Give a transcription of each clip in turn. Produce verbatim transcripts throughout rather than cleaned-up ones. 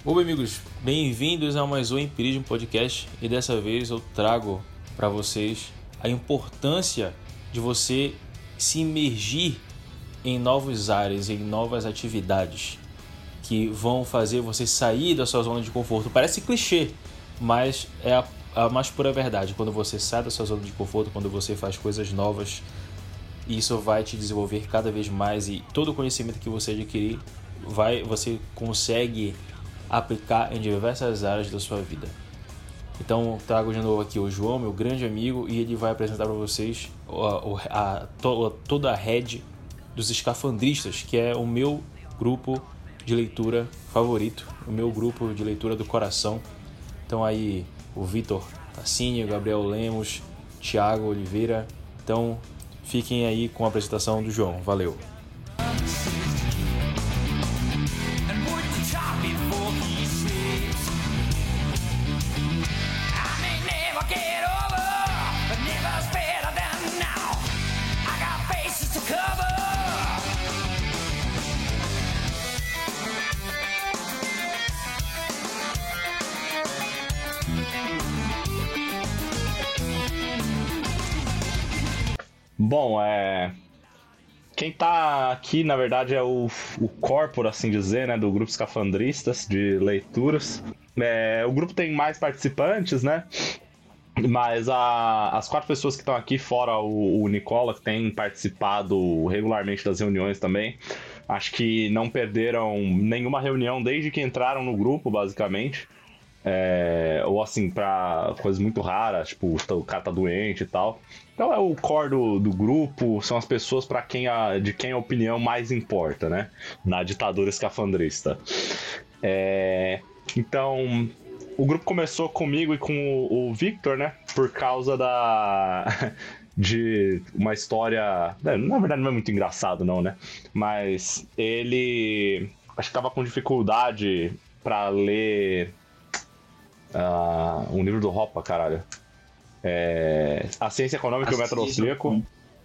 Oi, amigos, bem-vindos a mais um Empirismo Podcast e dessa vez eu trago para vocês a importância de você se imergir em novas áreas, em novas atividades que vão fazer você sair da sua zona de conforto. Parece clichê, mas é a, a mais pura verdade. Quando você sai da sua zona de conforto, quando você faz coisas novas, isso vai te desenvolver cada vez mais e todo o conhecimento que você adquirir, vai, você consegue aplicar em diversas áreas da sua vida. Então trago de novo aqui o João, meu grande amigo, e ele vai apresentar para vocês a, a, a, toda a rede dos escafandristas, que é o meu grupo de leitura favorito, o meu grupo de leitura do coração. Então aí o Vitor Tassini, o Gabriel Lemos, Thiago Oliveira. Então fiquem aí com a apresentação do João. Valeu! Bom, é... quem tá aqui, na verdade, é o, o core, por assim dizer, né, do grupo Escafandristas de leituras. É, o grupo tem mais participantes, né? Mas a, as quatro pessoas que estão aqui, fora o, o Nicola, que tem participado regularmente das reuniões também, acho que não perderam nenhuma reunião desde que entraram no grupo, basicamente. É, ou assim, pra coisas muito raras, tipo, o cara tá doente e tal. Então é o core do, do grupo, são as pessoas para quem a, de quem a opinião mais importa, né? Na ditadura escafandrista. É, então, o grupo começou comigo e com o, o Victor, né? Por causa da... de uma história... Na verdade não é muito engraçado não, né? Mas ele... acho que tava com dificuldade para ler... Uh, um livro do Hoppe, caralho. É... A Ciência Econômica e o Método Austríaco.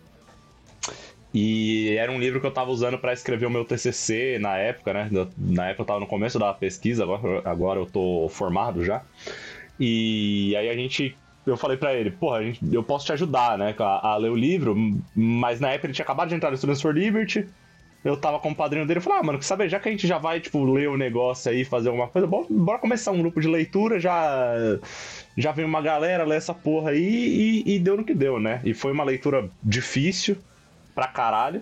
E era um livro que eu tava usando para escrever o meu T C C na época, né? Na época eu tava no começo da pesquisa, agora, agora eu tô formado já. E aí a gente... eu falei pra ele, porra, gente, eu posso te ajudar, né? A, a ler o livro, mas na época ele tinha acabado de entrar no Students for Liberty. Eu tava com o padrinho dele e falei, ah, mano, sabe, já que a gente já vai, tipo, ler o negócio aí, fazer alguma coisa, bora, bora começar um grupo de leitura, já já vem uma galera, lê essa porra aí e, e deu no que deu, né? E foi uma leitura difícil pra caralho.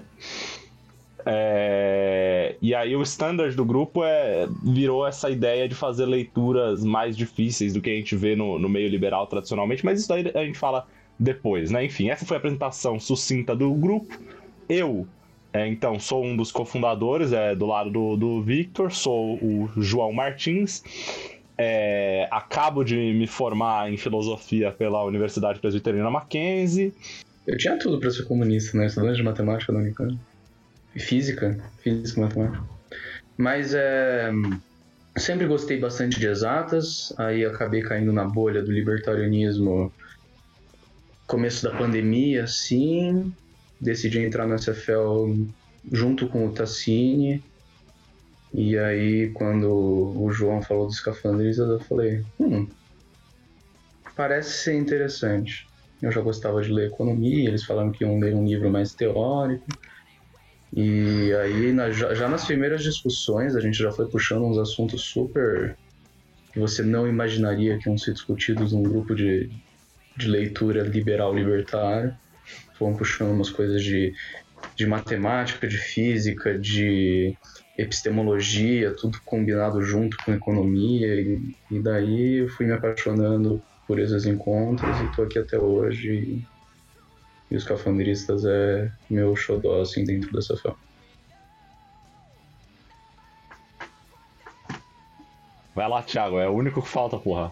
É... E aí o standard do grupo é... virou essa ideia de fazer leituras mais difíceis do que a gente vê no, no meio liberal tradicionalmente, mas isso daí a gente fala depois, né? Enfim, essa foi a apresentação sucinta do grupo. Eu... É, então, sou um dos cofundadores, é, do lado do, do Victor, sou o João Martins, é, acabo de me formar em filosofia pela Universidade Presbiteriana Mackenzie. Eu tinha tudo para ser comunista, né? Estudante de matemática da Unicamp. E física, física e matemática. Mas é, sempre gostei bastante de exatas, aí acabei caindo na bolha do libertarianismo começo da pandemia, assim... Decidi entrar no S F L junto com o Tassini. E aí, quando o João falou dos escafandristas, eu falei, hum, parece ser interessante. Eu já gostava de ler economia, eles falaram que iam ler um livro mais teórico. E aí, na, já, já nas primeiras discussões, a gente já foi puxando uns assuntos super... que você não imaginaria que iam ser discutidos num grupo de, de leitura liberal-libertário. Vão puxando umas coisas de, de matemática, de física, de epistemologia, tudo combinado junto com economia. E, e daí eu fui me apaixonando por esses encontros e tô aqui até hoje. E, e os Escafandristas é meu xodó, assim, dentro dessa fé. Vai lá, Thiago, é o único que falta, porra.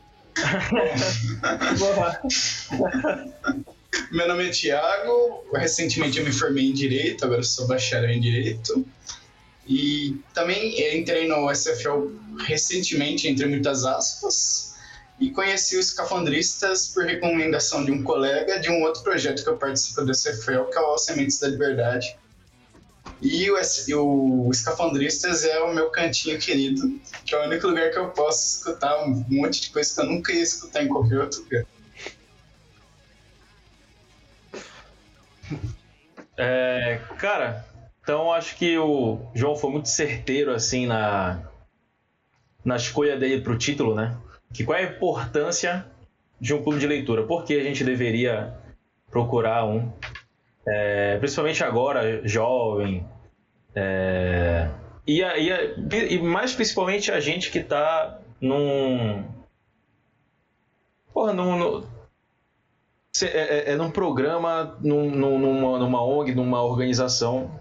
Meu nome é Thiago, recentemente eu me formei em Direito, agora sou bacharel em Direito. E também entrei no S F L recentemente, entre muitas aspas, e conheci os Escafandristas por recomendação de um colega de um outro projeto que eu participo do S F L, que é o Sementes da Liberdade. E o, S- o Escafandristas é o meu cantinho querido, que é o único lugar que eu posso escutar um monte de coisa que eu nunca ia escutar em qualquer outro lugar. É, cara, então acho que o João foi muito certeiro assim na, na escolha dele pro título, né? Que qual é a importância de um clube de leitura? Por que a gente deveria procurar um? É, principalmente agora, jovem. É, e, a- e, a- e mais principalmente a gente que tá num. Porra, num, num- cê- é, é- é num programa, num, num- numa, numa O N G, numa organização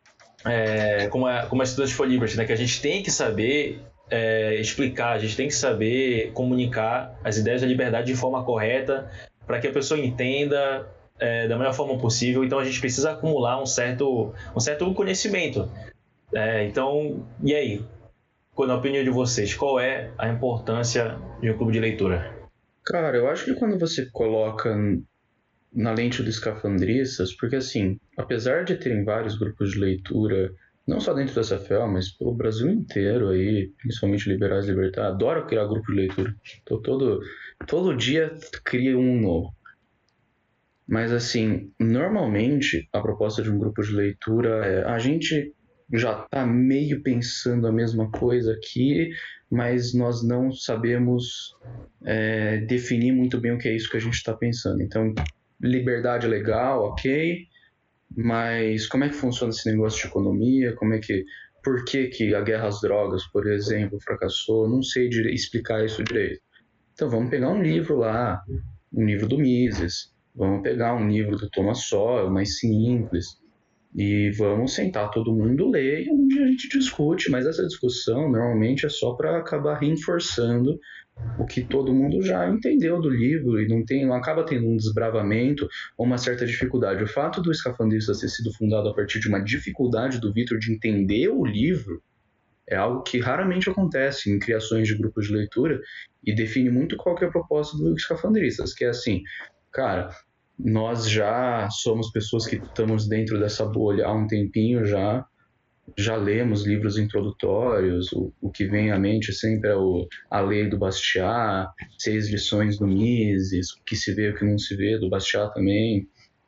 é, como, a, como a Students for Liberty, né? Que a gente tem que saber é, explicar, a gente tem que saber comunicar as ideias da liberdade de forma correta para que a pessoa entenda é, da melhor forma possível. Então a gente precisa acumular um certo, um certo conhecimento. É, então, e aí? Na opinião de vocês, qual é a importância de um clube de leitura? Cara, eu acho que quando você coloca na lente dos escafandristas, porque assim, apesar de terem vários grupos de leitura, não só dentro da C F L, mas pelo Brasil inteiro aí, principalmente liberais e libertários, adoro criar grupo de leitura. Tô todo, todo dia cria um novo. Mas assim, normalmente a proposta de um grupo de leitura é a gente já está meio pensando a mesma coisa aqui, mas nós não sabemos é, definir muito bem o que é isso que a gente está pensando. Então, liberdade é legal, ok, mas como é que funciona esse negócio de economia? Como é que, por que, que a guerra às drogas, por exemplo, fracassou? Não sei dire- explicar isso direito. Então vamos pegar um livro lá, um livro do Mises, vamos pegar um livro do Thomas Sowell, mais simples, e vamos sentar todo mundo ler e um dia a gente discute, mas essa discussão normalmente é só para acabar reforçando o que todo mundo já entendeu do livro e não, tem, não acaba tendo um desbravamento ou uma certa dificuldade. O fato do Escafandristas ter sido fundado a partir de uma dificuldade do Vitor de entender o livro é algo que raramente acontece em criações de grupos de leitura e define muito qual que é a proposta dos Escafandristas, que é assim, cara, nós já somos pessoas que estamos dentro dessa bolha há um tempinho já, já lemos livros introdutórios, o, o que vem à mente sempre é o, a Lei do Bastiat, Seis Lições do Mises, o que se vê e o que não se vê do Bastiat também,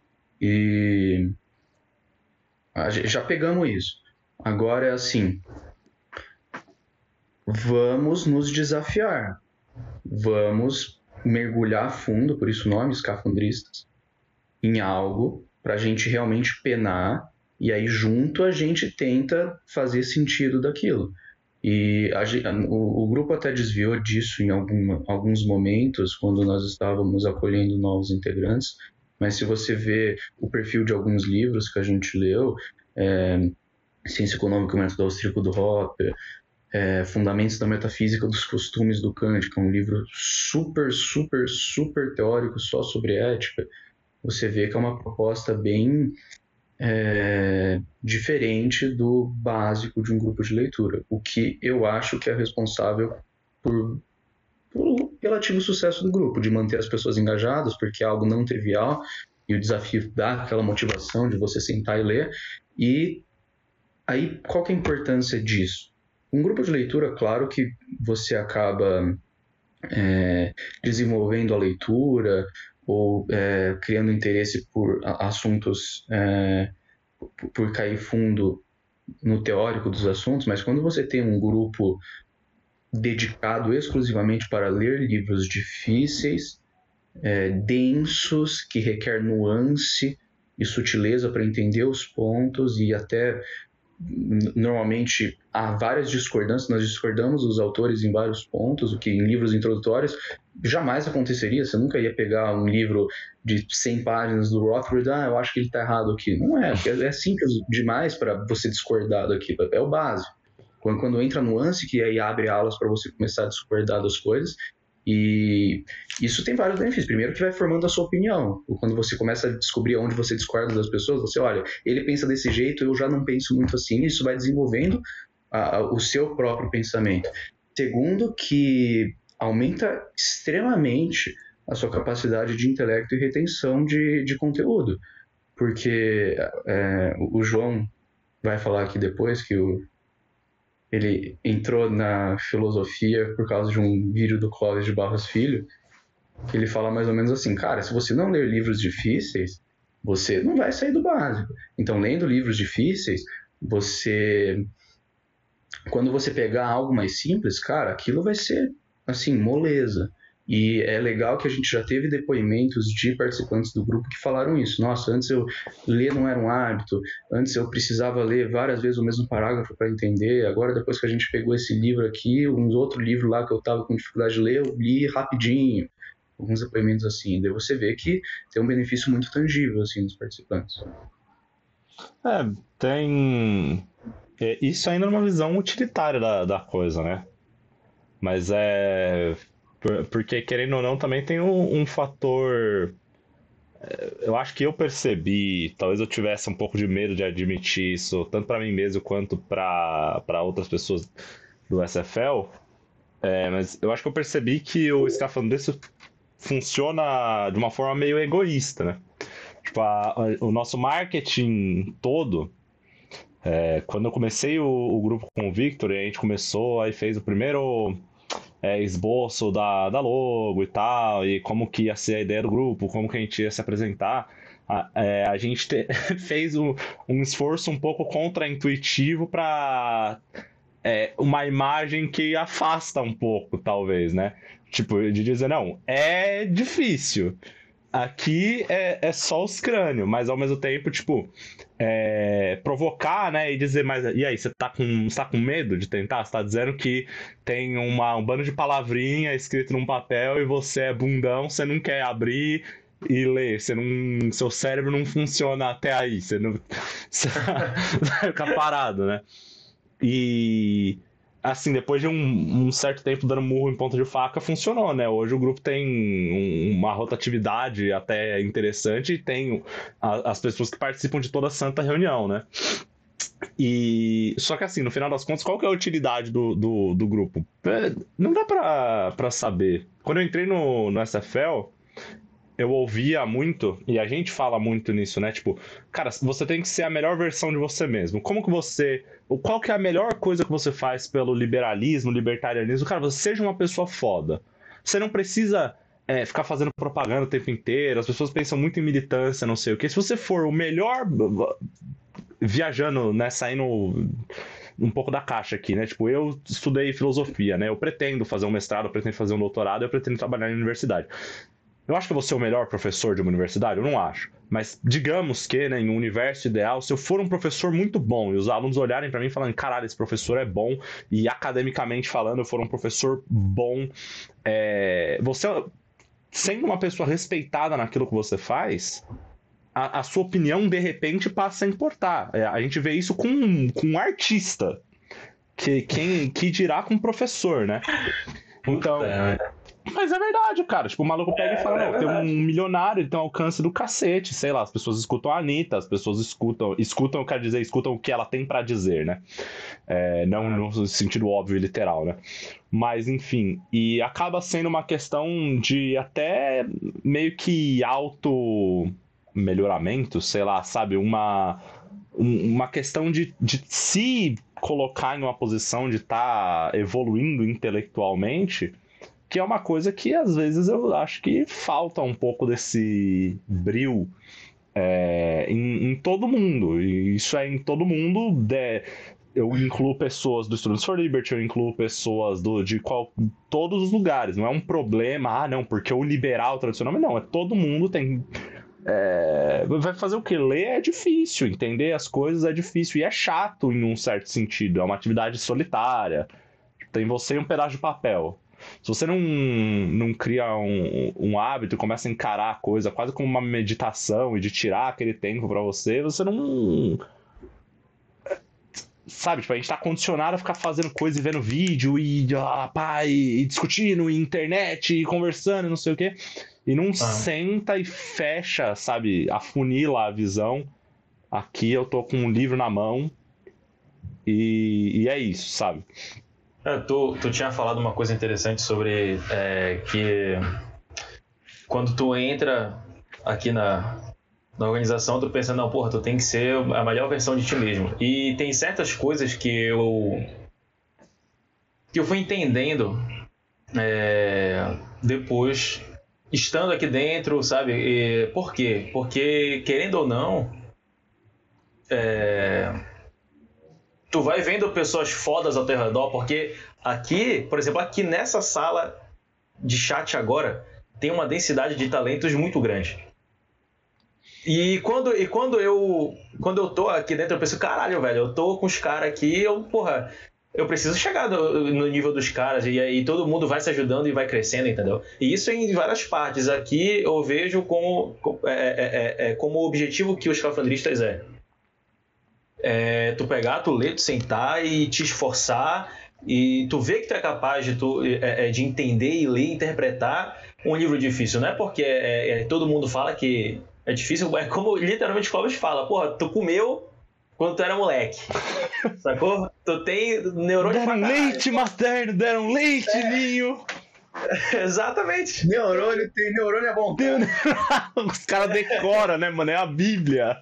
e a, já pegamos isso. Agora é assim, vamos nos desafiar, vamos mergulhar a fundo, por isso o nome Escafandristas, em algo para a gente realmente penar e aí junto a gente tenta fazer sentido daquilo. E a, o, o grupo até desviou disso em algum, alguns momentos quando nós estávamos acolhendo novos integrantes, mas se você vê o perfil de alguns livros que a gente leu, é, Ciência Econômica e o Método Austríaco do Hopper, É, Fundamentos da Metafísica dos Costumes do Kant, que é um livro super, super, super teórico só sobre ética, você vê que é uma proposta bem é, diferente do básico de um grupo de leitura, o que eu acho que é responsável por, por relativo sucesso do grupo, de manter as pessoas engajadas, porque é algo não trivial, e o desafio dá aquela motivação de você sentar e ler, e aí qual que é a importância disso? Um grupo de leitura, claro que você acaba é, desenvolvendo a leitura ou é, criando interesse por assuntos, é, por, por cair fundo no teórico dos assuntos, mas quando você tem um grupo dedicado exclusivamente para ler livros difíceis, é, densos, que requer nuance e sutileza para entender os pontos e até normalmente há várias discordâncias, nós discordamos dos autores em vários pontos, o que em livros introdutórios jamais aconteceria, você nunca ia pegar um livro de cem páginas do Rothbard, ah, eu acho que ele está errado aqui. Não é, é simples demais para você discordar daqui, é o básico. Quando, quando entra nuance, que aí abre alas para você começar a discordar das coisas, e isso tem vários benefícios. Primeiro que vai formando a sua opinião. Quando você começa a descobrir onde você discorda das pessoas, você olha, ele pensa desse jeito, eu já não penso muito assim. Isso vai desenvolvendo a, a, o seu próprio pensamento. Segundo que aumenta extremamente a sua capacidade de intelecto e retenção de, de conteúdo. Porque é, o João vai falar aqui depois que o, ele entrou na filosofia por causa de um vídeo do Clóvis de Barros Filho, que ele fala mais ou menos assim, cara, se você não ler livros difíceis, você não vai sair do básico. Então, lendo livros difíceis, você... Quando você pegar algo mais simples, cara, aquilo vai ser, assim, moleza. E é legal que a gente já teve depoimentos de participantes do grupo que falaram isso. Nossa, antes eu ler não era um hábito, antes eu precisava ler várias vezes o mesmo parágrafo para entender, agora depois que a gente pegou esse livro aqui, uns outros livros lá que eu estava com dificuldade de ler, eu li rapidinho. Alguns depoimentos assim. Daí você vê que tem um benefício muito tangível, assim, nos participantes. É, tem... É, isso ainda é uma visão utilitária da, da coisa, né? Mas é... Porque, querendo ou não, também tem um, um fator... Eu acho que eu percebi, talvez eu tivesse um pouco de medo de admitir isso, tanto para mim mesmo quanto para outras pessoas do S F L, é, mas eu acho que eu percebi que o escafandrista funciona de uma forma meio egoísta, né? Tipo, a, a, o nosso marketing todo... É, quando eu comecei o, o grupo com o Victor, e a gente começou, aí fez o primeiro... É, esboço da, da logo e tal, e como que ia ser a ideia do grupo, como que a gente ia se apresentar, a, é, a gente te, fez um, um esforço um pouco contra-intuitivo para é, uma imagem que afasta um pouco, talvez, né? Tipo, de dizer, não, é difícil. Aqui é, é só os crânios, mas ao mesmo tempo, tipo, é, provocar, né, e dizer, mas e aí, você tá com, você tá com medo de tentar? Você tá dizendo que tem uma, um bando de palavrinha escrito num papel e você é bundão, você não quer abrir e ler, você não, seu cérebro não funciona até aí, você não você vai ficar parado, né? E... assim, depois de um, um certo tempo dando murro em ponta de faca, funcionou, né? Hoje o grupo tem um, uma rotatividade até interessante e tem a, as pessoas que participam de toda a santa reunião, né? E... só que assim, no final das contas, qual que é a utilidade do, do, do grupo? É, não dá pra, pra saber. Quando eu entrei no, no S F L, eu ouvia muito, e a gente fala muito nisso, né? Tipo, cara, você tem que ser a melhor versão de você mesmo. Como que você... Qual que é a melhor coisa que você faz pelo liberalismo, libertarianismo? Cara, você seja uma pessoa foda. Você não precisa é, ficar fazendo propaganda o tempo inteiro. As pessoas pensam muito em militância, não sei o quê. Se você for o melhor... viajando, né? Saindo um pouco da caixa aqui, né? Tipo, eu estudei filosofia, né? Eu pretendo fazer um mestrado, eu pretendo fazer um doutorado, eu pretendo trabalhar na universidade. Eu acho que eu vou ser o melhor professor de uma universidade? Eu não acho. Mas digamos que, né, em um universo ideal, se eu for um professor muito bom e os alunos olharem pra mim e falarem, caralho, esse professor é bom, e academicamente falando, eu for um professor bom, é... você, sendo uma pessoa respeitada naquilo que você faz, a, a sua opinião, de repente, passa a importar. É, a gente vê isso com, com um artista, que, quem, que dirá com um professor, né? Então... Mas é verdade, cara. Tipo, o maluco pega é, e fala, é não, tem um milionário, ele tem um alcance do cacete, sei lá, as pessoas escutam a Anitta, as pessoas escutam, escutam, eu quero dizer, escutam o que ela tem pra dizer, né? É, não no sentido óbvio e literal, né? Mas, enfim, e acaba sendo uma questão de até meio que auto-melhoramento, sei lá, sabe? Uma, uma questão de, de se colocar em uma posição de estar tá evoluindo intelectualmente... que é uma coisa que, às vezes, eu acho que falta um pouco desse brio é, em, em todo mundo. E isso é em todo mundo. De, eu incluo pessoas do Students for Liberty, eu incluo pessoas do, de qual, todos os lugares. Não é um problema, ah, não, porque o liberal tradicional... Não, é todo mundo tem... É, vai fazer o quê? Ler é difícil, entender as coisas é difícil. E é chato, em um certo sentido. É uma atividade solitária. Tem você e um pedaço de papel. Se você não, não cria um, um hábito e começa a encarar a coisa quase como uma meditação e de tirar aquele tempo pra você, você não... Sabe, tipo, a gente tá condicionado a ficar fazendo coisa e vendo vídeo e, ah, pá, e, e discutindo, e internet, e conversando, e não sei o quê. E não ah. senta e fecha, sabe, afunila a visão. Aqui eu tô com um livro na mão e, e é isso, sabe? É, tu, tu tinha falado uma coisa interessante sobre é, que quando tu entra aqui na, na organização, tu pensa, não, porra, tu tem que ser a melhor versão de ti mesmo. E tem certas coisas que eu que eu fui entendendo é, depois, estando aqui dentro, sabe? E, por quê? Porque, querendo ou não, é, tu vai vendo pessoas fodas ao teu redor, porque aqui, por exemplo, aqui nessa sala de chat agora, tem uma densidade de talentos muito grande. E quando, e quando eu quando eu tô aqui dentro, eu penso, caralho, velho, eu tô com os caras aqui, eu, porra, eu preciso chegar no, no nível dos caras, e aí todo mundo vai se ajudando e vai crescendo, entendeu? E isso em várias partes. Aqui eu vejo como, é, é, é, como o objetivo que os escafandristas é. É tu pegar, tu ler, tu sentar e te esforçar, e tu vê que tu é capaz de, tu, é, é, de entender e ler e interpretar um livro difícil. Não é porque é, é, todo mundo fala que é difícil, é como literalmente o Clóvis fala, porra, tu comeu quando tu era moleque, sacou? Tu tem neurônio deram pra leite materno, deram leite, é. Ninho. Exatamente. Neurônio, tem neurônio é bom. Tem... Os caras decoram, né, mano? É a Bíblia.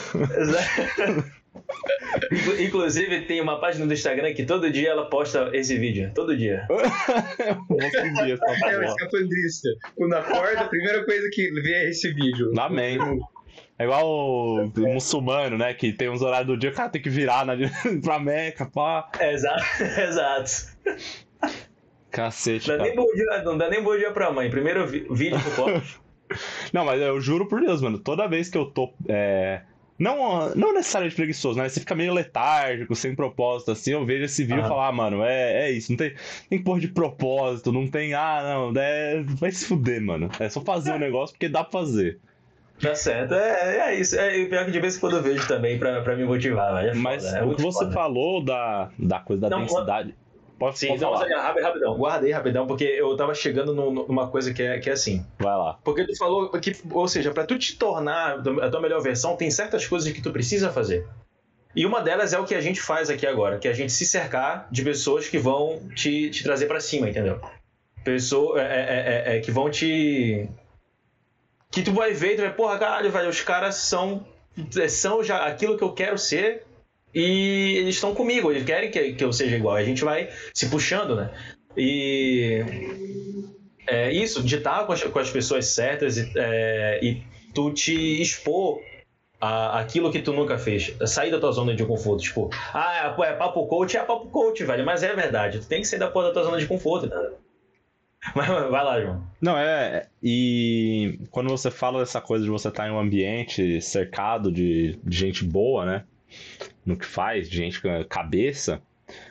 Inclusive, tem uma página do Instagram que todo dia ela posta esse vídeo. Todo dia. Vou seguir essa é o escafandrista. Quando acorda, a primeira coisa que vê é esse vídeo. Amém. É igual o, o muçulmano, né? Que tem uns horários do dia, o cara tem que virar na, pra Meca, pá. Exato, exato. Cacete, dá cara. Nem bom dia, não dá nem bom dia pra mãe. Primeiro vi, vídeo pro Clóvis. Não, mas eu juro por Deus, mano. Toda vez que eu tô... É... Não, não necessariamente preguiçoso, né? Você fica meio letárgico, sem propósito, assim. Eu vejo esse vídeo e falo, ah, mano, é, é isso. Não tem, tem porra de propósito, não tem... Ah, não, é... vai se fuder, mano. É só fazer o um negócio porque dá pra fazer. Tá certo, é, é isso. É pior que de vez em quando eu vejo também pra, pra me motivar, velho. É foda, mas é o que você foda. falou da, da coisa da não, densidade... Pode, Sim, pode não, falar. mas, rapidão, guardei rapidão, porque eu tava chegando no, numa coisa que é, que é assim. Vai lá. Porque tu falou que, ou seja, pra tu te tornar a tua melhor versão, tem certas coisas que tu precisa fazer. E uma delas é o que a gente faz aqui agora, que é a gente se cercar de pessoas que vão te, te trazer pra cima, entendeu? Pessoas é, é, é, é, que vão te... Que tu vai ver e tu vai, porra, caralho, velho, os caras são, são já aquilo que eu quero ser... E eles estão comigo, eles querem que, que eu seja igual. A gente vai se puxando, né? E é isso, de estar com as, com as pessoas certas e, é, e tu te expor a, aquilo que tu nunca fez. Sair da tua zona de conforto. Tipo, ah, é, é papo coach, é papo coach, velho. Mas é verdade, tu tem que sair da porra da tua zona de conforto, né? Mas vai lá, João. Não, é... E quando você fala dessa coisa de você estar em um ambiente cercado de, de gente boa, né? No que faz, de gente com cabeça,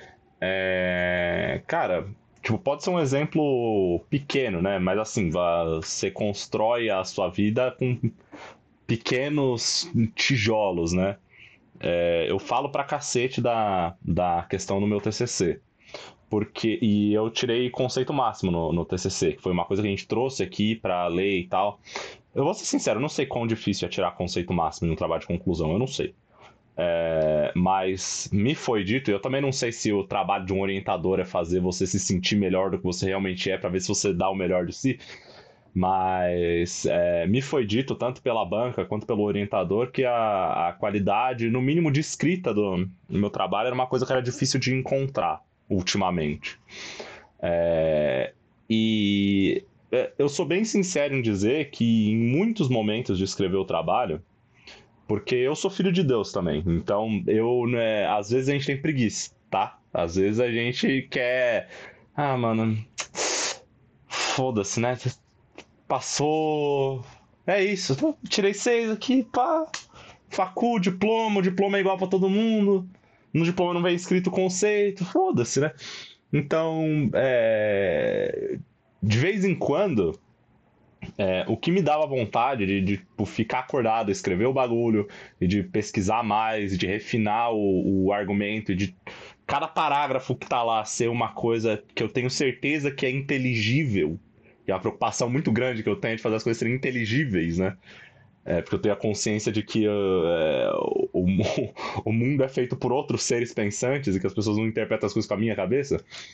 é... cara, tipo, pode ser um exemplo pequeno, né? Mas assim, você constrói a sua vida com pequenos tijolos, né? É... Eu falo pra cacete da, da questão no meu T C C. Porque, e eu tirei conceito máximo no, no T C C, que foi uma coisa que a gente trouxe aqui pra ler e tal. Eu vou ser sincero, eu não sei quão difícil é tirar conceito máximo no trabalho de conclusão, eu não sei. É, mas me foi dito, e eu também não sei se o trabalho de um orientador é fazer você se sentir melhor do que você realmente é, para ver se você dá o melhor de si, mas é, me foi dito, tanto pela banca quanto pelo orientador, que a, a qualidade, no mínimo de escrita do, do meu trabalho, era uma coisa que era difícil de encontrar ultimamente. É, e eu sou bem sincero em dizer que em muitos momentos de escrever o trabalho, porque eu sou filho de Deus também, então eu, né, às vezes a gente tem preguiça, tá? Às vezes a gente quer... Ah, mano, foda-se, né? Passou... É isso, tirei seis aqui, pá, facul, diploma, o diploma é igual pra todo mundo, no diploma não vem escrito conceito, foda-se, né? Então, é... de vez em quando... É, o que me dava vontade de, de, de ficar acordado, escrever o bagulho, e de pesquisar mais, de refinar o, o argumento, e de cada parágrafo que tá lá ser uma coisa que eu tenho certeza que é inteligível, e é uma preocupação muito grande que eu tenho de fazer as coisas serem inteligíveis, né? É, porque eu tenho a consciência de que uh, é, o, o mundo é feito por outros seres pensantes e que as pessoas não interpretam as coisas com a minha cabeça.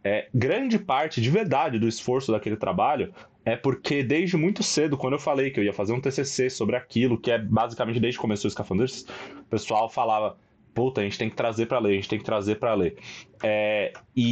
é, grande parte, de verdade, do esforço daquele trabalho é porque desde muito cedo, quando eu falei que eu ia fazer um T C C sobre aquilo, que é basicamente desde que começou o Escafandristas, o pessoal falava, puta, a gente tem que trazer pra ler, a gente tem que trazer pra ler. É,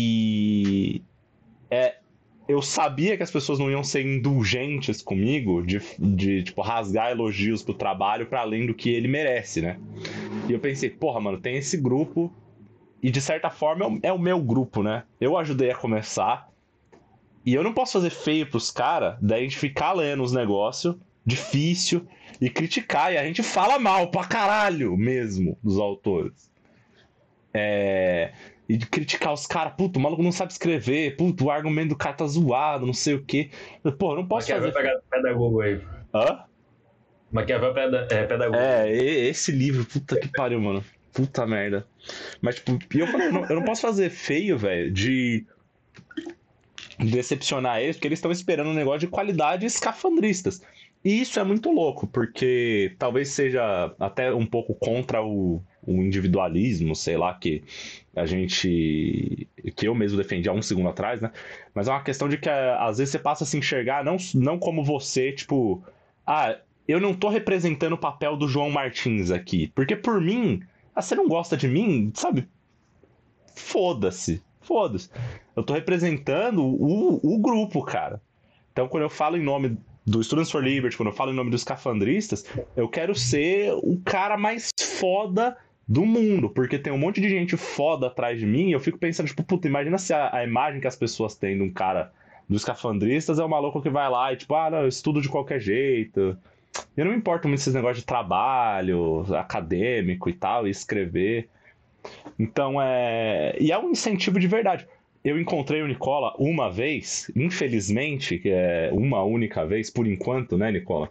e é, eu sabia que as pessoas não iam ser indulgentes comigo de, de tipo, rasgar elogios pro trabalho pra além do que ele merece, né? E eu pensei, porra, mano, tem esse grupo e de certa forma é o, é o meu grupo, né? Eu ajudei a começar e eu não posso fazer feio pros caras, daí a gente ficar lendo os negócios, difícil, e criticar, e a gente fala mal pra caralho mesmo dos autores. É... E de criticar os caras, puto, o maluco não sabe escrever, puto, o argumento do cara tá zoado, não sei o quê. Pô, eu não posso Maquiavel fazer... pedagogo aí. Hã? Maquiavel peda... é pedagogo. É, esse livro, puta que pariu, mano. Puta merda. Mas, tipo, eu falei, eu não, eu não posso fazer feio, velho, de decepcionar eles, porque eles estão esperando um negócio de qualidade escafandristas. E isso é muito louco, porque talvez seja até um pouco contra o, o individualismo, sei lá, que a gente... que eu mesmo defendi há um segundo atrás, né? Mas é uma questão de que às vezes você passa a se enxergar não, não como você, tipo... Ah, eu não tô representando o papel do João Martins aqui. Porque por mim, ah, você não gosta de mim, sabe? Foda-se. Foda-se. Eu tô representando o, o grupo, cara. Então, quando eu falo em nome do Students for Liberty, quando eu falo em nome dos escafandristas, eu quero ser o cara mais foda do mundo, porque tem um monte de gente foda atrás de mim, e eu fico pensando, tipo, puta, imagina se a, a imagem que as pessoas têm de um cara dos escafandristas é um maluco que vai lá e, tipo, ah, não, eu estudo de qualquer jeito. Eu não me importo muito esses negócios de trabalho, acadêmico e tal, e escrever. Então, é... E é um incentivo de verdade. Eu encontrei o Nicola uma vez, infelizmente, que é uma única vez, por enquanto, né, Nicola?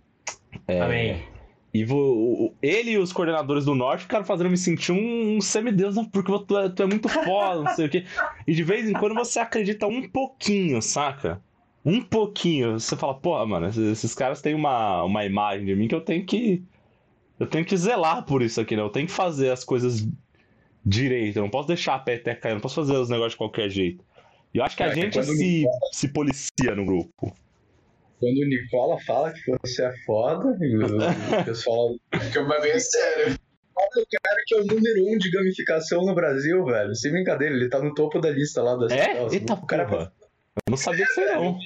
É... Amém. E vou... ele e os coordenadores do Norte ficaram fazendo me sentir um, um semideus, não, porque tu é, tu é muito foda, não sei o quê. E de vez em quando você acredita um pouquinho, saca? Um pouquinho. Você fala, pô, mano, esses, esses caras têm uma, uma imagem de mim que eu tenho que... Eu tenho que zelar por isso aqui, né? Eu tenho que fazer as coisas direito, eu não posso deixar a peteca cair, eu não posso fazer os negócios de qualquer jeito. E eu acho que a É, gente quando se, Nicola- se policia no grupo. Quando o Nicola fala que você é foda, e o, o pessoal. Porque o bagulho é sério. Olha o cara que é o número um de gamificação no Brasil, velho. Sem brincadeira, ele tá no topo da lista lá das. É? das- Eita o cara porra. Eu não sabia disso aí, não.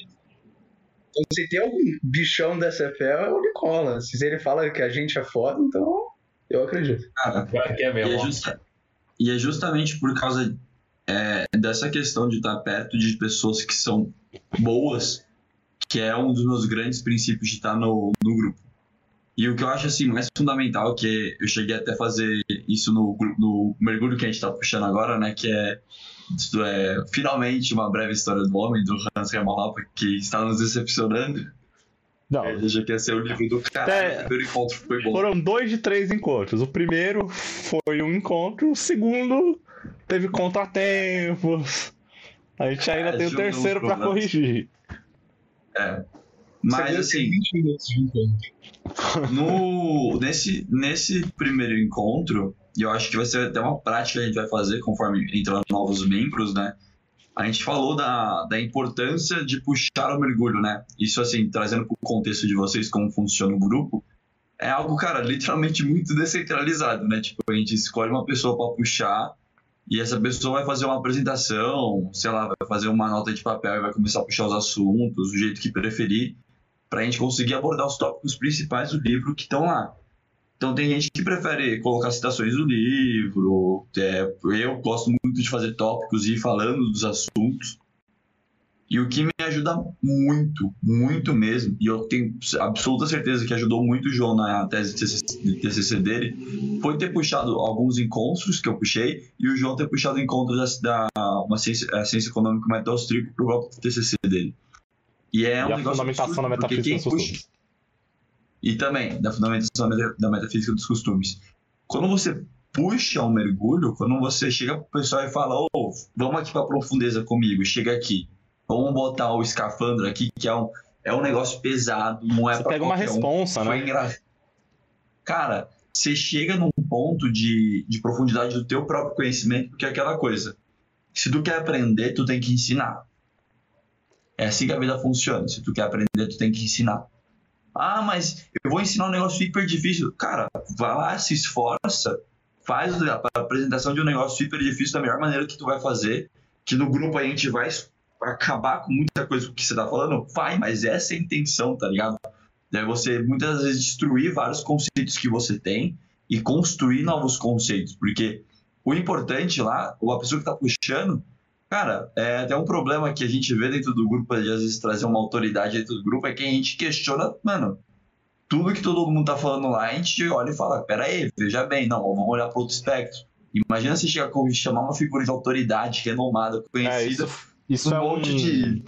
Então, se tem algum bichão da S F L, é o Nicola. Se ele fala que a gente é foda, então eu acredito. Cara, Pior que é e, é mesmo. justa- e é justamente por causa é, dessa questão de estar perto de pessoas que são boas, que é um dos meus grandes princípios de estar no, no grupo. E o que eu acho assim mais fundamental, que eu cheguei até a fazer isso no, gru- no mergulho que a gente está puxando agora, né, que é, isto é finalmente uma breve história do homem, do Hans Hermann Hoppe, que está nos decepcionando. Não, Eu já quer ser o livro do cara. É. O primeiro encontro foi bom. foram dois de três encontros. O primeiro foi um encontro, o segundo teve contratempos. A gente ainda É, tem o juntou uns terceiro pra problemas. corrigir. É. Mas Segundo, assim, tem vinte minutos de encontro. no, nesse, nesse primeiro encontro, e eu acho que vai ser até uma prática que a gente vai fazer conforme entram novos membros, né? A gente falou da, da importância de puxar o mergulho, né? Isso, assim, trazendo para o contexto de vocês como funciona o grupo, é algo, cara, literalmente muito descentralizado, né? Tipo, a gente escolhe uma pessoa para puxar e essa pessoa vai fazer uma apresentação, sei lá, vai fazer uma nota de papel e vai começar a puxar os assuntos do jeito que preferir, para a gente conseguir abordar os tópicos principais do livro que estão lá. Então tem gente que prefere colocar citações do livro, é, eu gosto muito de fazer tópicos e ir falando dos assuntos. E o que me ajuda muito, muito mesmo, e eu tenho absoluta certeza que ajudou muito o João na tese de T C C dele, foi ter puxado alguns encontros que eu puxei, e o João ter puxado encontros da, da uma ciência, a ciência econômica e método austríaco para o próprio T C C dele. E é um E a negócio fundamentação absurdo, da porque metafísica quem dos puxa- costumes. E também da fundamentação da metafísica dos costumes. Quando você puxa um mergulho, quando você chega pro pessoal e fala, ô, vamos aqui pra profundeza comigo, chega aqui, vamos botar o escafandro aqui, que é um, é um negócio pesado, não é Você pra pega uma qualquer um. responsa, Foi né? engra... Cara, você chega num ponto de, de profundidade do teu próprio conhecimento, porque é aquela coisa. Se tu quer aprender, tu tem que ensinar. É assim que a vida funciona. Se tu quer aprender, tu tem que ensinar. Ah, mas eu vou ensinar um negócio hiper difícil. Cara, vai lá, se esforça, faz a apresentação de um negócio hiper difícil da melhor maneira que tu vai fazer, que no grupo a gente vai acabar com muita coisa que você tá falando. Vai, mas essa é a intenção, tá ligado? É você, muitas vezes, destruir vários conceitos que você tem e construir novos conceitos. Porque o importante lá, ou a pessoa que tá puxando, cara, é até um problema que a gente vê dentro do grupo, de às vezes trazer uma autoridade dentro do grupo, é que a gente questiona, mano, tudo que todo mundo tá falando lá, a gente olha e fala, pera aí, veja bem, não, vamos olhar para outro espectro. Imagina você chegar a chamar uma figura de autoridade renomada, conhecida, É, isso, isso um é monte um... de...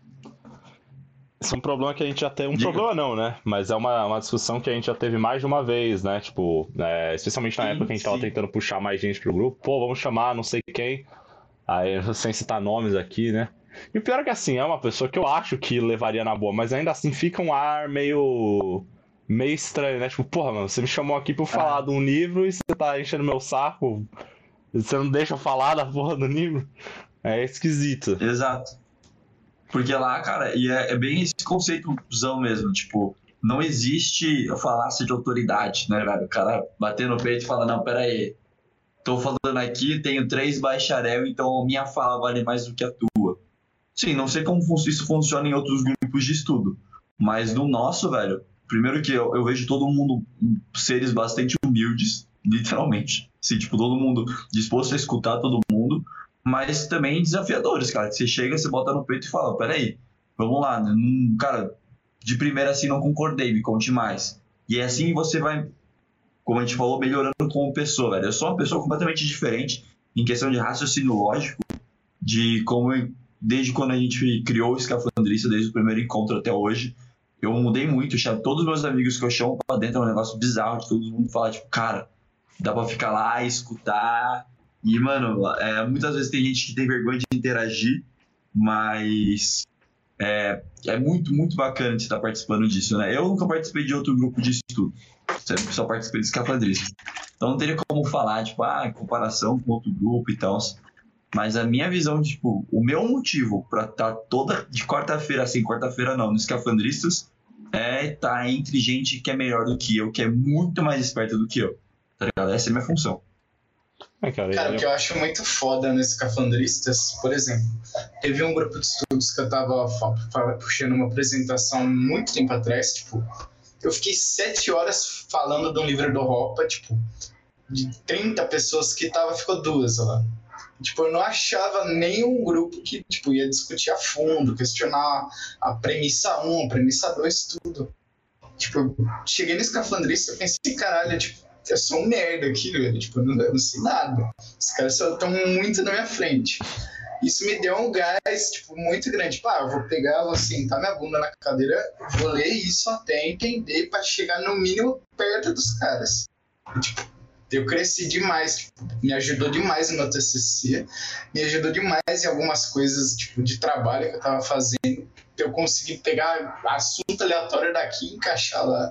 Isso é um problema que a gente já tem. Um Diga. problema não, né? Mas é uma, uma discussão que a gente já teve mais de uma vez, né? Tipo, é, especialmente na Sim, época que a gente tava sim. tentando puxar mais gente pro grupo. Pô, vamos chamar não sei quem. Aí, sem citar nomes aqui, né? E o pior é que assim, é uma pessoa que eu acho que levaria na boa, mas ainda assim fica um ar meio. meio estranho, né? Tipo, porra, mano, você me chamou aqui pra eu falar de um livro e você tá enchendo meu saco. Você não deixa eu falar da porra do livro. É esquisito. Exato. Porque lá, cara, e é, é bem esse conceitozão mesmo, tipo, não existe a falácia de autoridade, né, velho? O cara bater no peito e fala, não, pera aí, tô falando aqui, tenho três bacharel, então a minha fala vale mais do que a tua. Sim, não sei como isso funciona em outros grupos de estudo, mas no nosso, velho, primeiro que eu, eu vejo todo mundo seres bastante humildes, literalmente. Assim, tipo, todo mundo disposto a escutar todo mundo, mas também desafiadores, cara. Que você chega, você bota no peito e fala, peraí, vamos lá, né? Não, cara, de primeira assim não concordei, me conte mais. E é assim você vai, como a gente falou, melhorando como pessoa, velho. Eu sou uma pessoa completamente diferente em questão de raciocínio lógico, de como, eu, desde quando a gente criou o Escafandrista, desde o primeiro encontro até hoje, eu mudei muito. Já todos os meus amigos que eu chamo pra dentro é um negócio bizarro, de todo mundo falar, tipo, cara, dá pra ficar lá e escutar. E, mano, é, muitas vezes tem gente que tem vergonha de interagir, mas é, é muito, muito bacana de estar participando disso, né? Eu nunca participei de outro grupo de estudo, sempre só participei de Escafandrista. Então não teria como falar, tipo, ah, em comparação com outro grupo e tal. Mas a minha visão, tipo, o meu motivo pra estar toda de quarta-feira, assim, quarta-feira não, no Escafandristas, é estar entre gente que é melhor do que eu, que é muito mais esperta do que eu, tá ligado? Essa é a minha função. É, cara, Cara, eu... o que eu acho muito foda nesses Escafandristas, por exemplo, teve um grupo de estudos que eu tava puxando uma apresentação muito tempo atrás, tipo, eu fiquei sete horas falando de um livro do Hoppe, tipo, de trinta pessoas que tava, ficou duas lá. Tipo, eu não achava nenhum grupo que, tipo, ia discutir a fundo, questionar a premissa um, a premissa dois, tudo. Tipo, eu cheguei no Escafandrista e pensei, caralho, tipo, eu sou um merda aqui, velho. Tipo, eu não, eu não sei nada. Os caras só estão muito na minha frente. Isso me deu um gás, tipo, muito grande. Tipo, ah, eu vou pegar, vou sentar minha bunda na cadeira, vou ler isso até entender pra chegar no mínimo perto dos caras. E, tipo, eu cresci demais, tipo, me ajudou demais no meu T C C, me ajudou demais em algumas coisas, tipo, de trabalho que eu tava fazendo. Eu consegui pegar assunto aleatório daqui e encaixar lá.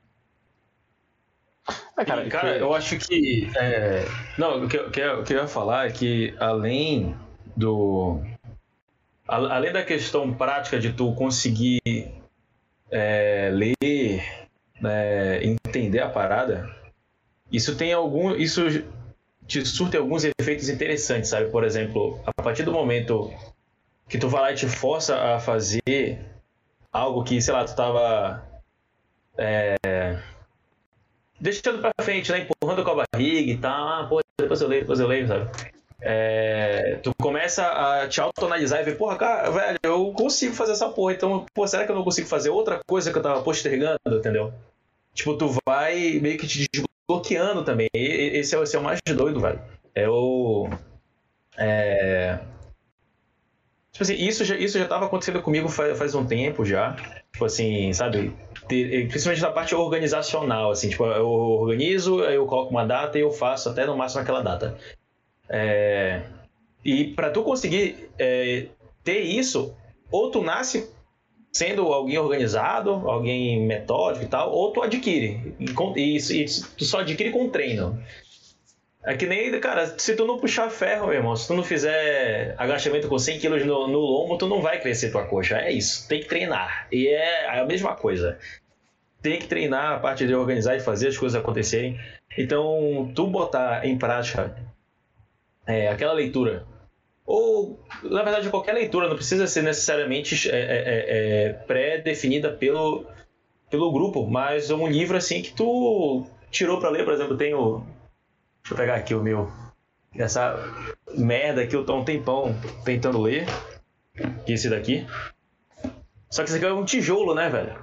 É, cara, E, cara, que- eu acho que. é, Não, o que, o que eu o que eu ia falar é que além do. a- Além da questão prática de tu conseguir é, ler, né, entender a parada, isso tem algum. Isso te surte alguns efeitos interessantes, sabe? Por exemplo, a partir do momento que tu vai lá e te força a fazer algo que, sei lá, tu tava. É, deixando pra frente, né? Empurrando com a barriga e tal. Ah, pô, depois eu leio, depois eu leio, sabe? É, tu começa a te autoanalisar e ver, porra, cara, velho, eu consigo fazer essa porra, então, pô, será que eu não consigo fazer outra coisa que eu tava postergando, entendeu? Tipo, tu vai meio que te desbloqueando também. E- e- Esse é, o- esse é o mais doido, velho. É o. É... Tipo assim, isso já, isso já tava acontecendo comigo faz, faz um tempo já. Tipo assim, sabe? Ter- Principalmente na parte organizacional, assim. Tipo, eu organizo, aí eu coloco uma data e eu faço até no máximo aquela data. É, E pra tu conseguir é, ter isso, ou tu nasce sendo alguém organizado, alguém metódico e tal, ou tu adquire. E, com- e isso- e isso tu só adquire com treino. É que nem, cara, se tu não puxar ferro, meu irmão, se tu não fizer agachamento com cem quilos no, no lombo, tu não vai crescer tua coxa. É isso, tem que treinar. E é a mesma coisa. Tem que treinar a parte de organizar e fazer as coisas acontecerem. Então, tu botar em prática é, aquela leitura, ou, na verdade, qualquer leitura, não precisa ser necessariamente é, é, é, pré-definida pelo, pelo grupo, mas um livro assim que tu tirou pra ler, por exemplo, tem o... Deixa eu pegar aqui o meu. Essa merda que eu tô há um tempão tentando ler. Que é esse daqui. Só que esse aqui é um tijolo, né, velho?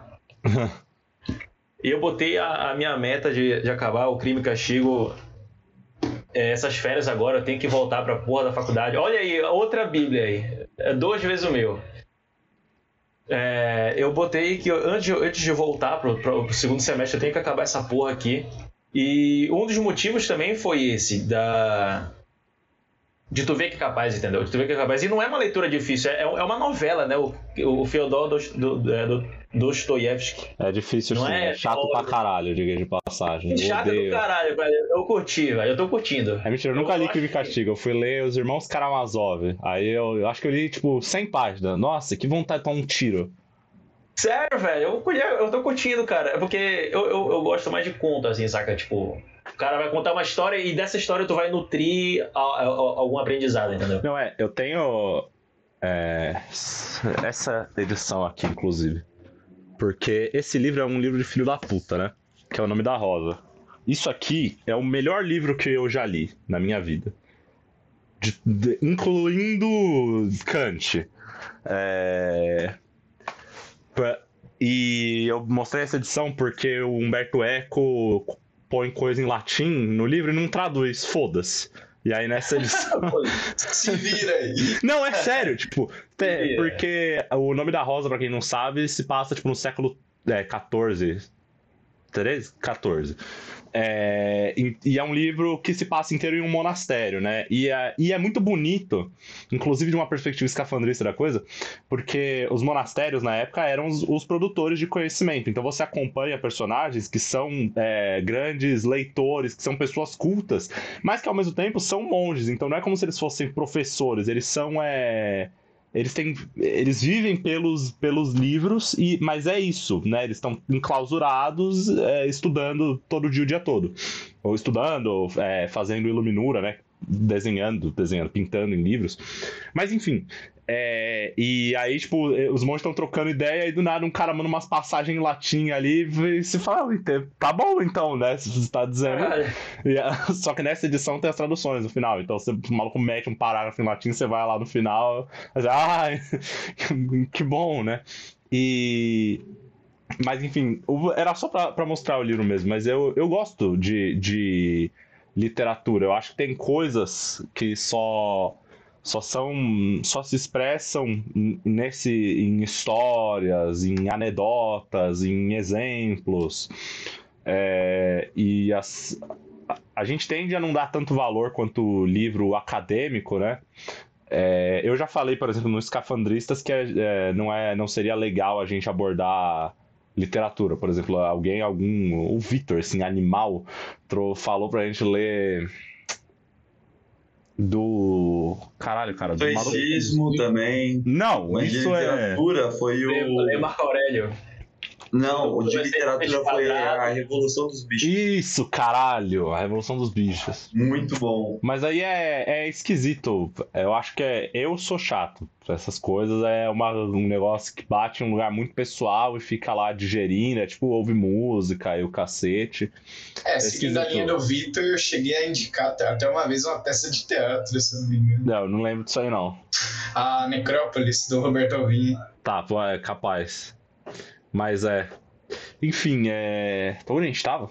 E eu botei a, a minha meta de, de acabar o Crime e Castigo é, essas férias agora. Eu tenho que voltar pra porra da faculdade. Olha aí, outra bíblia aí. É duas vezes o meu. É, eu botei que eu, antes, antes de voltar pro, pro, pro segundo semestre eu tenho que acabar essa porra aqui. E um dos motivos também foi esse, da... de tu ver que é capaz, entendeu? De tu ver que é capaz. E não é uma leitura difícil, é, é uma novela, né? O, o Fyodor Dost- do, do, Dostoiévski. É difícil, Não sim. é É chato foda. pra caralho, diga de passagem. Eu Chato do odeio. caralho, velho. Eu curti, velho. Eu tô curtindo. É mentira, eu nunca li acho Crime e que- Castigo. Eu fui ler Os Irmãos Karamazov. Aí eu, eu acho que eu li, tipo, cem páginas. Nossa, que vontade de tomar um tiro. Sério, velho. Eu, curti- eu tô curtindo, cara. É porque eu, eu, eu gosto mais de conto, assim, saca? Tipo, o cara vai contar uma história e dessa história tu vai nutrir a- a- a- algum aprendizado, entendeu? Não, é, eu tenho é, essa edição aqui, inclusive. Porque esse livro é um livro de filho da puta, né? Que é O Nome da Rosa. Isso aqui é o melhor livro que eu já li na minha vida. De- de- incluindo Kant. É... pra- E eu mostrei essa edição porque o Humberto Eco põe coisa em latim no livro e não traduz, foda-se. E aí nessa edição... Se vira aí. Não, é sério, tipo, te- É. porque O Nome da Rosa, pra quem não sabe, se passa, tipo, no século é, quatorze. treze? quatorze. É, e, e é um livro que se passa inteiro em um monastério, né? E é, e é muito bonito, inclusive de uma perspectiva escafandrista da coisa, porque os monastérios na época eram os, os produtores de conhecimento. Então você acompanha personagens que são é, grandes leitores, que são pessoas cultas, mas que ao mesmo tempo são monges. Então não é como se eles fossem professores, eles são. É, Eles têm, eles vivem pelos, pelos livros, e, mas é isso, né? Eles estão enclausurados, é, estudando todo dia, o dia todo. Ou estudando, ou, é, fazendo iluminura, né? Desenhando, desenhando, pintando em livros. Mas enfim, é, e aí, tipo, os monges estão trocando ideia e do nada um cara manda umas passagens em latim ali e se fala, ah, tá bom então, né? Se você tá dizendo. Caralho. E, ah, só que nessa edição tem as traduções no final. Então, você, o maluco mete um parágrafo em latim, você vai lá no final. Mas, ah, que bom, né? E. Mas, enfim, o- era só pra, pra mostrar o livro mesmo. Mas eu, eu gosto de, de literatura. Eu acho que tem coisas que só. Só são. Só se expressam nesse, em histórias, em anedotas, em exemplos. É, e as, a, a gente tende a não dar tanto valor quanto livro acadêmico, né? É, eu já falei, por exemplo, no Escafandristas que é, é, não, é, não seria legal a gente abordar literatura. Por exemplo, alguém, algum. O Vitor, assim, animal, tro, falou pra gente ler. Do. Caralho, cara. Do maluco. Stoicismo também. Não, Mas de isso é. literatura foi o. Lê Marco Aurélio. Não, o de Vai ser literatura foi quadrado. a Revolução dos Bichos. Isso, caralho, a Revolução dos Bichos. Muito bom. Mas aí é, é esquisito. Eu acho que é. Eu sou chato pra essas coisas. É uma, um negócio que bate em um lugar muito pessoal e fica lá digerindo. É tipo, ouve música e o cacete. É, seguindo a linha do Vitor, eu cheguei a indicar até- até uma vez uma peça de teatro, se eu não me engano. Não, eu não lembro disso aí, não. A Necrópolis, do Roberto Alvim. Tá, pô, é capaz. Mas é. Enfim, é. Onde a gente tava?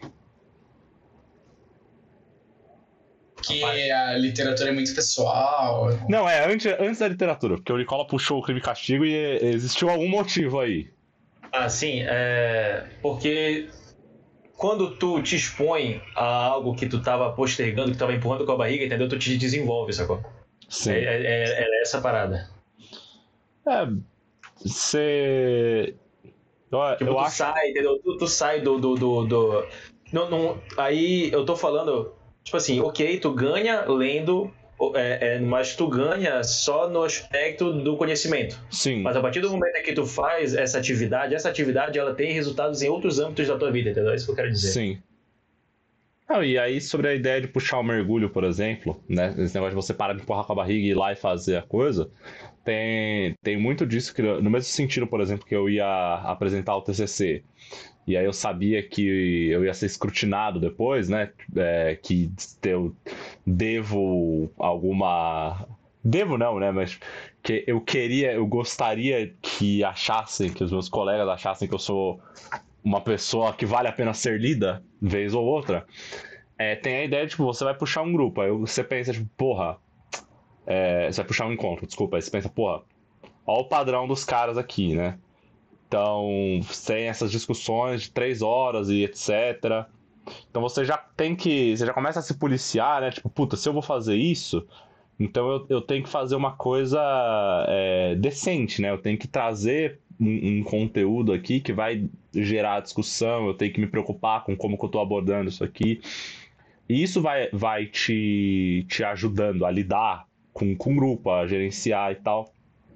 Que a literatura é muito pessoal. Não, é antes, antes da literatura, porque o Nicola puxou o Crime e Castigo e existiu algum motivo aí. Ah, sim, é... porque quando tu te expõe a algo que tu tava postergando, que tu tava empurrando com a barriga, entendeu? Tu te desenvolve, sacou? Sim. É, é, é- é essa parada. É. Você. Eu, Tipo, eu tu acho. sai, entendeu? Tu, tu sai do... do, do, do... Não, não... Aí eu tô falando... Tipo assim, ok, tu ganha lendo, é, é, mas tu ganha só no aspecto do conhecimento. Sim. Mas a partir do momento em que tu faz essa atividade, essa atividade ela tem resultados em outros âmbitos da tua vida, entendeu? É isso que eu quero dizer. Sim. Não, e aí, sobre a ideia de puxar o mergulho, por exemplo, né? Esse negócio de você parar de empurrar com a barriga e ir lá e fazer a coisa, tem, tem muito disso que, no mesmo sentido, por exemplo, que eu ia apresentar o T C C, e aí eu sabia que eu ia ser escrutinado depois, né? É, que eu devo alguma. Devo não, né? Mas que eu queria, eu gostaria que achassem, que os meus colegas achassem que eu sou uma pessoa que vale a pena ser lida, vez ou outra. É, tem a ideia de, tipo, você vai puxar um grupo, aí você pensa, tipo, porra, é, você vai puxar um encontro, desculpa, aí você pensa, porra, ó o padrão dos caras aqui, né? Então, tem essas discussões de três horas e etcétera. Então você já tem que, você já começa a se policiar, né? Tipo, puta, se eu vou fazer isso, então eu, eu tenho que fazer uma coisa é, decente, né? Eu tenho que trazer um, um conteúdo aqui que vai gerar discussão, eu tenho que me preocupar com como que eu tô abordando isso aqui. E isso vai, vai te, te ajudando a lidar com, com o grupo, a gerenciar e tal.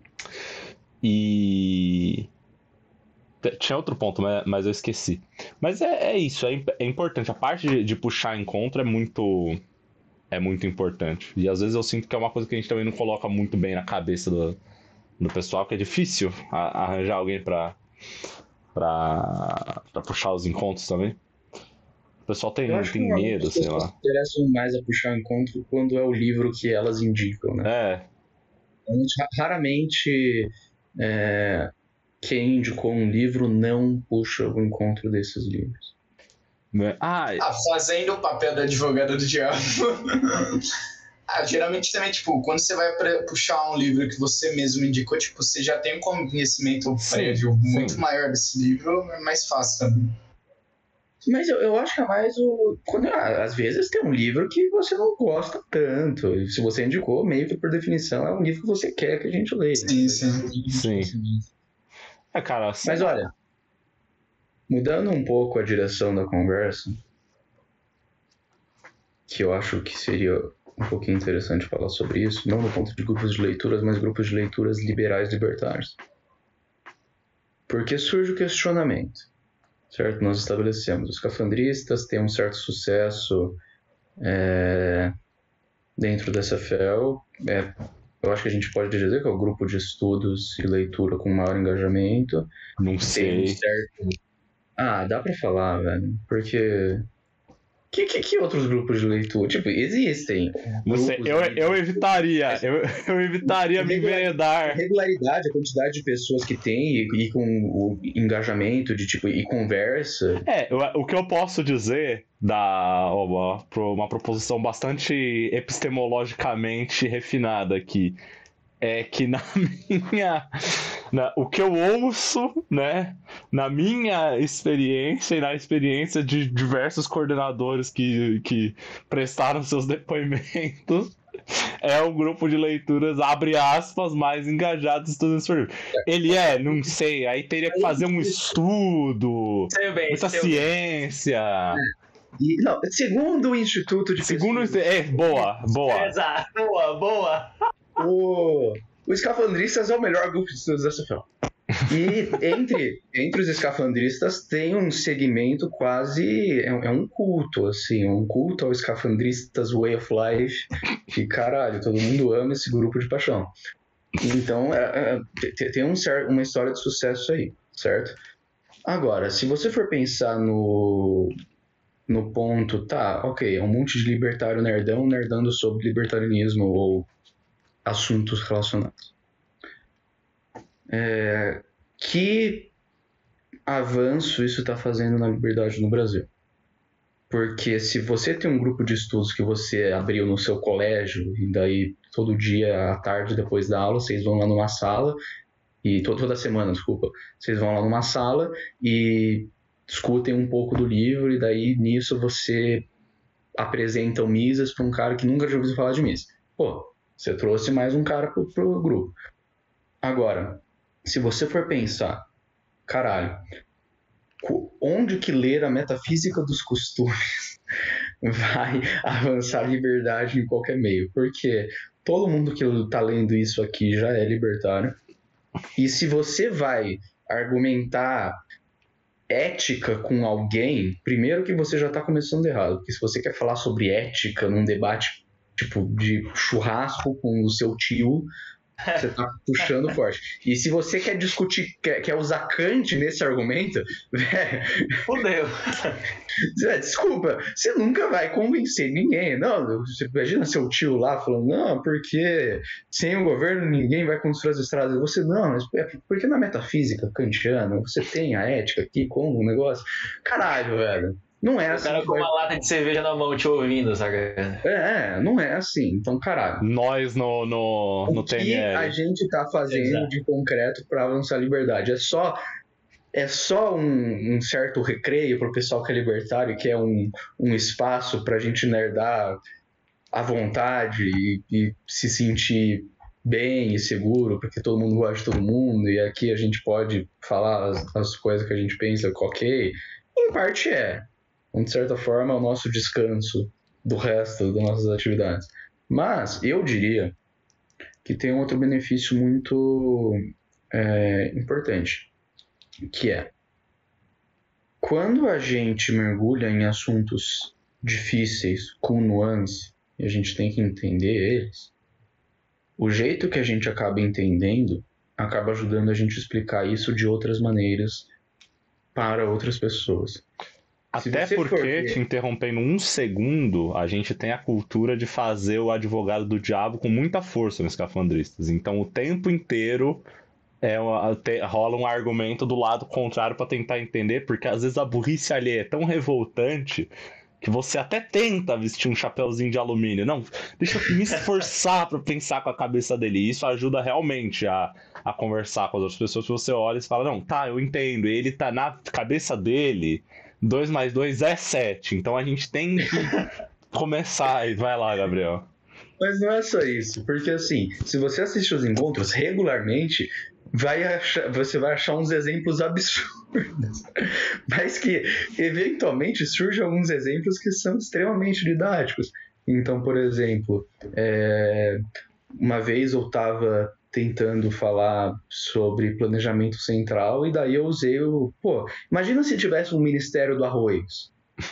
E... Tinha outro ponto, mas eu esqueci. Mas é, é isso, é, é importante. A parte de, de puxar encontro é muito, é muito importante. E às vezes eu sinto que é uma coisa que a gente também não coloca muito bem na cabeça do, do pessoal, que é difícil a, arranjar alguém pra, pra, pra puxar os encontros também. O pessoal tem, tem medo, sei lá. As pessoas se interessam mais a puxar o encontro quando é o livro que elas indicam, né? É. Raramente é, quem indicou um livro não puxa o encontro desses livros. Ah, ah fazendo o papel do advogado do diabo. ah, geralmente também, tipo, quando você vai pra puxar um livro que você mesmo indicou, tipo, você já tem um conhecimento prévio muito sim. maior desse livro, é mais fácil também. Mas eu, eu acho que é mais o... Quando, ah, às vezes tem um livro que você não gosta tanto. E se você indicou, meio que por definição, é um livro que você quer que a gente leia. Sim, sim. Sim. É, cara, assim... Mas olha, mudando um pouco a direção da conversa, que eu acho que seria um pouquinho interessante falar sobre isso, não no ponto de grupos de leituras, mas grupos de leituras liberais libertários. Porque surge o questionamento. Certo? Nós estabelecemos. Os escafandristas têm um certo sucesso é, dentro dessa F E L. É, eu acho que a gente pode dizer que é o grupo de estudos e leitura com maior engajamento. Não sei. Um certo... Ah, dá pra falar, velho. Porque... Que, que, que outros grupos de leitura? Tipo, existem. Você, eu, eu evitaria, eu, eu evitaria me enveredar. Regularidade, a quantidade de pessoas que tem e, e com o engajamento de tipo e conversa. É, eu, o que eu posso dizer da uma, uma proposição bastante epistemologicamente refinada aqui é que na minha, na, o que eu ouço, né, na minha experiência e na experiência de diversos coordenadores que, que prestaram seus depoimentos, é o grupo de leituras, abre aspas, mais engajado de estudos livros. Ele é, não sei, aí teria que fazer um estudo, bem, muita ciência... E, não, segundo o Instituto de Segundo Pesquisa... É, boa, boa. Exato, boa, boa. O, o Escafandristas é o melhor grupo de estudos dessa F E L. E entre, entre os escafandristas tem um segmento quase... É, é um culto, assim. Um culto ao Escafandristas Way of Life. Que, caralho, todo mundo ama esse grupo de paixão. Então, é, é, tem um, uma história de sucesso aí, certo? Agora, se você for pensar no... no ponto, tá, ok, é um monte de libertário nerdão nerdando sobre libertarianismo ou assuntos relacionados. É, que avanço isso está fazendo na liberdade no Brasil? Porque se você tem um grupo de estudos que você abriu no seu colégio, e daí todo dia à tarde depois da aula, vocês vão lá numa sala, e toda semana, desculpa, vocês vão lá numa sala e discutem um pouco do livro, e daí nisso você apresenta o Mises para um cara que nunca tinha ouvido falar de Mises. Pô, você trouxe mais um cara pro, pro grupo. Agora, se você for pensar, caralho, onde que ler a metafísica dos costumes vai avançar a liberdade em qualquer meio. Porque todo mundo que tá lendo isso aqui já é libertário. E se você vai argumentar ética com alguém, primeiro que você já tá começando errado. Porque se você quer falar sobre ética num debate tipo de churrasco com o seu tio, você tá puxando forte. E se você quer discutir, quer, quer usar Kant nesse argumento, velho, Fudeu. desculpa, você nunca vai convencer ninguém. Não, você imagina seu tio lá falando, não, porque sem o governo ninguém vai construir as estradas. Você, não, mas é porque na metafísica kantiana você tem a ética aqui como um negócio. Caralho, velho. Não é O assim. cara que com vai- uma lata de cerveja na mão te ouvindo, saca? É, não é assim. Então, caralho. Nós no, no, no O que T M L. a gente tá fazendo Exato. de concreto para avançar a liberdade? É só, é só um, um certo recreio para o pessoal que é libertário, que é um, um espaço para a gente nerdar à vontade e, e se sentir bem e seguro, porque todo mundo gosta de todo mundo, e aqui a gente pode falar as, as coisas que a gente pensa que ok. Em parte é. De certa forma, é o nosso descanso do resto das nossas atividades. Mas eu diria que tem um outro benefício muito é, importante, que é quando a gente mergulha em assuntos difíceis com nuance e a gente tem que entender eles, o jeito que a gente acaba entendendo acaba ajudando a gente a explicar isso de outras maneiras para outras pessoas. Se Até você for porque, ver- te interrompendo um segundo, a gente tem a cultura de fazer o advogado do diabo com muita força nos escafandristas. Então, o tempo inteiro é uma- te- rola um argumento do lado contrário para tentar entender, porque às vezes a burrice ali é tão revoltante que você até tenta vestir um chapéuzinho de alumínio. Não, deixa eu me esforçar para pensar com a cabeça dele. E isso ajuda realmente a, a conversar com as outras pessoas. Que você olha e fala, não, tá, eu entendo. Ele tá na cabeça dele, dois mais dois é sete. Então a gente tem que começar. E vai lá, Gabriel. Mas não é só isso, porque assim, se você assiste os encontros regularmente, vai achar, você vai achar uns exemplos absurdos, mas que eventualmente surgem alguns exemplos que são extremamente didáticos. Então, por exemplo, é, uma vez eu estava tentando falar sobre planejamento central e daí eu usei o... Pô, imagina se tivesse um Ministério do Arroz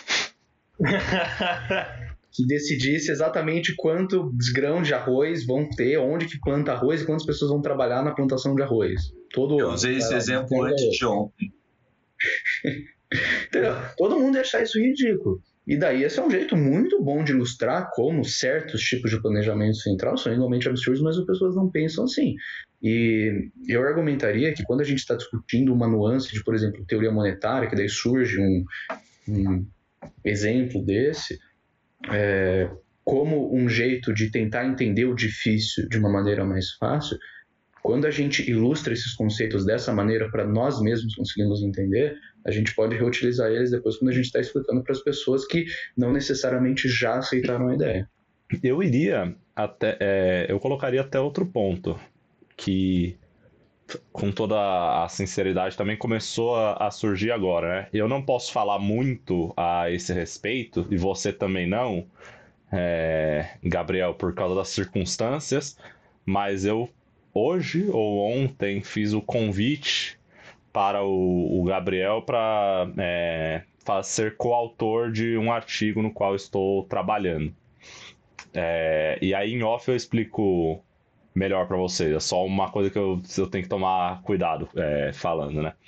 que decidisse exatamente quantos grãos de arroz vão ter, onde que planta arroz e quantas pessoas vão trabalhar na plantação de arroz. Todo Eu ano. usei esse Vai lá, exemplo planta antes arroz. de ontem. Entendeu? Todo mundo ia achar isso ridículo. E daí esse é um jeito muito bom de ilustrar como certos tipos de planejamento central são igualmente absurdos, mas as pessoas não pensam assim. E eu argumentaria que quando a gente está discutindo uma nuance de, por exemplo, teoria monetária, que daí surge um, um exemplo desse, é, como um jeito de tentar entender o difícil de uma maneira mais fácil, quando a gente ilustra esses conceitos dessa maneira para nós mesmos conseguirmos entender, a gente pode reutilizar eles depois quando a gente está explicando para as pessoas que não necessariamente já aceitaram a ideia. Eu iria até. É, eu colocaria até outro ponto, que com toda a sinceridade também começou a, a surgir agora, né? Eu não posso falar muito a esse respeito, e você também não, é, Gabriel, por causa das circunstâncias, mas eu hoje ou ontem fiz o convite para o, o Gabriel para é, ser coautor de um artigo no qual estou trabalhando. É, e aí em off eu explico melhor para vocês. É só uma coisa que eu, eu tenho que tomar cuidado é, falando, né?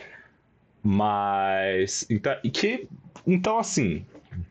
Mas então, que, então assim,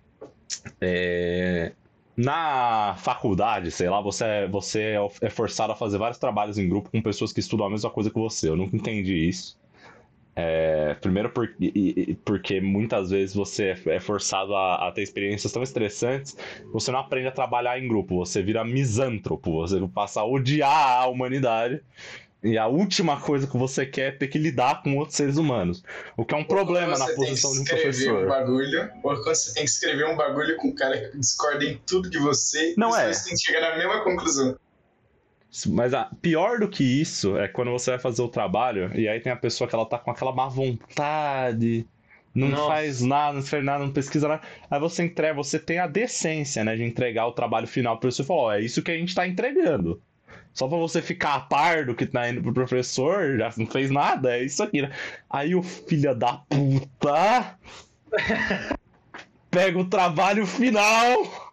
é, na faculdade, sei lá, você, é, você é forçado a fazer vários trabalhos em grupo com pessoas que estudam a mesma coisa que você. Eu nunca entendi isso. É, primeiro por, e, e, porque muitas vezes você é forçado a, a ter experiências tão estressantes, você não aprende a trabalhar em grupo, você vira misântropo, você passa a odiar a humanidade, e a última coisa que você quer é ter que lidar com outros seres humanos, o que é um problema na posição de um professor. Um bagulho, ou quando você tem que escrever um bagulho com um cara que discorda em tudo de você, não é. Você tem que chegar na mesma conclusão. Mas a, pior do que isso é quando você vai fazer o trabalho e aí tem a pessoa que ela tá com aquela má vontade não Nossa. faz nada, não faz nada, não pesquisa nada. Aí você entrega, você tem a decência, né, de entregar o trabalho final pro professor e falar, ó, é isso que a gente tá entregando. Só pra você ficar a par do que tá indo pro professor, já não fez nada, é isso aqui, né? Aí o filho da puta pega o trabalho final.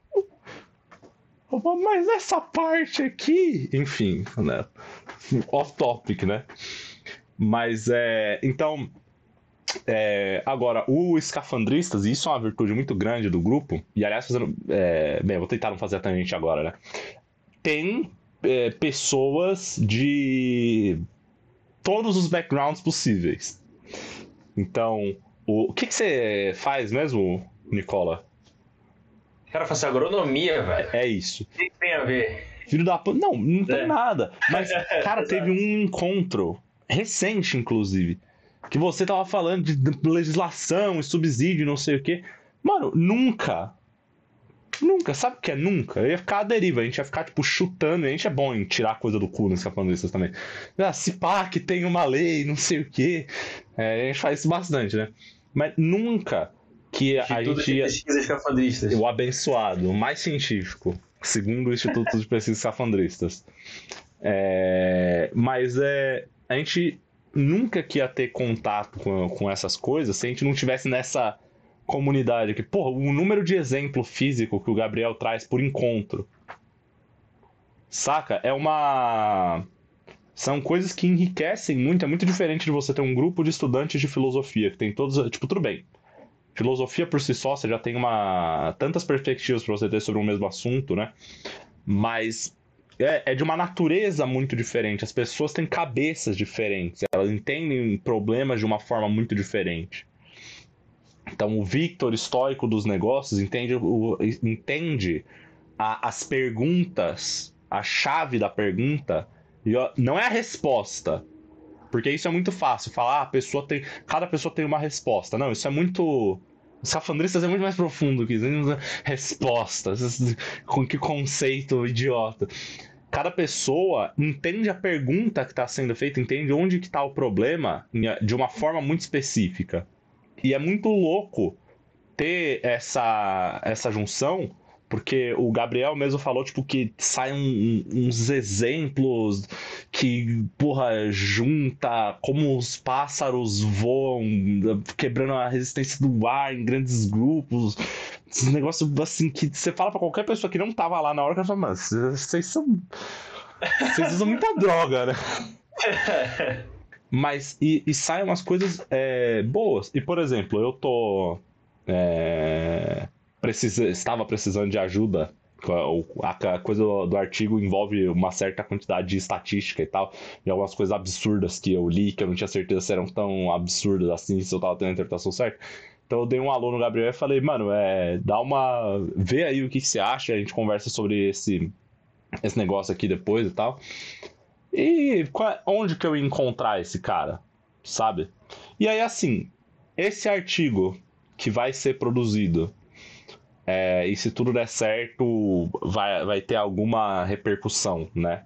Mas essa parte aqui, enfim, né? Off topic, né? Mas é. Então. É, agora, o Escafandristas, e isso é uma virtude muito grande do grupo, e aliás, fazendo. É, bem, eu vou tentar não fazer a tangente agora, né? Tem é, pessoas de todos os backgrounds possíveis. Então, o, o que, que você faz mesmo, Nicola? Cara, fazer agronomia, velho. É isso. O que, que tem a ver? Filho da puta. Não, não tem É. nada. Mas, cara, teve um encontro recente, inclusive, que você tava falando de legislação e subsídio, não sei o quê. Mano, nunca. Nunca. Sabe o que é nunca? Eu ia ficar à deriva. A gente ia ficar, tipo, chutando. E a gente é bom em tirar coisa do cu nos capandistas também. Ah, se pá, que tem uma lei, não sei o quê. É, a gente faz isso bastante, né? Mas nunca que a Instituto gente de ia... Pesquisas Escafandristas. O abençoado, o mais científico, segundo o Instituto de Pesquisas Escafandristas. É, mas é, a gente nunca que ia ter contato com, com essas coisas se a gente não tivesse nessa comunidade. Que, porra, o número de exemplo físico que o Gabriel traz por encontro, saca? É uma... São coisas que enriquecem muito. É muito diferente de você ter um grupo de estudantes de filosofia, que tem todos... Tipo, tudo bem. Filosofia por si só, você já tem uma tantas perspectivas para você ter sobre o mesmo assunto, né? Mas é, é de uma natureza muito diferente. As pessoas têm cabeças diferentes. Elas entendem problemas de uma forma muito diferente. Então, o Victor, estoico dos negócios, entende, o, entende a, as perguntas, a chave da pergunta, e ó, não é a resposta. Porque isso é muito fácil, falar, ah, a pessoa tem. Cada pessoa tem uma resposta. Não, isso é muito. Os Escafandristas é muito mais profundo que isso. Respostas. Com que conceito idiota. Cada pessoa entende a pergunta que está sendo feita, entende onde que está o problema de uma forma muito específica. E é muito louco ter essa, essa junção. Porque o Gabriel mesmo falou, tipo, que saem um, uns exemplos que, porra, junta como os pássaros voam, quebrando a resistência do ar em grandes grupos. Esses negócios, assim, que você fala pra qualquer pessoa que não tava lá na hora, que ela fala, mano, vocês são... Vocês usam muita droga, né? Mas, e, e saem umas coisas é, boas. E, por exemplo, eu tô... É... Precisa, estava precisando de ajuda. A, a coisa do, do artigo envolve uma certa quantidade de estatística e tal, e algumas coisas absurdas que eu li, que eu não tinha certeza se eram tão absurdas assim, se eu tava tendo a interpretação certa. Então eu dei um alô no Gabriel e falei, mano, é, dá uma... Vê aí o que, que você acha, a gente conversa sobre esse, esse negócio aqui depois e tal. E qual, onde que eu ia encontrar esse cara, sabe? E aí, assim, esse artigo que vai ser produzido... É, e se tudo der certo, vai, vai ter alguma repercussão, né?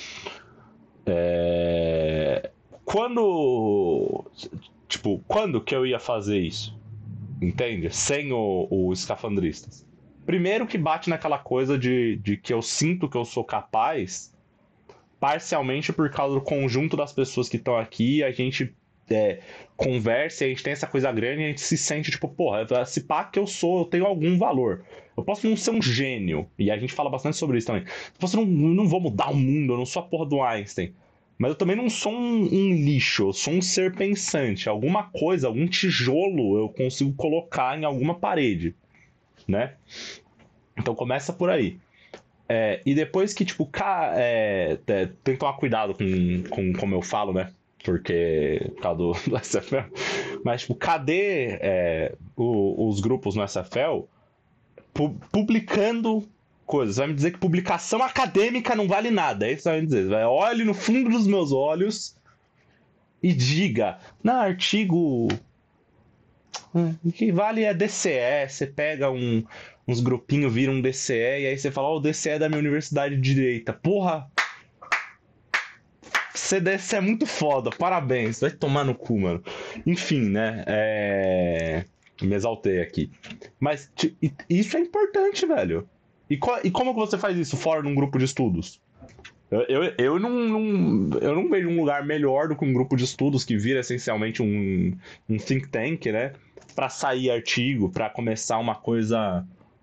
É, quando... Tipo, quando que eu ia fazer isso? Entende? Sem o, o Escafandristas. Primeiro que bate naquela coisa de, de que eu sinto que eu sou capaz, parcialmente por causa do conjunto das pessoas que estão aqui, a gente... É, conversa, a gente tem essa coisa grande e a gente se sente tipo, porra, se pá que eu sou, eu tenho algum valor. Eu posso não ser um gênio, e a gente fala bastante sobre isso também. Eu posso não, não vou mudar o mundo, eu não sou a porra do Einstein. Mas eu também não sou um, um lixo, eu sou um ser pensante. Alguma coisa, algum tijolo eu consigo colocar em alguma parede, né? Então começa por aí. É, e depois que, tipo, cá, é, é, tem que tomar cuidado com, com como eu falo, né? Porque, por causa do, do S F L. Mas, tipo, cadê é, o, os grupos no S F L pu publicando coisas? Você vai me dizer que publicação acadêmica não vale nada. É isso que você vai me dizer. Vai, olhe no fundo dos meus olhos e diga, não, artigo... O que vale é D C E. Você pega um, uns grupinhos, vira um D C E, e aí você fala, ó, oh, o D C E é da minha universidade de direita. Porra! C D C é muito foda, parabéns, vai tomar no cu, mano. Enfim, né? É... Me exaltei aqui. Mas ti- e- isso é importante, velho. E, co- e como que você faz isso fora de um grupo de estudos? Eu, eu, eu, não, não, eu não vejo um lugar melhor do que um grupo de estudos que vira essencialmente um, um think tank, né? Pra sair artigo, pra começar uma coisa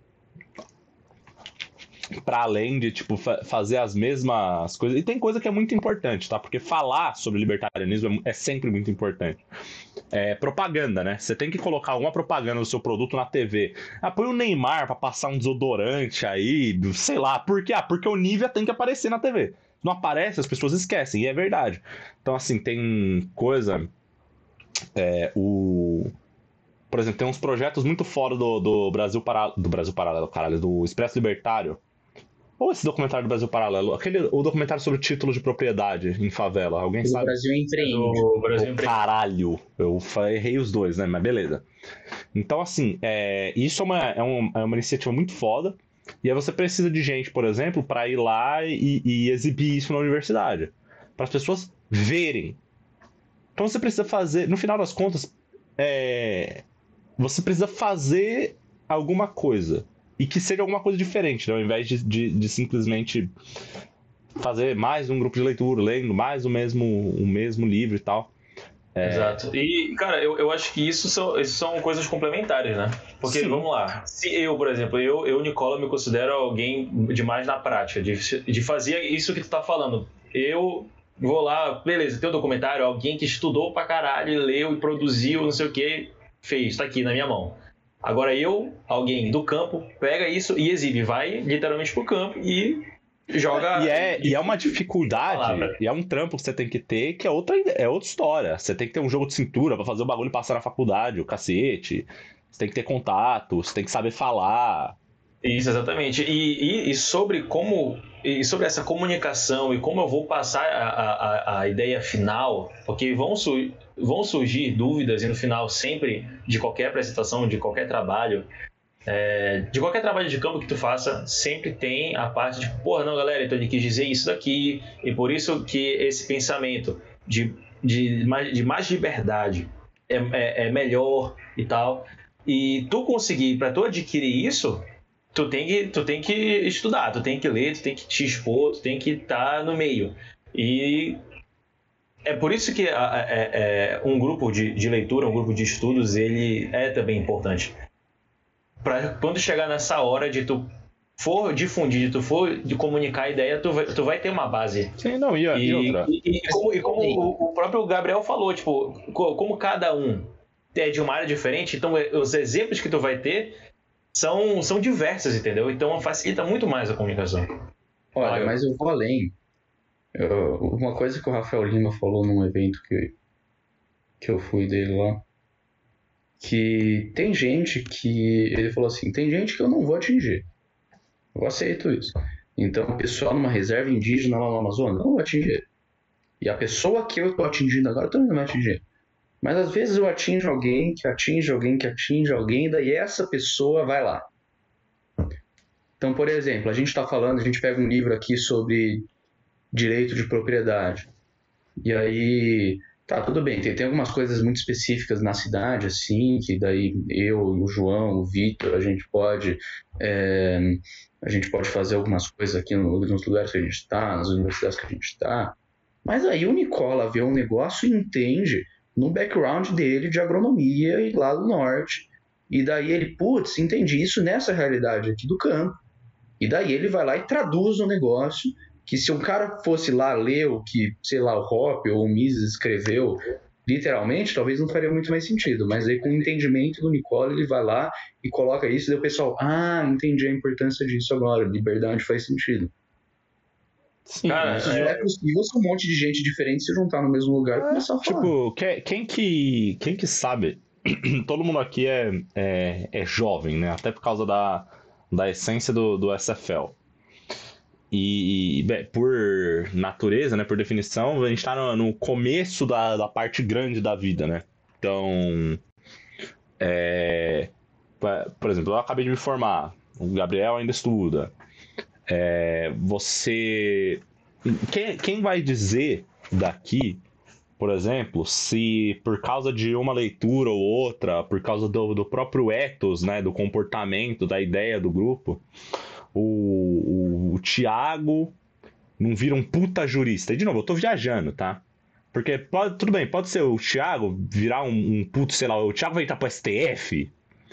pra além de, tipo, fa- fazer as mesmas coisas. E tem coisa que é muito importante, tá? Porque falar sobre libertarianismo é, mu- é sempre muito importante. É propaganda, né? Você tem que colocar alguma propaganda do seu produto na T V. Ah, põe o Neymar pra passar um desodorante aí, sei lá. Por quê? Ah, porque o Nivea tem que aparecer na T V. Não aparece, as pessoas esquecem, e é verdade. Então, assim, tem coisa... É, o... Por exemplo, tem uns projetos muito fora do, do Brasil Paralelo... Do Brasil Paralelo, caralho, do Expresso Libertário. Ou esse documentário do Brasil Paralelo, aquele, o documentário sobre o título de propriedade em favela, alguém O sabe? Brasil empreende. O Brasil Ô, empreende. caralho, eu fa- errei os dois, né? Mas beleza. Então, assim, é, isso é uma, é, um- é uma iniciativa muito foda. E aí você precisa de gente, por exemplo, para ir lá e, e exibir isso na universidade. Para as pessoas verem. Então você precisa fazer, no final das contas, é, você precisa fazer alguma coisa. E que seja alguma coisa diferente, né? Ao invés de, de, de simplesmente fazer mais um grupo de leitura, lendo mais o mesmo, o mesmo livro e tal. Exato. E, cara, eu, eu acho que isso são, isso são coisas complementares, né? Porque, Sim. vamos lá, se eu, por exemplo, eu, eu, Nicola, me considero alguém demais na prática, de, de fazer isso que tu tá falando. Eu vou lá, beleza, tem um documentário, alguém que estudou pra caralho, leu e produziu, não sei o que, fez, tá aqui na minha mão. Agora eu, alguém do campo, pega isso e exibe, vai literalmente pro campo e joga... E é, e é uma palavra. dificuldade, e é um trampo que você tem que ter, que é outra, é outra história. Você tem que ter um jogo de cintura pra fazer o bagulho passar na faculdade, o cacete. Você tem que ter contato, você tem que saber falar. Isso, exatamente. E, e, e sobre como e sobre essa comunicação e como eu vou passar a, a, a ideia final, porque vão, su, vão surgir dúvidas e no final sempre de qualquer apresentação, de qualquer trabalho, é, de qualquer trabalho de campo que tu faça, sempre tem a parte de, porra, não, galera, então ele quis dizer isso daqui, e por isso que esse pensamento de, de, mais, de mais liberdade é, é, é melhor e tal. E tu conseguir, para tu adquirir isso, tu tem que, tu tem que estudar, tu tem que ler, tu tem que te expor, tu tem que estar no meio. E é por isso que a, a, é, um grupo de, de leitura, um grupo de estudos, ele é também importante. Para quando chegar nessa hora de tu for difundir, de tu for de comunicar a ideia, tu vai, tu vai ter uma base. Sim, não, e, e E, outra. e, e como, e como o, o próprio Gabriel falou, tipo, co- como cada um é de uma área diferente, então os exemplos que tu vai ter são, são diversos, entendeu? Então facilita muito mais a comunicação. Olha, Olha. mas eu vou além. Eu- uma coisa que o Rafael Lima falou num evento que, que eu fui dele lá, que tem gente que... Ele falou assim, tem gente que eu não vou atingir. Eu aceito isso. Então, o pessoal numa reserva indígena lá no Amazonas, eu não vou atingir. E a pessoa que eu tô atingindo agora também não vai atingir. Mas às vezes eu atinjo alguém, que atinge alguém, que atinge alguém, daí essa pessoa vai lá. Então, por exemplo, a gente está falando, a gente pega um livro aqui sobre direito de propriedade. E aí, tá, tudo bem, tem, tem algumas coisas muito específicas na cidade, assim, que daí eu, o João, o Vitor, a gente pode... É, a gente pode fazer algumas coisas aqui no, nos lugares que a gente está, nas universidades que a gente está. Mas aí o Nicola vê um negócio e entende no background dele de agronomia e lá do norte. E daí ele, putz, entendi isso nessa realidade aqui do campo. E daí ele vai lá e traduz o negócio, que se um cara fosse lá ler o que, sei lá, o Hoppe ou o Mises escreveu, literalmente, talvez não faria muito mais sentido. Mas aí com o entendimento do Nicola, ele vai lá e coloca isso, e daí o pessoal, ah, entendi a importância disso agora, liberdade faz sentido. Sim, Cara, Isso é- é possível se um monte de gente diferente se juntar no mesmo lugar e começar a falar. tipo, que- quem que, quem que sabe? Todo mundo aqui é, é, é jovem, né? Até por causa da, da essência do, do S F L. E, bem, por natureza, né? Por definição, a gente tá no, no começo da, da parte grande da vida, né? Então, é, por exemplo, eu acabei de me formar. O Gabriel ainda estuda. É, você... Quem, quem vai dizer daqui por exemplo, se por causa de uma leitura ou outra, por causa do, do próprio ethos, né, do comportamento, da ideia do grupo, o, o, o Thiago não vira um puta jurista. E de novo, eu tô viajando, tá? Porque pode, tudo bem, pode ser o Thiago virar um, um puto, sei lá, o Thiago vai entrar pro S T F.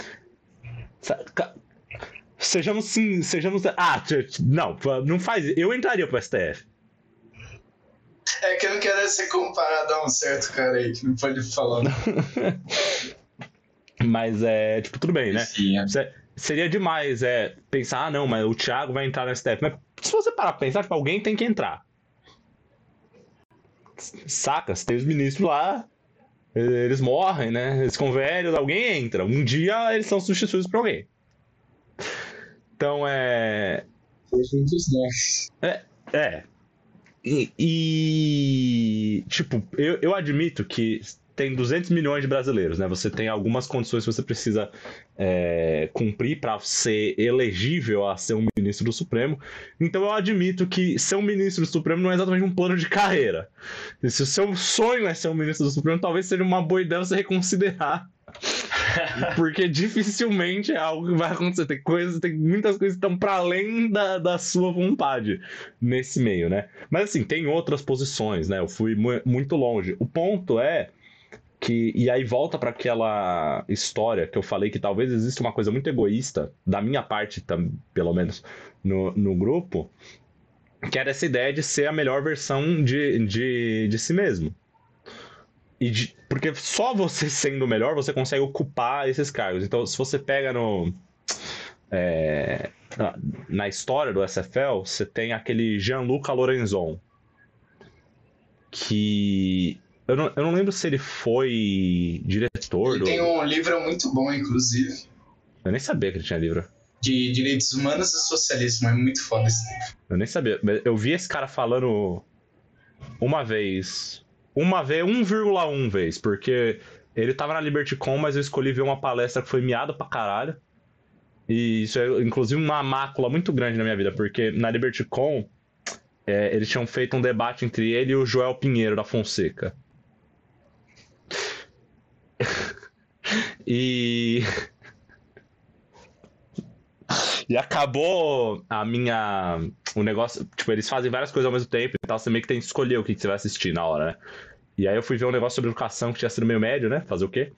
Sejamos sim, sejamos. Ah, não, não faz. Eu entraria pro S T F. É que eu não quero ser comparado a um certo cara aí que não pode falar. Mas é, tipo, tudo bem, né? Sim, é. Seria demais é, pensar, ah, não, mas o Thiago vai entrar no S T F. Mas se você parar pra pensar, tipo, alguém tem que entrar. Saca? Você tem os ministros lá, eles morrem, né? Eles ficam velhos, alguém entra. Um dia eles são substituídos por alguém. Então é. É. É. E, e, tipo, eu, eu admito que tem duzentos milhões de brasileiros, né? Você tem algumas condições que você precisa é, cumprir para ser elegível a ser um ministro do Supremo. Então eu admito que ser um ministro do Supremo não é exatamente um plano de carreira. E se o seu sonho é ser um ministro do Supremo, talvez seja uma boa ideia você reconsiderar. Porque dificilmente é algo que vai acontecer. Tem coisas, tem muitas coisas que estão para além da, da sua vontade nesse meio, né? Mas assim, tem outras posições, né? Eu fui mu- muito longe. O ponto é que, e aí volta para aquela história que eu falei que talvez exista uma coisa muito egoísta, da minha parte, tam, pelo menos, no, no grupo, que era essa ideia de ser a melhor versão de, de, de si mesmo. E de, porque só você sendo o melhor, você consegue ocupar esses cargos. Então, se você pega no... É, na, na história do S F L, você tem aquele Gianluca Lorenzon, que... Eu não, eu não lembro se ele foi diretor Ele do... tem um livro muito bom, inclusive, Eu nem sabia que ele tinha livro. de direitos humanos e socialismo. É muito foda esse livro. Eu nem sabia. Eu vi esse cara falando uma vez... Uma vez, um vírgula um vez, porque ele tava na LibertyCon, mas eu escolhi ver uma palestra que foi miada pra caralho. E isso é, inclusive, uma mácula muito grande na minha vida, porque na LibertyCon, é, eles tinham feito um debate entre ele e o Joel Pinheiro da Fonseca. e... E acabou a minha... O negócio... Tipo, eles fazem várias coisas ao mesmo tempo e tal. Você meio que tem que escolher o que você vai assistir na hora, né? E aí eu fui ver um negócio sobre educação que tinha sido meio médio, né? Fazer o quê?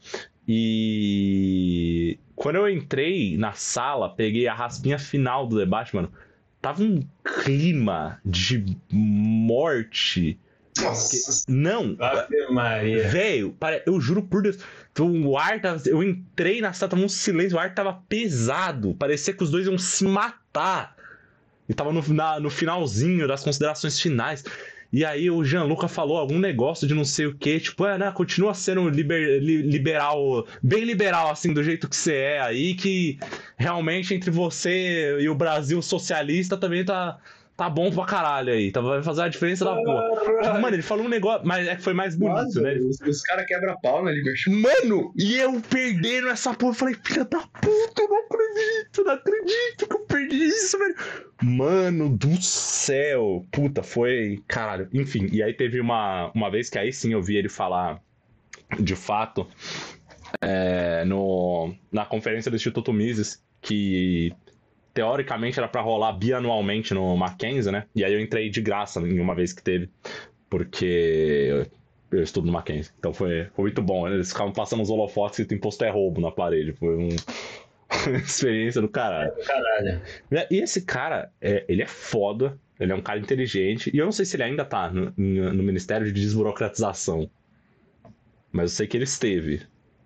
E... Quando eu entrei na sala, peguei a raspinha final do debate, mano. Tava um clima de morte... Nossa. Não, Ave Maria. velho, eu juro por Deus, o ar tava, eu entrei na sala, tava um silêncio, o ar tava pesado, parecia que os dois iam se matar. E tava no, na, no finalzinho das considerações finais. E aí o Gianluca falou algum negócio de não sei o que, tipo, é, né, continua sendo liber, li, liberal, bem liberal, assim, do jeito que você é aí, que realmente entre você e o Brasil socialista também tá... Tá bom pra caralho aí, tá, vai fazer a diferença da porra. Tipo, mano, ele falou um negócio, mas é que foi mais bonito, Nossa, né? Os, os caras quebram pau na Liberty. Mano, e eu perdendo essa porra, eu falei, filha da puta, eu não acredito, não acredito que eu perdi isso, velho. Mano do céu, puta, foi, caralho. Enfim, e aí teve uma, uma vez que aí sim eu vi ele falar, de fato, é, no, na conferência do Instituto Mises, que... Teoricamente era pra rolar bianualmente no Mackenzie, né? E aí eu entrei de graça em uma vez que teve, porque eu estudo no Mackenzie. Então foi, foi muito bom. Eles ficavam passando os holofotes e tem imposto é roubo na parede. Foi um... uma experiência do caralho. Caralho. E esse cara, é, ele é foda, ele é um cara inteligente. E eu não sei se ele ainda tá no, no Ministério de Desburocratização. Mas eu sei que ele esteve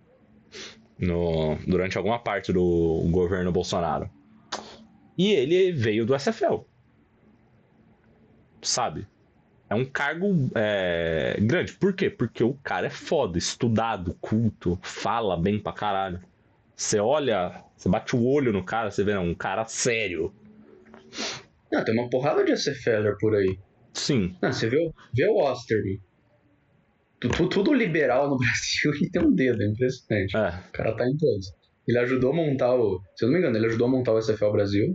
no, durante alguma parte do governo Bolsonaro. E ele veio do S F L. Sabe? É um cargo é, grande. Por quê? Porque o cara é foda, estudado, culto, fala bem pra caralho. Você olha, você bate o olho no cara, você vê, não, um cara sério. Não, tem uma porrada de S F L por aí. Sim. Não, você vê, vê o Osterby. Tudo, tudo liberal no Brasil e tem um dedo, é impressionante. É. O cara tá em todos. Ele ajudou a montar o... Se eu não me engano, ele ajudou a montar o S F L Brasil.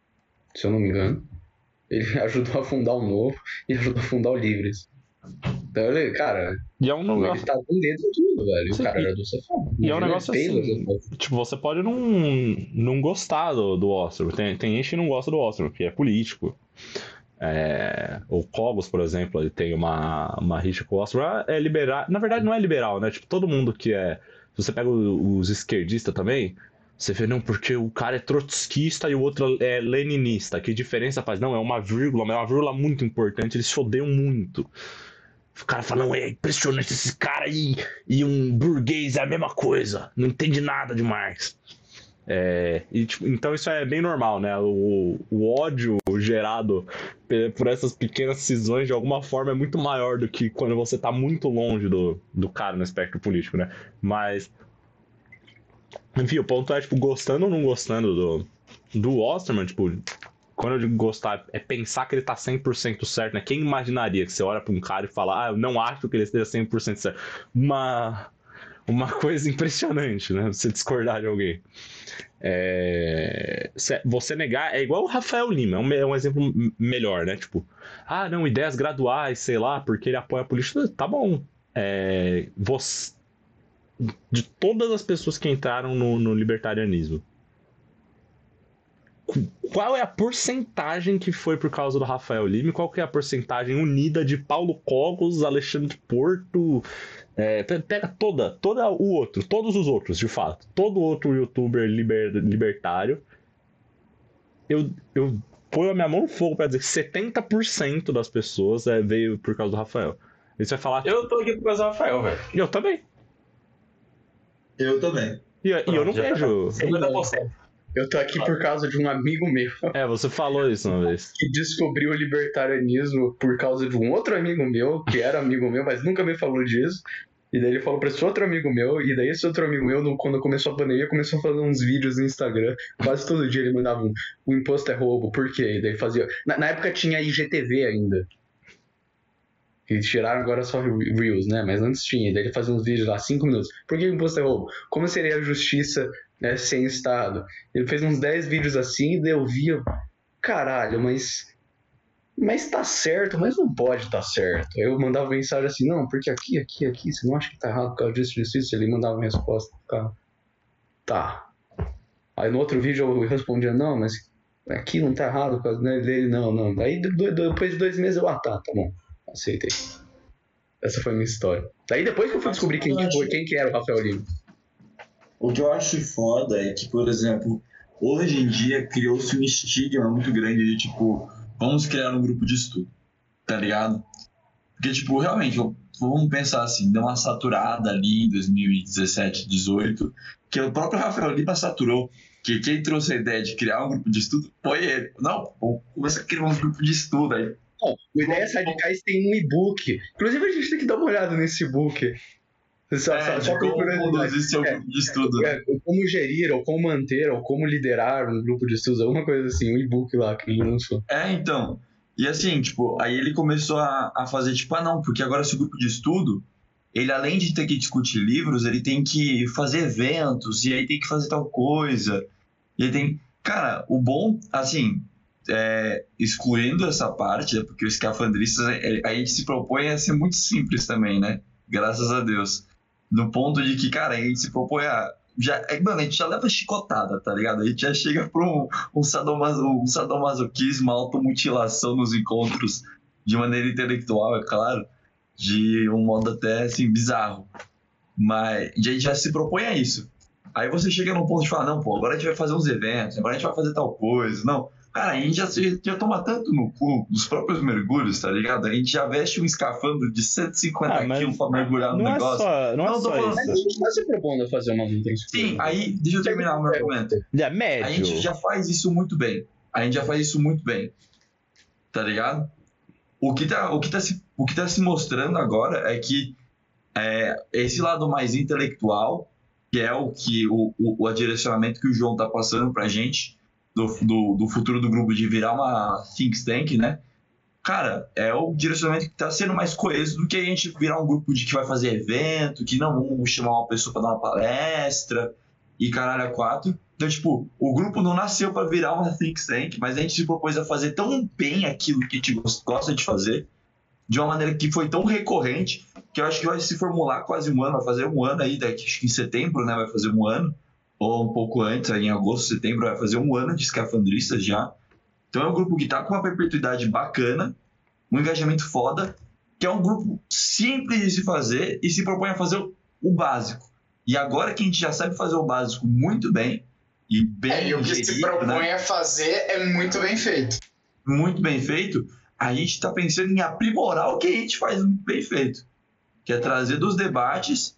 Se eu não me engano. Ele ajudou a fundar o Novo e ajudou a fundar o Livres. Então ele, cara, E é um ele negócio. tá com dedo em tudo, velho. Sim, O cara e- era do Cefal. E é um negócio assim, tipo, você pode não, não gostar do, do Osterman. Tem, tem gente que não gosta do Osterman, porque é político. É, o Cogos, por exemplo, ele tem uma, uma rixa com o Osterman, é liberal. Na verdade, não é liberal, né? Tipo, todo mundo que é. Se você pega o- os esquerdistas também, você vê, não, porque o cara é trotskista e o outro é leninista. Que diferença faz? Não, é uma vírgula, mas é uma vírgula muito importante, eles se odeiam muito. O cara fala, não, é impressionante esse cara aí e um burguês é a mesma coisa, não entende nada de Marx. É, e, tipo, então isso é bem normal, né? O, o ódio gerado pe- por essas pequenas cisões de alguma forma é muito maior do que quando você tá muito longe do, do cara no espectro político, né? Mas, enfim, o ponto é, tipo, gostando ou não gostando do, do Osterman, tipo, quando eu digo gostar, é pensar que ele tá cem por cento certo, né? Quem imaginaria que você olha pra um cara e fala, ah, eu não acho que ele esteja cem por cento certo? Uma, uma coisa impressionante, né? Você discordar de alguém. É, você negar é igual o Rafael Lima, é um, é um exemplo m- melhor, né? Tipo, ah, não, ideias graduais, sei lá, porque ele apoia a política. Tá bom. É, você, de todas as pessoas que entraram no, no libertarianismo, qual é a porcentagem que foi por causa do Rafael Lima e qual que é a porcentagem unida de Paulo Cogos, Alexandre Porto, é, pega toda, toda o outro, todos os outros, de fato, todo outro youtuber liber, libertário, eu, eu ponho a minha mão no fogo pra dizer que setenta por cento das pessoas é, veio por causa do Rafael. E você vai falar, Eu tô aqui por causa do Rafael, velho. eu também. Eu também. E, e eu não Já tá vejo... cinquenta por cento. Eu tô aqui por causa de um amigo meu É, você falou isso uma vez. que descobriu o libertarianismo por causa de um outro amigo meu, que era amigo meu, mas nunca me falou disso. E daí ele falou pra esse outro amigo meu, e daí esse outro amigo meu, no- quando começou a pandemia, começou a fazer uns vídeos no Instagram. Quase todo dia ele mandava um, o imposto é roubo, por quê? E daí fazia... Na, na época tinha I G T V ainda. Que tiraram agora só Reels, né? Mas antes tinha. Daí ele fazia uns vídeos lá, cinco minutos. Por que o imposto é roubo? Como seria a justiça, né, sem Estado? Ele fez uns dez vídeos assim, e daí eu via... Caralho, mas... Mas tá certo, mas não pode tá certo. Aí eu mandava mensagem assim, não, porque aqui, aqui, aqui, você não acha que tá errado por causa disso, disso, disso? Ele mandava uma resposta, cara. Tá. Aí no outro vídeo eu respondia, não, mas aqui não tá errado por causa dele, não, não. Aí do- do- depois de dois meses eu, ah, tá, tá bom. Aceitei. Essa foi a minha história. Daí depois que eu fui descobrir quem que foi, quem que era o Rafael Lima. O que eu acho foda é que, por exemplo, hoje em dia criou-se um estigma muito grande de, tipo, vamos criar um grupo de estudo, tá ligado? Porque, tipo, realmente, vamos pensar assim, deu uma saturada ali em dois mil e dezessete, dezoito, que o próprio Rafael Lima saturou, que quem trouxe a ideia de criar um grupo de estudo foi ele. Não, vamos começar a criar um grupo de estudo aí. Bom, o Ideias Radicais tem um e-book. Inclusive a gente tem que dar uma olhada nesse e-book. Só, É, só, de só por como curiosidade. conduzir seu É, grupo de estudo. É, como gerir, ou como manter, ou como liderar um grupo de estudos, alguma coisa assim, um e-book lá que ele lançou. É, então. E assim, tipo, aí ele começou a, a fazer, tipo, ah, não, porque agora esse grupo de estudo, ele além de ter que discutir livros, ele tem que fazer eventos, e aí tem que fazer tal coisa. E aí tem. Cara, o bom, assim, é, excluindo essa parte, né, porque os escafandristas, é, a gente se propõe a ser muito simples também, né? Graças a Deus. No ponto de que, cara, a gente se propõe a. Já, é, mano, a gente já leva chicotada, tá ligado? A gente já chega pra um, um, sadomaso, um sadomasoquismo, uma automutilação nos encontros de maneira intelectual, é claro, de um modo até assim bizarro. Mas a gente já se propõe a isso. Aí você chega num ponto de falar, não, pô, agora a gente vai fazer uns eventos, agora a gente vai fazer tal coisa. Não, cara, a gente já, já toma tanto no cu dos próprios mergulhos, tá ligado? A gente já veste um escafandro de cento e cinquenta Ah, mas quilos pra mergulhar no Não é negócio. só, não é Não, tô só falando- Mas a isso. gente tá se propondo a fazer uma montanha Sim, aí, deixa eu terminar o meu argumento. É A médio. gente já faz isso muito bem. A gente já faz isso muito bem. Tá ligado? O que tá, o que tá, se, o que tá se mostrando agora é que é, esse lado mais intelectual, que é o que o, o, o direcionamento que o João tá passando pra gente, do, do, do futuro do grupo de virar uma think tank, né? Cara, é o direcionamento que tá sendo mais coeso do que a gente virar um grupo de que vai fazer evento, que não vamos chamar uma pessoa pra dar uma palestra e caralho a quatro. Então, tipo, o grupo não nasceu pra virar uma think tank, mas a gente se propôs a fazer tão bem aquilo que a gente gosta de fazer, de uma maneira que foi tão recorrente, que eu acho que vai se formular quase um ano, vai fazer um ano aí, daqui, acho que em setembro, né, vai fazer um ano, ou um pouco antes, aí em agosto, setembro, vai fazer um ano de escafandristas já. Então é um grupo que tá com uma perpetuidade bacana, um engajamento foda, que é um grupo simples de se fazer e se propõe a fazer o básico. E agora que a gente já sabe fazer o básico muito bem, e bem É, e o que se gerido, propõe né? a fazer é muito bem feito. Muito bem feito, a gente está pensando em aprimorar o que a gente faz muito bem feito, que é trazer dos debates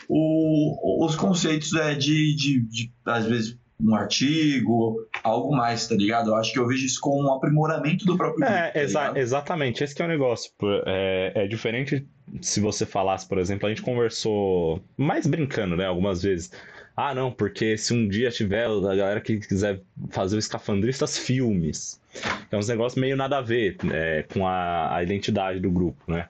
o, os conceitos é, de, de, de, às vezes, um artigo, algo mais, tá ligado? Eu acho que eu vejo isso como um aprimoramento do próprio É, grupo, tá exa- ligado? exatamente, esse que é o negócio. Pô, É, é diferente se você falasse, por exemplo, a gente conversou mais brincando, né, algumas vezes. Ah, não, porque se um dia tiver a galera que quiser fazer o Escafandristas Filmes, é uns negócios meio nada a ver é, com a, a identidade do grupo, né?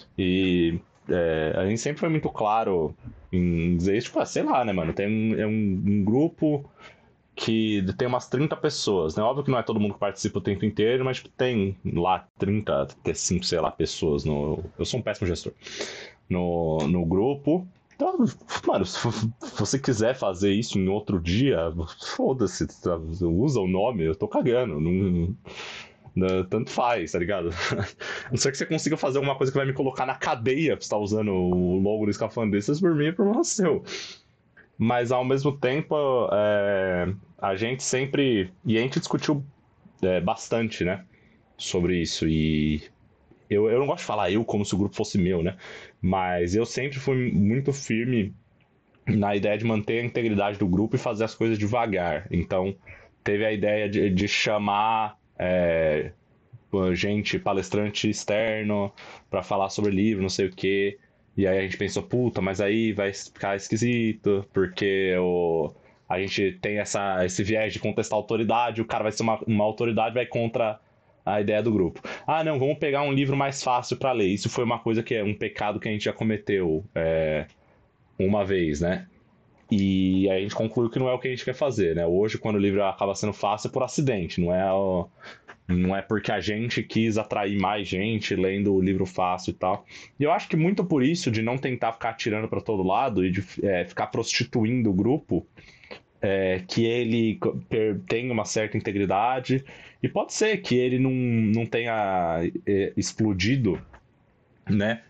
E é, a gente sempre foi muito claro em dizer isso, tipo, ah, sei lá, né, mano? Tem um, é um, um grupo que tem umas trinta pessoas, né? Óbvio que não é todo mundo que participa o tempo inteiro, mas tipo, tem lá trinta, trinta e cinco, sei lá, pessoas no... Eu sou um péssimo gestor. No, no grupo. Então, mano, se você quiser fazer isso em outro dia, foda-se, usa o nome, eu tô cagando. Não, não, tanto faz, tá ligado? A não ser que você consiga fazer alguma coisa que vai me colocar na cadeia pra estar usando o logo do Escafandristas, por mim é problema seu. Mas ao mesmo tempo, é, a gente sempre. E a gente discutiu é, bastante, né? Sobre isso. E eu, eu não gosto de falar eu como se o grupo fosse meu, né? Mas eu sempre fui muito firme na ideia de manter a integridade do grupo e fazer as coisas devagar. Então, teve a ideia de, de chamar é, gente, palestrante externo, para falar sobre livro, não sei o quê. E aí a gente pensou, puta, mas aí vai ficar esquisito, porque o, a gente tem essa, esse viés de contestar a autoridade, o cara vai ser uma, uma autoridade, vai contra a ideia do grupo. Ah, não, vamos pegar um livro mais fácil para ler. Isso foi uma coisa que é um pecado que a gente já cometeu é, uma vez, né? E aí a gente concluiu que não é o que a gente quer fazer, né? Hoje, quando o livro acaba sendo fácil, é por acidente, não é, o, não é porque a gente quis atrair mais gente lendo o livro fácil e tal. E eu acho que muito por isso, de não tentar ficar atirando para todo lado e de é, ficar prostituindo o grupo, é, que ele tenha uma certa integridade. E pode ser que ele não, não tenha é, explodido, né?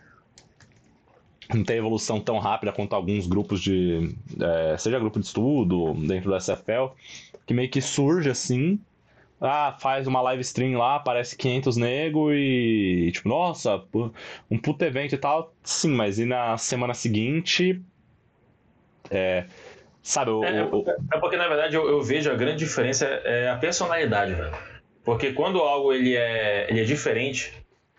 Não tem evolução tão rápida quanto alguns grupos de... É, seja grupo de estudo, dentro do S F L, que meio que surge assim, ah, faz uma live stream lá, aparece quinhentos nego e, tipo, nossa, um puto evento e tal. Sim, mas e na semana seguinte... É, sabe, o... É, o, é porque, na verdade, eu, eu vejo a grande diferença é a personalidade, velho. Porque quando algo ele é, ele é diferente...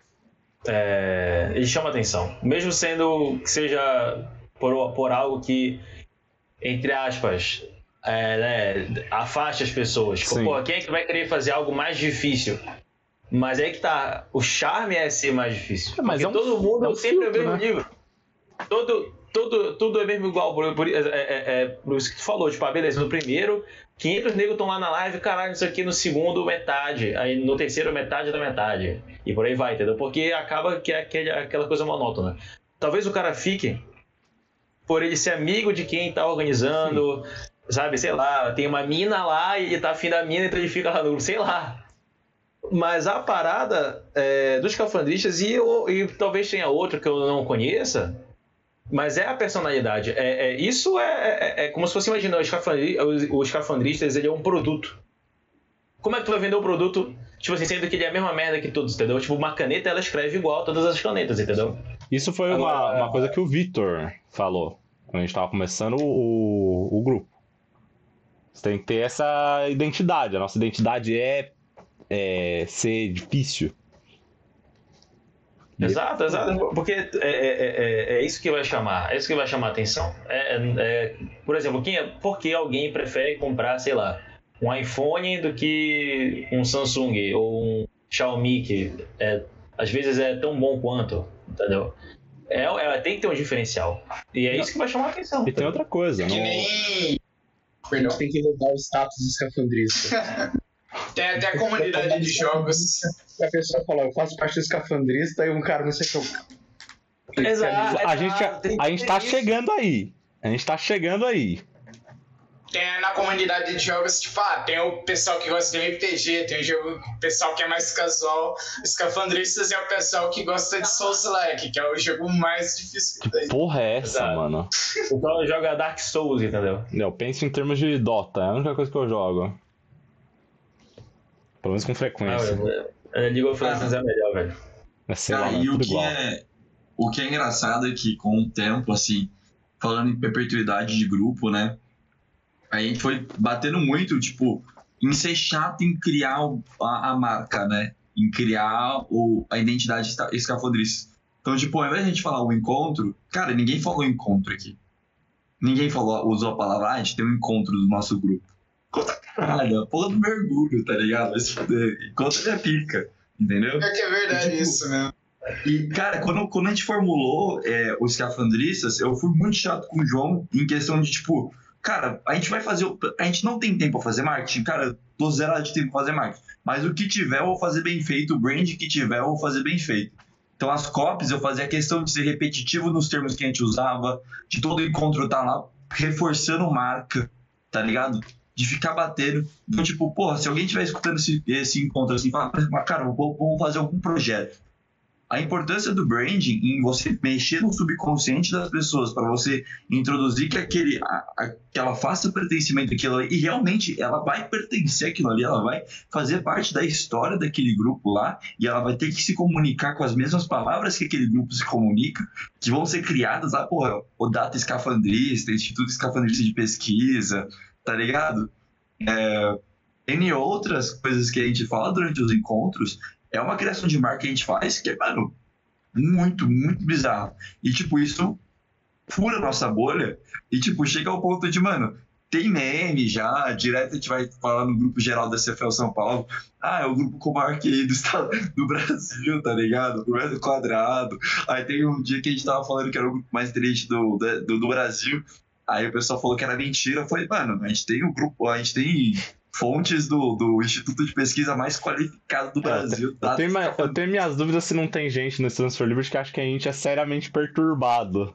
É, ele chama atenção, mesmo sendo que seja por, por algo que, entre aspas, é, né, afaste as pessoas. Tipo, pô, quem é que vai querer fazer algo mais difícil? Mas é que tá, o charme é ser mais difícil. É, mas porque é um, todo mundo é um sempre filtro, é o mesmo, né? Livro. Todo, todo, tudo é mesmo igual. Por, por, é, é, é, por isso que tu falou, tipo, ah, beleza, no primeiro, quinhentos negros estão lá na live, caralho, isso aqui no segundo, metade. Aí no terceiro, metade da metade. E por aí vai, entendeu? Porque acaba que é aquele, aquela coisa monótona. Talvez o cara fique por ele ser amigo de quem tá organizando, sim, sabe? Sei lá, tem uma mina lá e ele tá afim da mina, então ele fica lá no grupo, sei lá. Mas a parada é, dos escafandristas, e, e talvez tenha outro que eu não conheça, mas é a personalidade. É, é, isso é, é, é como se você imaginar, o escafandrista, o escafandristas, ele é um produto. Como é que tu vai vender o produto, tipo assim, sendo que ele é a mesma merda que todos, entendeu? Tipo, uma caneta, ela escreve igual a todas as canetas, entendeu? Isso foi uma, Agora, uma coisa que o Vitor falou quando a gente tava começando o, o grupo. Você tem que ter essa identidade. A nossa identidade é, é ser difícil. Exato, exato. Porque é, é, é, é isso que vai chamar, é isso que vai chamar a atenção. É, é, por exemplo, quem é, por que alguém prefere comprar, sei lá, um iPhone do que um Samsung ou um Xiaomi, que é, às vezes é tão bom quanto, entendeu? É, é, tem que ter um diferencial. E é não. isso que vai chamar a atenção. E tem outra coisa, que não... nem... A gente tem que levar o status de escafandrista. Tem até a comunidade de jogos. A pessoa fala, eu faço parte do escafandrista e um cara não sei o que. Exato. A gente, tem a gente que tá ter isso. chegando aí. A gente tá chegando aí. Tem na comunidade de jogos, tipo, ah, tem o pessoal que gosta de R P G, tem o jogo, o pessoal que é mais casual. Escafandristas é o pessoal que gosta de Souls-like, que é o jogo mais difícil que tem. Porra é essa, Exato. mano? Então joga Dark Souls, entendeu? Eu penso em termos de Dota, é a única coisa que eu jogo. Pelo menos com Ah, frequência. a League of Legends é melhor, velho. É, sei Cara, lá, mano, e o tudo que, igual. é, o que é engraçado é que com o tempo, assim, falando em perpetuidade de grupo, né? A gente foi batendo muito, tipo, em ser chato em criar o- a, a marca, né? Em criar o, a identidade esca- escafandrista. Então, tipo, ao invés de a gente falar o encontro, cara, ninguém falou encontro aqui. Ninguém falou, usou a palavra, ah, a gente tem um encontro do nosso grupo. Conta caralho, a porra do mergulho, tá ligado? Vai se fuder. Encontro é pica, entendeu? É que é verdade Tipo, isso mesmo. E, cara, quando, quando a gente formulou é, os escafandristas, eu fui muito chato com o João em questão de, tipo, cara, a gente vai fazer. o- A gente não tem tempo pra fazer marketing, cara, eu tô zerado de tempo pra fazer marketing. Mas o que tiver, eu vou fazer bem feito, o brand que tiver, eu vou fazer bem feito. Então, as copies, eu fazia questão de ser repetitivo nos termos que a gente usava, de todo encontro estar lá reforçando marca, tá ligado? De ficar batendo. Então, tipo, porra, se alguém estiver escutando esse, esse encontro assim, fala, cara, vou- vamos fazer algum projeto. A importância do branding em você mexer no subconsciente das pessoas para você introduzir que, aquele, a, a, que ela faça pertencimento àquilo ali, e realmente ela vai pertencer àquilo ali, ela vai fazer parte da história daquele grupo lá, e ela vai ter que se comunicar com as mesmas palavras que aquele grupo se comunica, que vão ser criadas lá, porra, o Data Escafandrista, Instituto Escafandrista de Pesquisa, tá ligado? É, N outras coisas que a gente fala durante os encontros. É uma criação de marca que a gente faz que é, mano, muito, muito bizarro. E, tipo, isso fura a nossa bolha e, tipo, chega ao ponto de, mano, tem meme já, direto a gente vai falar no grupo geral da C F L São Paulo. Ah, é o grupo com o maior Q I do, estado, do Brasil, tá ligado? Por metro quadrado. Aí tem um dia que a gente tava falando que era o grupo mais inteligente do, do, do Brasil. Aí o pessoal falou que era mentira. Eu falei, mano, a gente tem um grupo, a gente tem fontes do, do Instituto de Pesquisa mais qualificado do Brasil. Eu tenho, ma- eu tenho minhas dúvidas se não tem gente nesse Transfer Liberty que acha que a gente é seriamente perturbado.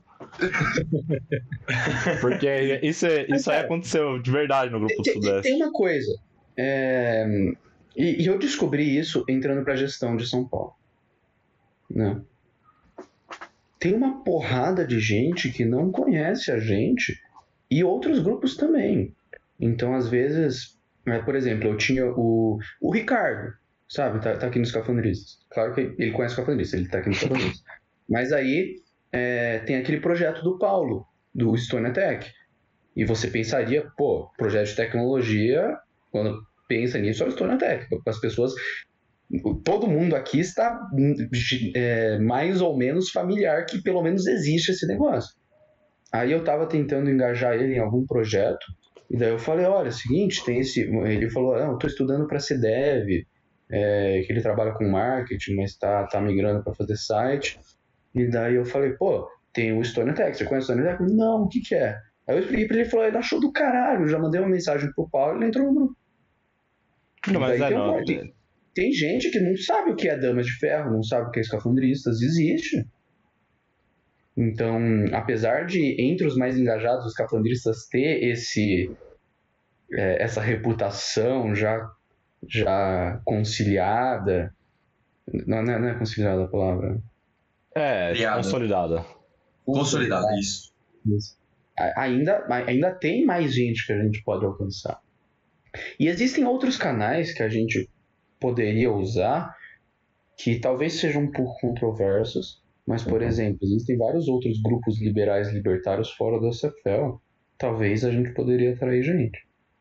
Porque isso, é, isso aí aconteceu de verdade no grupo do Tem, Sudeste. tem uma coisa. é, E, e eu descobri isso entrando pra gestão de São Paulo. Né? Tem uma porrada de gente que não conhece a gente e outros grupos também. Então, às vezes, né, por exemplo, eu tinha o, o Ricardo, sabe? Tá, tá aqui nos Escafandristas. Claro que ele conhece o Escafandrista, ele tá aqui nos Escafandristas. Mas aí é, tem aquele projeto do Paulo, do Estônia Tech. E você pensaria, pô, projeto de tecnologia, quando pensa nisso, é o Estônia Tech. As pessoas, todo mundo aqui está é, mais ou menos familiar que pelo menos existe esse negócio. Aí eu tava tentando engajar ele em algum projeto, e daí eu falei, olha, é o seguinte, tem esse... Ele falou, ah, eu tô estudando para ser dev, é, que ele trabalha com marketing, mas tá, tá migrando para fazer site. E daí eu falei, pô, tem o Estônia Tech, você conhece o Estônia Tech? Não, o que que é? Aí eu expliquei pra ele, ele falou, ele achou do caralho, eu já mandei uma mensagem pro Paulo e ele entrou no grupo. Não, mas Daí é tem, um não. monte. tem, tem gente que não sabe o que é Damas de Ferro, não sabe o que é Escafandristas, existe. Então, apesar de, entre os mais engajados, os escafandristas ter esse, é, essa reputação já, já conciliada, não, não é, não é conciliada a palavra, É, Criada. consolidada. Consolidado, isso. A- ainda, ainda tem mais gente que a gente pode alcançar. E existem outros canais que a gente poderia usar que talvez sejam um pouco controversos, mas, por exemplo, existem vários outros grupos liberais libertários fora da C F L. Talvez a gente poderia atrair gente.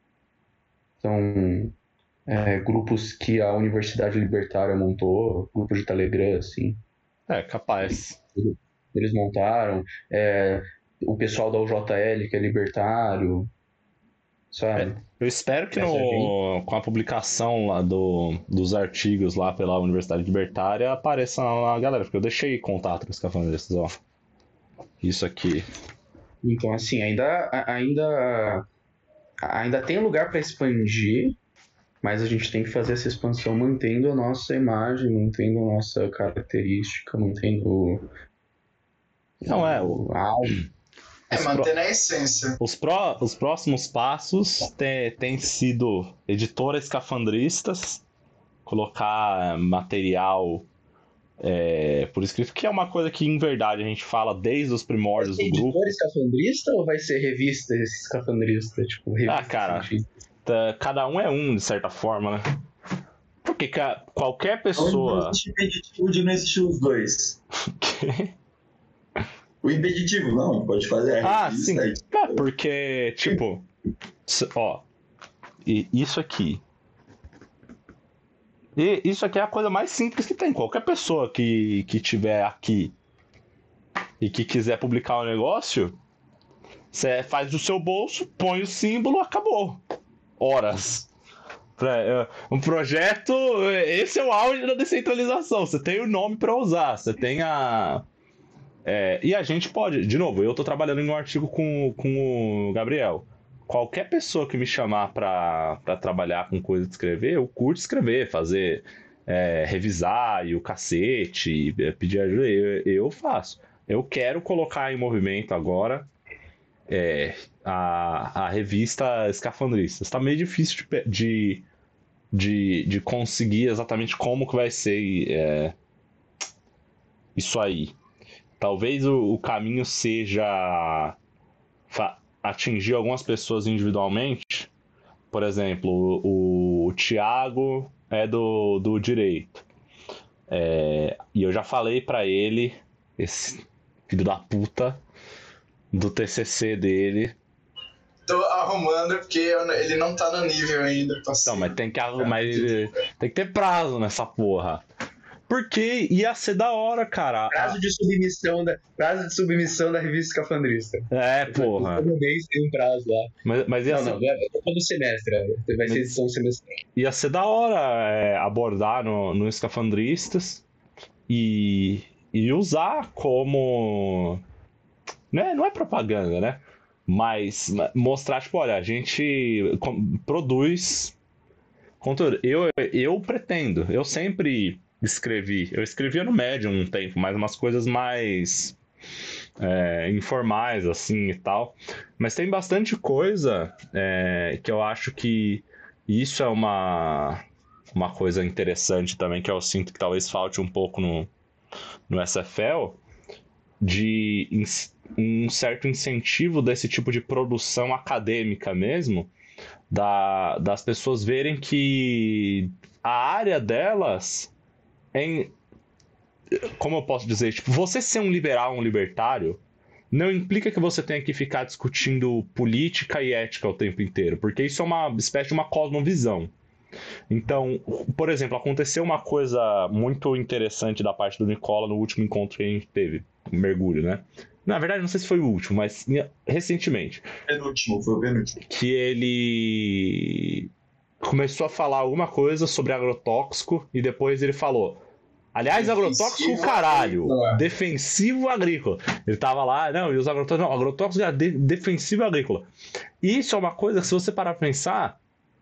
São é, grupos que a Universidade Libertária montou, grupos de Telegram, assim. É, capaz. Eles montaram. É, o pessoal da U J L, que é libertário, sabe? Eu espero que Essa no, com a publicação lá do, dos artigos lá pela Universidade Libertária apareça lá a galera, porque eu deixei contato com os escafandristas, ó. Isso aqui. Então, assim, ainda, a- ainda, ainda tem lugar para expandir, Mas a gente tem que fazer essa expansão mantendo a nossa imagem, mantendo a nossa característica, mantendo Não é, o áudio. É, manter a essência. Os, pró, os próximos passos têm tem sido editoras escafandristas, colocar material é, por escrito, que é uma coisa que, em verdade, a gente fala desde os primórdios do grupo. Editor escafandrista ou vai ser revista escafandrista? Tipo, revista Ah, cara, tá, cada um é um, de certa forma, né? Porque ca- qualquer pessoa... Não existe impeditivo de não existir os dois. O impeditivo, não, pode fazer a Ah, sim. aí. É, porque, tipo, s- ó, e isso aqui. E isso aqui é a coisa mais simples que tem. Qualquer pessoa que, que tiver aqui e que quiser publicar um negócio, você faz do seu bolso, põe o símbolo, acabou. Horas. Pra- é, Um projeto, esse é o auge da descentralização. Você tem o nome para usar, você tem a. É, e a gente pode, de novo, eu tô trabalhando em um artigo com, com o Gabriel. Qualquer pessoa que me chamar pra, pra trabalhar com coisa de escrever, eu curto escrever, fazer, é, revisar e o cacete, e, é, pedir ajuda, eu, eu faço. Eu quero colocar em movimento agora é, a, a revista Escafandristas. Tá meio difícil de, pe- de, de, de conseguir exatamente como que vai ser é, isso aí. Talvez o, o caminho seja fa- atingir algumas pessoas individualmente. Por exemplo, o, o Thiago é do, do direito. É, e eu já falei pra ele, esse filho da puta, do T C C dele. Tô arrumando porque eu- ele não tá no nível ainda. Pra Então, ser- mas tem que, mas, tem que ter prazo nessa porra. Porque ia ser da hora, cara. Prazo de submissão da, prazo de submissão da revista escafandrista. É, porra. Todo mês tem um prazo lá. Mas, mas ia, Não, ser, não, é todo semestre. é. Vai ser Mas- edição semestral. ia ser da hora é, abordar no, no Escafandristas e, e usar como. Né? Não é propaganda, né? Mas ma- mostrar, tipo, olha, a gente com- produz conteúdo. Eu, eu pretendo, eu sempre escrevi. Eu escrevia no Medium um tempo, mas umas coisas mais é, informais, assim, e tal. Mas tem bastante coisa é, que eu acho que isso é uma, uma coisa interessante também, que eu sinto que talvez falte um pouco no, no S F L, de ins- um certo incentivo desse tipo de produção acadêmica mesmo, da, das pessoas verem que a área delas é em- como eu posso dizer, tipo, você ser um liberal, um libertário, não implica que você tenha que ficar discutindo política e ética o tempo inteiro, porque isso é uma espécie de uma cosmovisão. Então, por exemplo, aconteceu uma coisa muito interessante da parte do Nicola no último encontro que a gente teve, um mergulho, né? Na verdade, não sei se foi o último, mas recentemente, Penúltimo, foi o penúltimo. que ele começou a falar alguma coisa sobre agrotóxico e depois ele falou: aliás, agrotóxico, Defensivo caralho. agrícola. Defensivo agrícola. Ele tava lá, não, e os agrotóxicos, não, agrotóxico é de- defensivo agrícola. Isso é uma coisa que, se você parar pra pensar,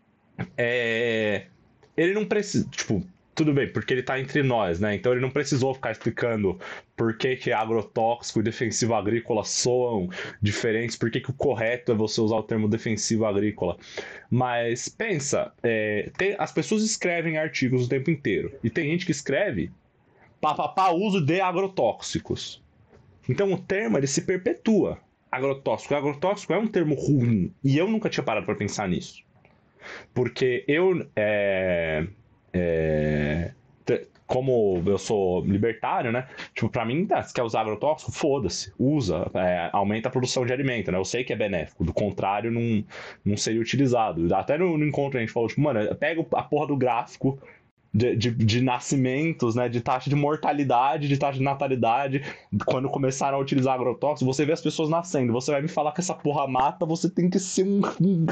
é... ele não precisa, tipo, tudo bem, porque ele tá entre nós, né? Então ele não precisou ficar explicando por que que agrotóxico e defensivo agrícola soam diferentes, por que que o correto é você usar o termo defensivo agrícola. Mas pensa, é, tem- as pessoas escrevem artigos o tempo inteiro, e tem gente que escreve papapá uso de agrotóxicos. Então o termo ele se perpetua. Agrotóxico. Agrotóxico é um termo ruim, e eu nunca tinha parado para pensar nisso. Porque eu, é, é, te- como eu sou libertário, né? Tipo, pra mim, tá, se quer usar agrotóxico, foda-se, usa, é, aumenta a produção de alimento, né? Eu sei que é benéfico, do contrário, não, não seria utilizado. Até no, no encontro a gente falou, tipo, mano, pega a porra do gráfico de, de, de nascimentos, né? De taxa de mortalidade, de taxa de natalidade, quando começaram a utilizar agrotóxico, você vê as pessoas nascendo, você vai me falar que essa porra mata, você tem que ser um.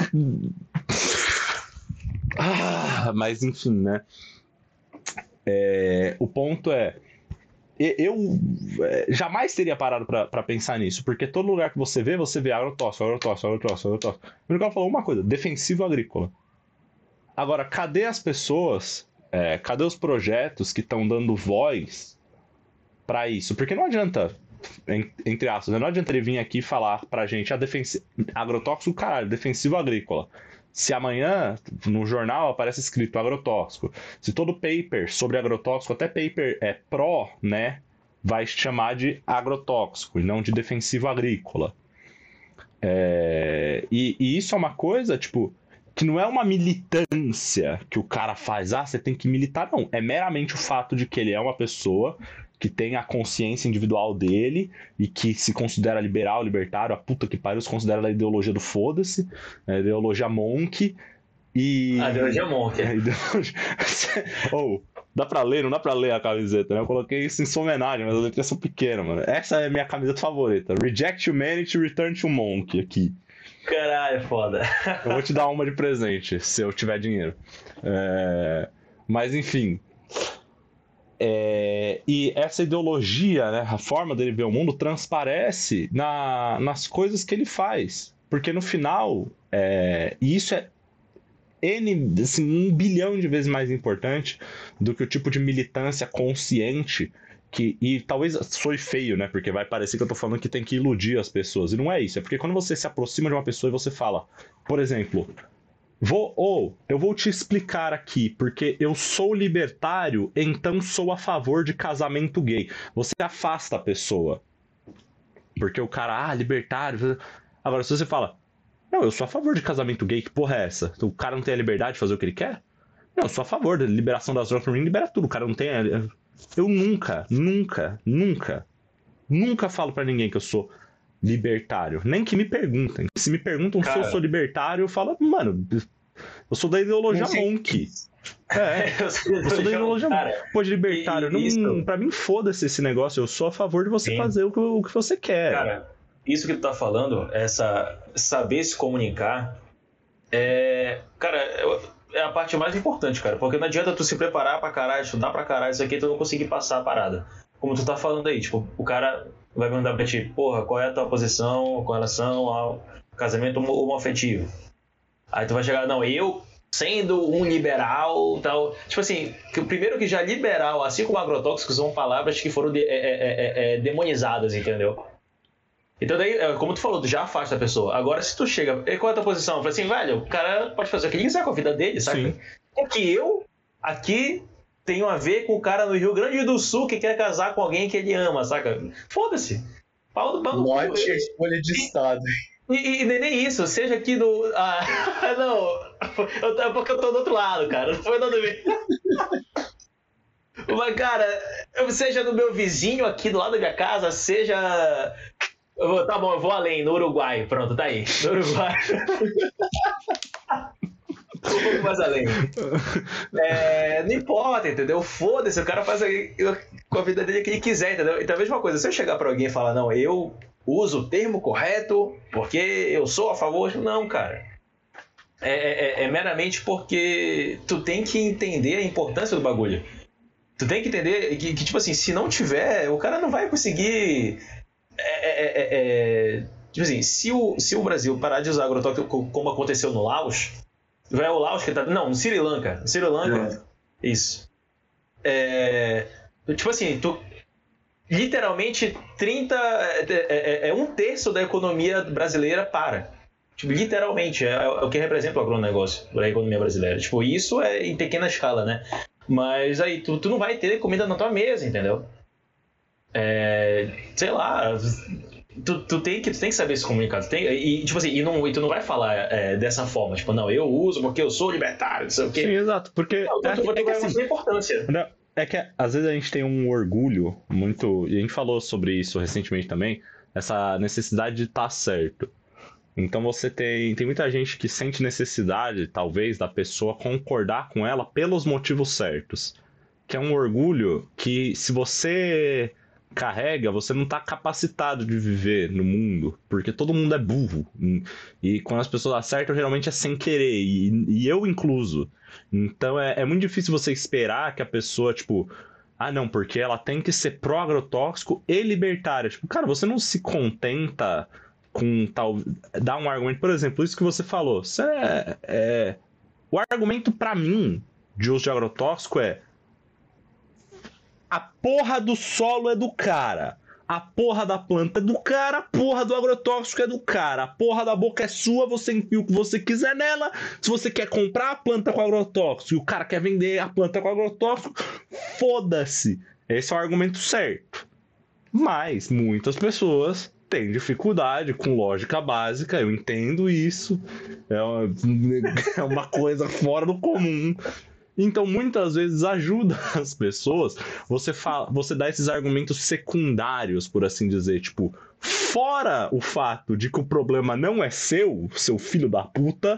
Ah, mas enfim, né? É, o ponto é, e- eu é, jamais teria parado pra, pra pensar nisso, porque todo lugar que você vê, você vê agrotóxico, agrotóxico, agrotóxico, agrotóxico. O Nicola falou uma coisa: defensivo agrícola. Agora, cadê as pessoas, é, cadê os projetos que estão dando voz para isso? Porque não adianta, entre aspas, não adianta ele vir aqui falar pra gente, a defensi... agrotóxico, caralho, defensivo agrícola. Se amanhã no jornal aparece escrito agrotóxico, se todo paper sobre agrotóxico, até paper é pró, né, vai chamar de agrotóxico e não de defensivo agrícola. É... E, e isso é uma coisa, tipo, que não é uma militância que o cara faz, ah, você tem que militar, não. É meramente o fato de que ele é uma pessoa que tem a consciência individual dele e que se considera liberal, libertário, a puta que pariu, se considera da ideologia do foda-se, a ideologia monk e... A ideologia monk. É, ideologia... oh, dá pra ler, não dá pra ler a camiseta, né? Eu coloquei isso em sua homenagem, mas as letras são pequenas, mano. Essa é a minha camiseta favorita. Reject Humanity, Return to Monk, aqui. Caralho, foda. Eu vou te dar uma de presente, se eu tiver dinheiro. É... Mas, enfim... É, e essa ideologia, né, a forma dele ver o mundo, transparece na, nas coisas que ele faz. Porque no final, é, e isso é N, assim, um bilhão de vezes mais importante do que o tipo de militância consciente que, e talvez soe feio, né, porque vai parecer que eu tô falando que tem que iludir as pessoas. E não é isso, é porque quando você se aproxima de uma pessoa e você fala, por exemplo... Vou, ou, eu vou te explicar aqui, porque eu sou libertário, então sou a favor de casamento gay. Você afasta a pessoa. Porque o cara, ah, libertário. Agora, se você fala, não, eu sou a favor de casamento gay, que porra é essa? O cara não tem a liberdade de fazer o que ele quer? Não, eu sou a favor da liberação das drogas, pra mim libera tudo. O cara não tem. A... Eu nunca, nunca, nunca, nunca falo pra ninguém que eu sou libertário. Nem que me perguntem. Se me perguntam Cara, se eu sou libertário, eu falo, mano, eu sou da ideologia monk. É, eu sou, eu sou da ideologia monk. Pô, de libertário. E, não, isso... Pra mim, foda-se esse negócio. Eu sou a favor de você Sim. fazer o que, o que você quer. Cara, isso que tu tá falando, essa saber se comunicar, é... Cara, é a parte mais importante, cara. Porque não adianta tu se preparar pra caralho, estudar pra caralho, isso aqui, tu não conseguir passar a parada. Como tu tá falando aí, tipo, o cara vai mandar pra ti, porra, qual é a tua posição com relação ao casamento homoafetivo? Aí tu vai chegar, não, eu, sendo um liberal, tal... Tipo assim, que o primeiro que já liberal, assim como agrotóxicos, são palavras que foram de, é, é, é, demonizadas, entendeu? Então daí, como tu falou, tu já afasta a pessoa. Agora, se tu chega, qual é a tua posição? Eu falei assim, velho, o cara pode fazer o que ele quiser com a vida dele, sabe? É que eu, aqui... Tenho a ver com o cara no Rio Grande do Sul que quer casar com alguém que ele ama, saca? Foda-se. Pau do pau do Morte é escolha de Estado. E, e, e nem isso, seja aqui no... Ah, não, eu, é porque eu tô do outro lado, cara. Não foi nada a ver. Mas, cara, seja no meu vizinho aqui do lado da minha casa, seja... Eu vou, tá bom, eu vou além, no Uruguai. Pronto, tá aí. No Uruguai. Um pouco mais além. É, não importa, entendeu? Foda-se, o cara faz com a vida dele o que ele quiser, entendeu? Então, a mesma coisa, se eu chegar pra alguém e falar, não, eu uso o termo correto porque eu sou a favor... Não, cara. É, é, é meramente porque tu tem que entender a importância do bagulho. Tu tem que entender que, que tipo assim, se não tiver, o cara não vai conseguir... É, é, é, é... Tipo assim, se o, se o Brasil parar de usar agrotóxico como aconteceu no Laos... Vai o Laos que tá... Não, no Sri Lanka. No Sri Lanka, é. Isso. É... Tipo assim, tu... Literalmente, trinta... É, é, é um terço da economia brasileira para. Tipo, literalmente. É, é o que representa o agronegócio para a economia brasileira. Tipo, isso é em pequena escala, né? Mas aí, tu, tu não vai ter comida na tua mesa, entendeu? É... Sei lá... Tu, tu, tem que, tu tem que saber se comunicar. Tu tem, e, tipo assim, e, não, e tu não vai falar é, dessa forma, tipo, não, eu uso porque eu sou libertário, não sei o quê. Sim, exato, porque... Não, é, tu, é, tu é vai assim, mostrar importância. Não, é que às vezes a gente tem um orgulho muito... E a gente falou sobre isso recentemente também, essa necessidade de estar certo. Então você tem, tem muita gente que sente necessidade, talvez, da pessoa concordar com ela pelos motivos certos. Que é um orgulho que, se você... carrega, você não tá capacitado de viver no mundo, porque todo mundo é burro, e quando as pessoas acertam, geralmente é sem querer, e, e eu incluso. Então é, é muito difícil você esperar que a pessoa, tipo, ah não, porque ela tem que ser pró-agrotóxico e libertária. Tipo, cara, você não se contenta com tal... dar um argumento, por exemplo, isso que você falou, você é... é O argumento pra mim de uso de agrotóxico é: a porra do solo é do cara, a porra da planta é do cara, a porra do agrotóxico é do cara, a porra da boca é sua, você enfia o que você quiser nela. Se você quer comprar a planta com agrotóxico e o cara quer vender a planta com agrotóxico, foda-se. Esse é o argumento certo. Mas muitas pessoas têm dificuldade com lógica básica, eu entendo isso, é uma, é uma coisa fora do comum. Então, muitas vezes ajuda as pessoas, você, fala, você dá esses argumentos secundários, por assim dizer, tipo, fora o fato de que o problema não é seu, seu filho da puta,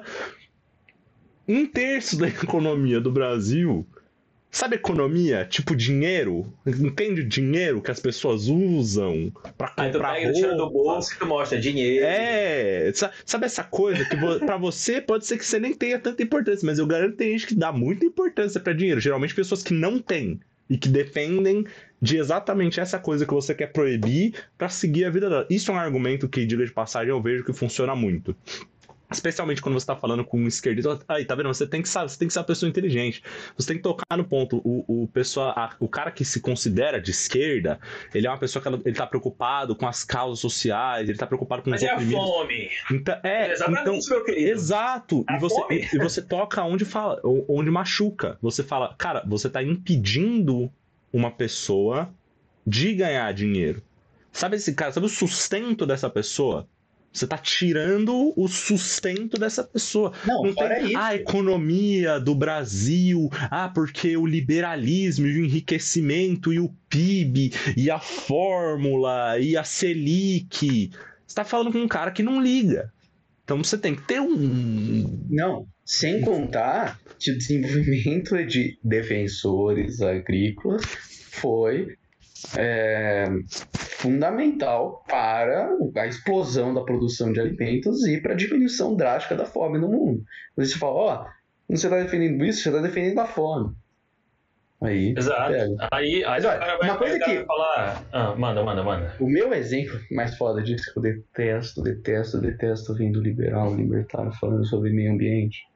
um terço da economia do Brasil, sabe economia? Tipo dinheiro, entende dinheiro que as pessoas usam pra comprar Aí tu pega, roupa? tira do bolso e tu mostra dinheiro. É, sabe essa coisa que vo- pra você pode ser que você nem tenha tanta importância, mas eu garanto que tem gente que dá muita importância pra dinheiro, geralmente pessoas que não têm e que dependem de exatamente essa coisa que você quer proibir pra seguir a vida dela. Isso é um argumento que, diga de passagem, eu vejo que funciona muito. Especialmente quando você tá falando com um esquerdista. Aí, tá vendo? Você tem que saber, você tem que ser uma pessoa inteligente. Você tem que tocar no ponto. O, o, pessoa, a, o cara que se considera de esquerda, ele é uma pessoa que ela, ele tá preocupado com as causas sociais, ele tá preocupado com Mas os é a oprimidos. fome. Então, é, Exatamente então, isso, meu querido. exato. A E você, fome. e você toca onde fala, onde machuca. Você fala, cara, você tá impedindo uma pessoa de ganhar dinheiro. Sabe esse cara, sabe o sustento dessa pessoa? Você tá tirando o sustento dessa pessoa. Não, Não fora tem isso. a economia do Brasil, ah, porque o liberalismo e o enriquecimento e o P I B e a fórmula e a Selic. Você tá falando com um cara que não liga. Então você tem que ter um... Não, sem contar que o desenvolvimento de defensores agrícolas foi é, fundamental para a explosão da produção de alimentos e para a diminuição drástica da fome no mundo. Você fala, ó, não você está defendendo isso, você está defendendo a fome. Aí, Exato. pega. Aí, aí Mas, o olha, cara vai, uma coisa o cara que- vai falar. Ah, manda, manda, manda. O meu exemplo mais foda disso que eu detesto, detesto, detesto vindo liberal, libertário falando sobre meio ambiente.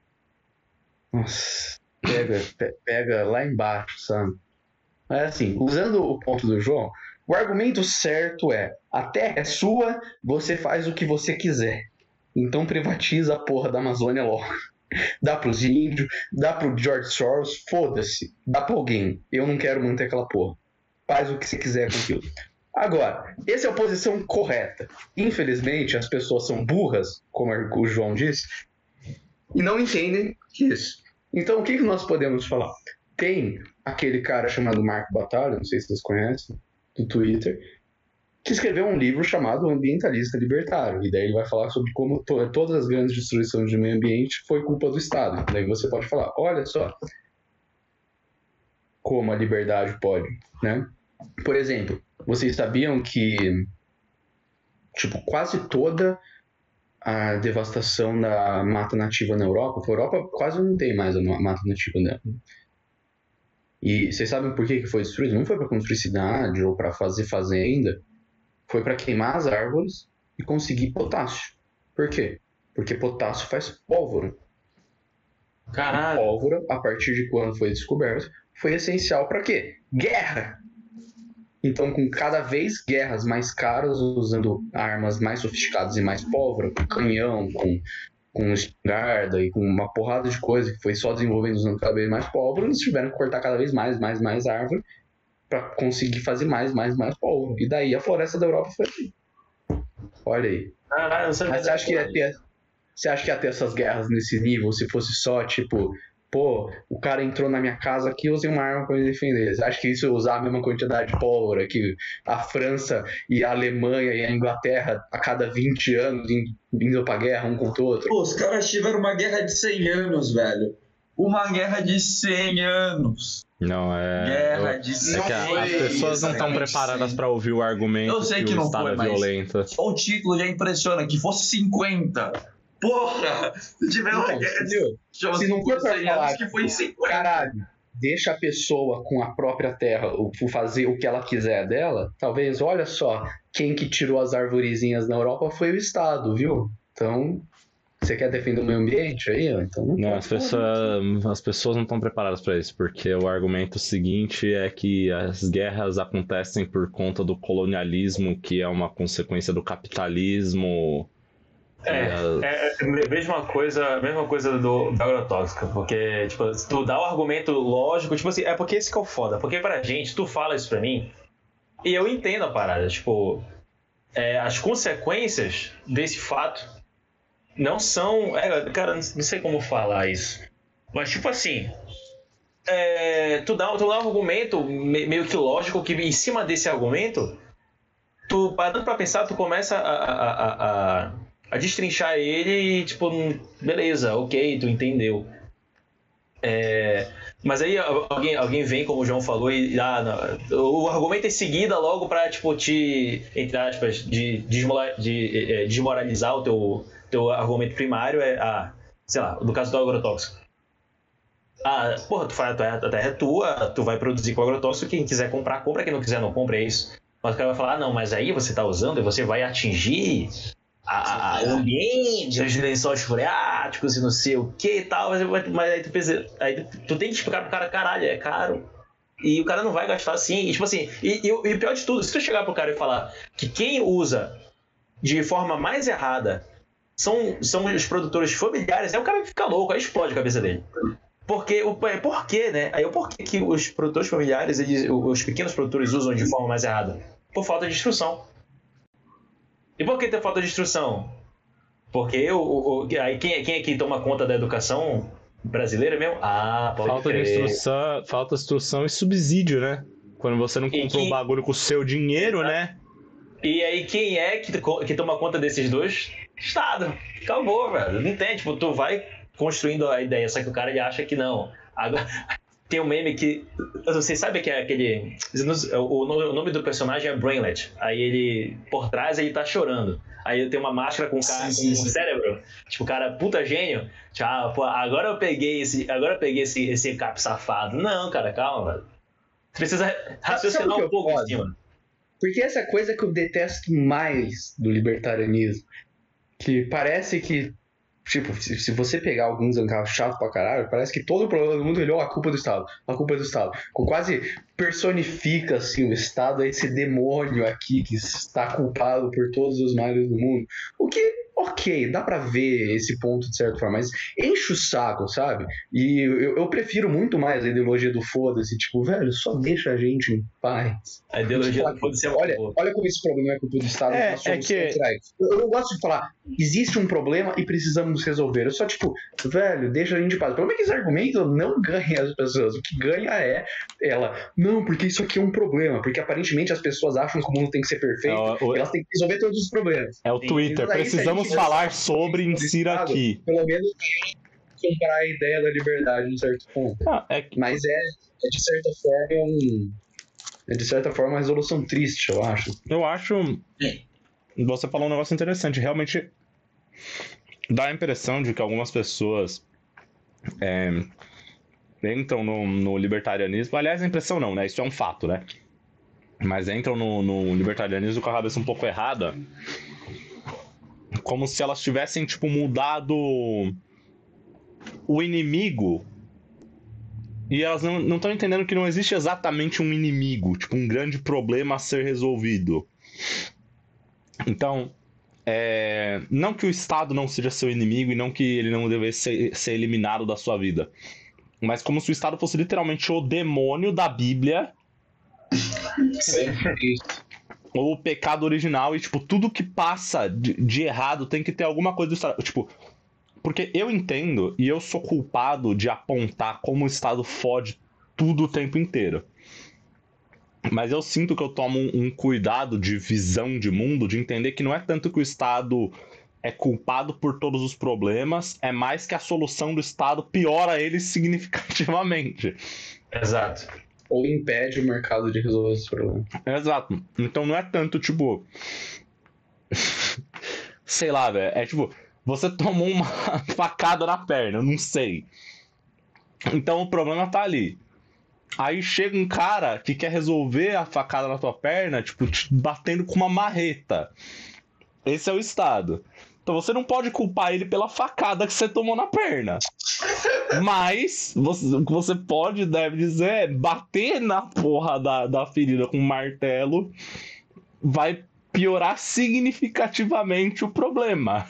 Nossa, pega, pe- pega lá embaixo, sabe? Mas assim, usando o ponto do João, o argumento certo é: a terra é sua, você faz o que você quiser. Então privatiza a porra da Amazônia logo. Dá pros índios, dá pro George Soros, foda-se. Dá pra alguém. Eu não quero manter aquela porra. Faz o que você quiser com aquilo. Agora, essa é a posição correta. Infelizmente, as pessoas são burras, como o João disse, e não entendem isso. Então, o que que nós podemos falar? Tem aquele cara chamado Marco Batalha, não sei se vocês conhecem, do Twitter, que escreveu um livro chamado Ambientalista Libertário. E daí ele vai falar sobre como to- todas as grandes destruições do meio ambiente foi culpa do Estado. Daí você pode falar, olha só como a liberdade pode, né? Por exemplo, vocês sabiam que tipo, quase toda a devastação da mata nativa na Europa, a Europa quase não tem mais a mata nativa dela. E vocês sabem por que que foi destruído? Não foi para construir cidade ou para fazer fazenda, foi para queimar as árvores e conseguir potássio. Por quê? Porque potássio faz pólvora. Caralho. Pólvora, a partir de quando foi descoberto, foi essencial para quê? Guerra! Então, com cada vez guerras mais caras, usando armas mais sofisticadas e mais pólvora, com canhão, com, com espingarda e com uma porrada de coisa que foi só desenvolvendo usando cada vez mais pólvora, eles tiveram que cortar cada vez mais, mais, mais árvore para conseguir fazer mais, mais, mais pólvora. E daí a floresta da Europa foi assim. Olha aí. Caralho, não sabia. Mas você acha que ia ter, você acha que ia ter essas guerras nesse nível se fosse só, tipo, pô, o cara entrou na minha casa aqui e usei uma arma para me defender? Você acha que isso ia usar a mesma quantidade de pólvora que a França e a Alemanha e a Inglaterra a cada vinte anos indo, indo pra guerra um contra o outro? Pô, os caras tiveram uma guerra de cem anos, velho. Uma guerra de cem anos. Não, é... Guerra eu- de É cem que a- foi as pessoas não estão exatamente preparadas cem. para ouvir o argumento Eu sei que, que o não Estado foi, é mas- violento. Só o título já impressiona. Que fosse cinquenta. Porra! Se tiver uma Não, guerra de entendeu? chama Se não for pra cem falar, anos, que foi em cinquenta. Caralho, deixa a pessoa com a própria terra o- fazer o que ela quiser dela, talvez, olha só, quem que tirou as arvorezinhas na Europa foi o Estado, viu? Então, Você quer defender o meio ambiente aí? Ó? Então não, Não, pode as falar. pessoas, as pessoas não estão preparadas para isso, porque o argumento seguinte é que as guerras acontecem por conta do colonialismo, que é uma consequência do capitalismo. É, é, é a mesma coisa, mesma coisa do, da agrotóxica, porque, tipo, se tu dá o argumento lógico, tipo assim, é porque esse que é o foda, porque pra gente, tu fala isso pra mim, e eu entendo a parada, tipo, é, as consequências desse fato não são, é, cara, não sei como falar isso, mas tipo assim, é, tu, dá, tu dá um argumento me, meio que lógico, que em cima desse argumento, tu, parando pra pensar, tu começa a... a, a, a a destrinchar ele e, tipo, beleza, ok, tu entendeu. É, mas aí alguém, alguém vem, como o João falou, e ah, não, o argumento é seguida logo pra, tipo, te, entre aspas, de, desmola, de é, desmoralizar o teu, teu argumento primário, é, ah, sei lá, no caso do agrotóxico. Ah, porra, tu faz, a terra é tua, tu vai produzir com agrotóxico, quem quiser comprar, compra, quem não quiser não compra, é isso. Mas o cara vai falar, ah, não, mas aí você tá usando e você vai atingir... A, a, o ambiente, os lençóis freáticos e não sei o que e tal, mas, mas aí, tu pensa, aí tu, tu tem que explicar pro cara, caralho, é caro. E o cara não vai gastar assim. E tipo assim, e, e, e o pior de tudo, se tu chegar pro cara e falar que quem usa de forma mais errada são, são os produtores familiares, aí o cara fica louco, aí explode a cabeça dele. Porque, o, por quê, né? Aí o porquê que os produtores familiares, eles, os pequenos produtores usam de forma mais errada? Por falta de instrução. E por que tem falta de instrução? Porque o, o, o, aí quem, quem é que toma conta da educação brasileira mesmo? Ah, pode Falta crer. de instrução, falta de instrução e subsídio, né? Quando você não comprou o que... bagulho com o seu dinheiro, Exato. Né? E aí quem é que, que toma conta desses dois? Estado. Acabou, velho. Não tem, tipo, tu vai construindo a ideia, só que o cara ele acha que não. Agora... Tem um meme que... Você sabe que é aquele... O nome do personagem é Brainlet. Aí ele... Por trás ele tá chorando. Aí ele tem uma máscara com um cara com um cérebro. Tipo, o cara, puta gênio. Tchau, pô, agora eu peguei esse... Agora eu peguei esse, esse cap safado. Não, cara, calma, velho. Você precisa raciocinar um pouco em cima. Porque essa coisa que eu detesto mais do libertarianismo. Que parece que... Tipo, se, se você pegar alguns ancalos chato pra caralho, parece que todo o problema do mundo ele, ó, a culpa é do Estado, a culpa é do Estado. Quase personifica, assim, o Estado é esse demônio aqui que está culpado por todos os males do mundo. O que, ok, dá pra ver esse ponto de certa forma, mas enche o saco, sabe? E eu, eu prefiro muito mais a ideologia do foda-se, tipo, velho, só deixa a gente em paz. A ideologia do foda-se é muito olha, boa. olha como esse problema é culpa do Estado. É, é que... eu, eu gosto de falar, existe um problema e precisamos resolver. Eu só, tipo, velho, deixa a gente em paz. O problema é que esse argumento não ganha as pessoas. O que ganha é ela, não, porque isso aqui é um problema. Porque aparentemente as pessoas acham que o mundo tem que ser perfeito é, o... e elas têm que resolver todos os problemas. É o Twitter, então, precisamos gente, falar sobre, insira Estado, aqui. Pelo menos comprar a ideia da liberdade em certo ponto. Ah, é que... Mas é, é de certa forma um... É de certa forma uma resolução triste, eu acho. Eu acho... Você falou um negócio interessante. Realmente dá a impressão de que algumas pessoas é, entram no, no libertarianismo. Aliás, a impressão não, né? Isso é um fato, né? Mas entram no, no libertarianismo com a cabeça um pouco errada. Como se elas tivessem, tipo, mudado o inimigo. E elas não estão entendendo que não existe exatamente um inimigo, tipo, um grande problema a ser resolvido. Então, é, não que o Estado não seja seu inimigo e não que ele não devesse ser, ser eliminado da sua vida. Mas como se o Estado fosse literalmente o demônio da Bíblia. Ou o pecado original. E, tipo, tudo que passa de, de errado tem que ter alguma coisa do Estado. Tipo... Porque eu entendo e eu sou culpado de apontar como o Estado fode tudo o tempo inteiro. Mas eu sinto que eu tomo um, um cuidado de visão de mundo, de entender que não é tanto que o Estado é culpado por todos os problemas, é mais que a solução do Estado piora eles significativamente. Exato. Ou impede o mercado de resolver esse problema. Exato. Então não é tanto, tipo... Sei lá, velho. É tipo... Você tomou uma facada na perna, eu não sei. Então o problema tá ali. Aí chega um cara que quer resolver a facada na tua perna, tipo, te batendo com uma marreta. Esse é o Estado. Então você não pode culpar ele pela facada que você tomou na perna. Mas você, o que você pode, deve dizer, é bater na porra da, da ferida com um martelo vai piorar significativamente o problema.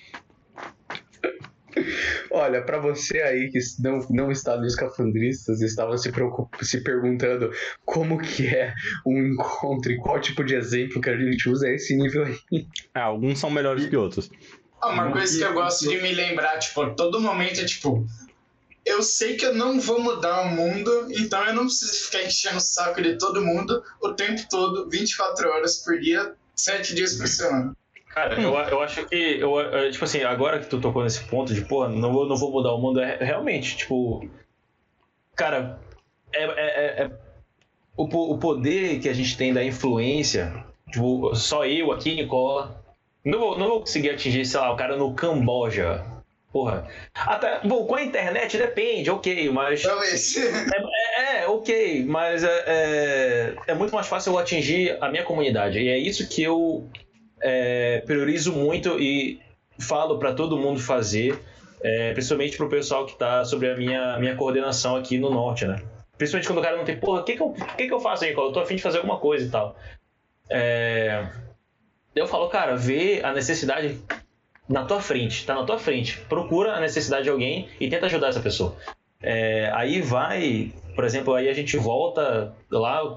Olha, pra você aí que não, não está nos Escafandristas, estava se, preocup... se perguntando como que é um encontro e qual tipo de exemplo que a gente usa, é esse nível aí. É, alguns são melhores que outros. Ah, uma coisa que eu gosto de me lembrar, tipo, a todo momento é tipo, eu sei que eu não vou mudar o mundo, então eu não preciso ficar enchendo o saco de todo mundo o tempo todo, vinte e quatro horas por dia, sete dias por semana. Cara, eu, eu acho que, eu, tipo assim, agora que tu tocou nesse ponto de, pô, não vou, não vou mudar o mundo, é realmente, tipo, cara, é, é, é o, o poder que a gente tem da influência, tipo, só eu aqui, Nicola, não vou, não vou conseguir atingir, sei lá, o cara no Camboja, porra. Até, bom, com a internet depende, ok, mas... Talvez. É, é, ok, mas é, é, é muito mais fácil eu atingir a minha comunidade, e é isso que eu... É, priorizo muito e falo para todo mundo fazer, é, principalmente pro pessoal que tá sobre a minha, minha coordenação aqui no norte, né? Principalmente quando o cara não tem, porra, o que que eu, que que eu faço aí, Nicola? Eu tô a fim de fazer alguma coisa e tal. É, eu falo, cara, vê a necessidade na tua frente, tá na tua frente. Procura a necessidade de alguém e tenta ajudar essa pessoa. É, aí vai, por exemplo, aí a gente volta lá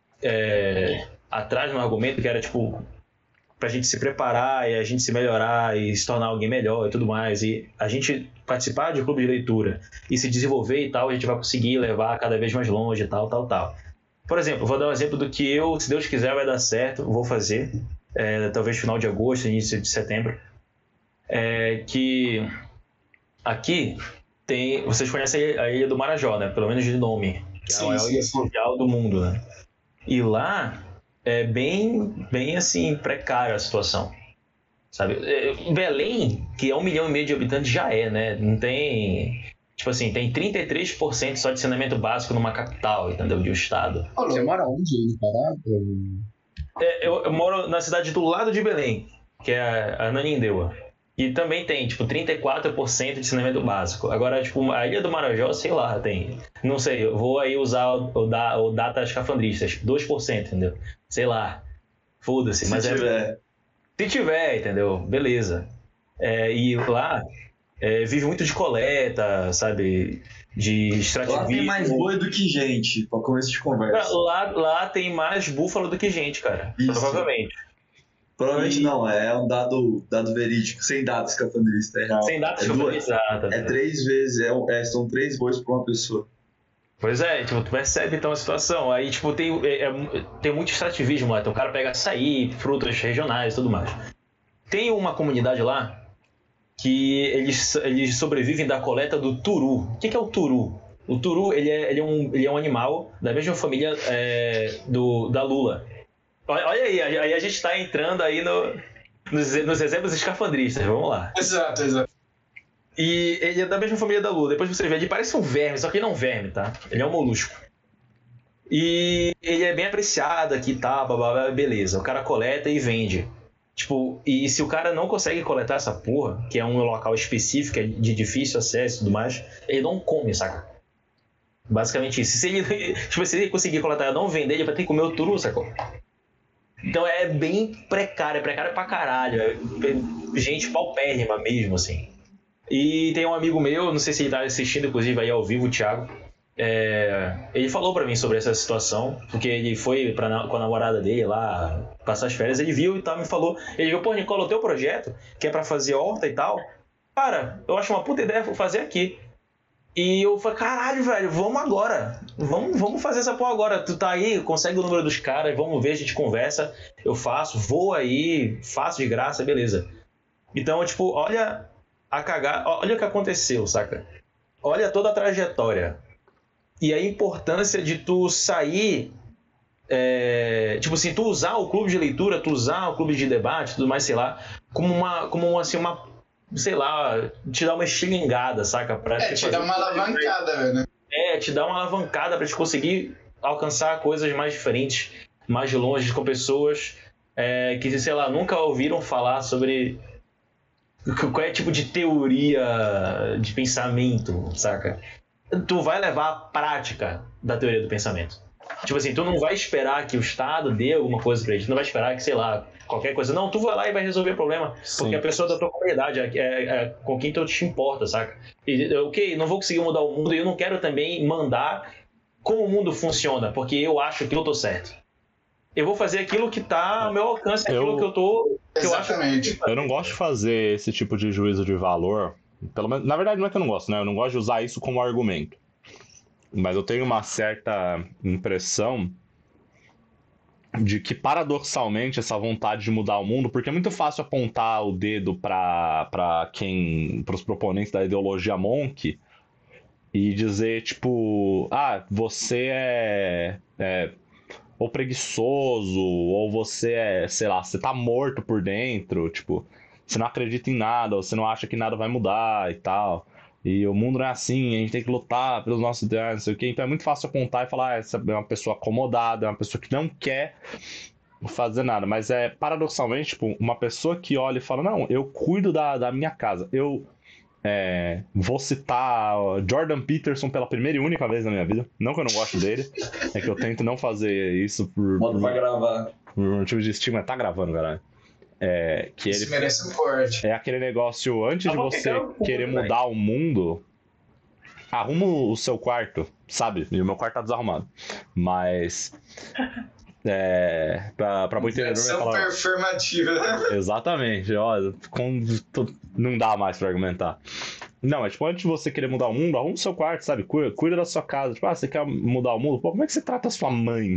é, atrás no argumento que era tipo... pra gente se preparar e a gente se melhorar e se tornar alguém melhor e tudo mais, e a gente participar de um clube de leitura e se desenvolver e tal, a gente vai conseguir levar cada vez mais longe e tal, tal, tal. Por exemplo, vou dar um exemplo do que eu, se Deus quiser, vai dar certo, vou fazer, é, talvez final de agosto, início de setembro, é, que aqui tem, vocês conhecem a Ilha do Marajó, né, pelo menos de nome, que é a maior ilha fluvial do mundo, né, e lá é bem, bem assim, precária a situação, sabe? Belém, que é um milhão e meio de habitantes, já é, né? Não tem... Tipo assim, tem trinta e três por cento só de saneamento básico numa capital, entendeu? De um estado. Você mora onde aí no Pará? É, eu, eu moro na cidade do lado de Belém, que é a Ananindeua. E também tem, tipo, trinta e quatro por cento de saneamento básico. Agora, tipo, a Ilha do Marajó, sei lá, tem... Não sei, eu vou aí usar o, o, da, o Data Escafandristas, dois por cento, entendeu? Sei lá. Foda-se. Se mas tiver. É... Se tiver, entendeu? Beleza. É, e lá é, vive muito de coleta, sabe? De extrativismo. Lá tem mais boi do que gente, pra começo de conversa. Lá, lá tem mais búfalo do que gente, cara. Isso. Provavelmente. Provavelmente E... não, é um dado, dado verídico, sem dados escafandrista, é real. Sem dados é escafandrista, É três vezes, é, é, são três bois por uma pessoa. Pois é, tipo, tu percebe então a situação. Aí, tipo, tem, é, é, tem muito extrativismo lá. Então o cara pega açaí, frutas regionais e tudo mais. Tem uma comunidade lá que eles, eles sobrevivem da coleta do turu. O que, que é o turu? O turu, ele é, ele é, um, ele é um animal da mesma família é, do, da lula. Olha aí, aí a gente tá entrando aí no, nos, nos exemplos escafandristas. Vamos lá. Exato, exato. E ele é da mesma família da lula. Depois você vê, ele parece um verme, só que ele não é um verme, tá? Ele é um molusco. E ele é bem apreciado aqui, tá? Blá, beleza. O cara coleta e vende. Tipo, e se o cara não consegue coletar essa porra, que é um local específico, é de difícil acesso e tudo mais, ele não come, saca? Basicamente isso. Se ele, tipo, se ele conseguir coletar e não vender, ele vai ter que comer o turu, sacou? Então é bem precário, é precário pra caralho. É gente paupérrima mesmo, assim. E tem um amigo meu, não sei se ele tá assistindo, inclusive, aí ao vivo, o Thiago. É, ele falou pra mim sobre essa situação, porque ele foi pra, com a namorada dele lá passar as férias, ele viu e tal, me falou. Ele viu, pô, Nicola, o teu projeto, que é pra fazer horta e tal, cara, eu acho uma puta ideia, vou fazer aqui. E eu falei, caralho, velho, vamos agora. Vamos, vamos fazer essa porra agora. Tu tá aí, consegue o número dos caras, vamos ver, a gente conversa, eu faço, vou aí, faço de graça, beleza. Então, tipo, olha a cagar, olha o que aconteceu, saca? Olha toda a trajetória. E a importância de tu sair, é, tipo assim, tu usar o clube de leitura, tu usar o clube de debate, tudo mais, sei lá, como uma, como assim, uma, sei lá, te dar uma estilingada, saca? Pra é, te, te dar uma alavancada, velho. É, te dar uma alavancada pra te conseguir alcançar coisas mais diferentes, mais longe, com pessoas é, que, sei lá, nunca ouviram falar sobre qual é tipo de teoria de pensamento, saca? Tu vai levar a prática da teoria do pensamento. Tipo assim, tu não vai esperar que o Estado dê alguma coisa pra gente, tu não vai esperar que, sei lá, qualquer coisa. Não, tu vai lá e vai resolver o problema, Sim. porque a pessoa da tua comunidade é, é, é com quem tu te importa, saca? E, ok, não vou conseguir mudar o mundo e eu não quero também mandar como o mundo funciona, porque eu acho que eu tô certo. Eu vou fazer aquilo que tá ao meu alcance, aquilo Eu- que eu tô... Que Exatamente. Eu, acho... Eu não gosto de fazer esse tipo de juízo de valor. Pelo menos, na verdade, não é que eu não gosto, né? Eu não gosto de usar isso como argumento. Mas eu tenho uma certa impressão de que, paradoxalmente, essa vontade de mudar o mundo, porque é muito fácil apontar o dedo para para quem, para os proponentes da ideologia Monk e dizer, tipo, ah, você é, é ou preguiçoso, ou você é, sei lá, você tá morto por dentro, tipo, você não acredita em nada, ou você não acha que nada vai mudar e tal. E o mundo não é assim, a gente tem que lutar pelos nossos ideais, não sei o quê. Então é muito fácil apontar e falar, ah, essa é uma pessoa acomodada, é uma pessoa que não quer fazer nada. Mas é, paradoxalmente, tipo, uma pessoa que olha e fala, não, eu cuido da, da minha casa. Eu é, vou citar Jordan Peterson pela primeira e única vez na minha vida. Não que eu não gosto dele, é que eu tento não fazer isso por, Bota por, pra gravar. por motivo de estigma. Tá gravando, galera. É, que Isso ele merece um corte. é aquele negócio, antes Tá de bom, você então, querer tudo bem. mudar o mundo, arruma o seu quarto, sabe? E o meu quarto tá desarrumado. Mas. É, pra, pra muito entendedor, vai Ação falar. performativa. Exatamente, ó, com- to- não dá mais pra argumentar. Não, é tipo, antes de você querer mudar o mundo, arruma o seu quarto, sabe? Cuida, cuida da sua casa. Tipo, ah, você quer mudar o mundo? Pô, como é que você trata a sua mãe?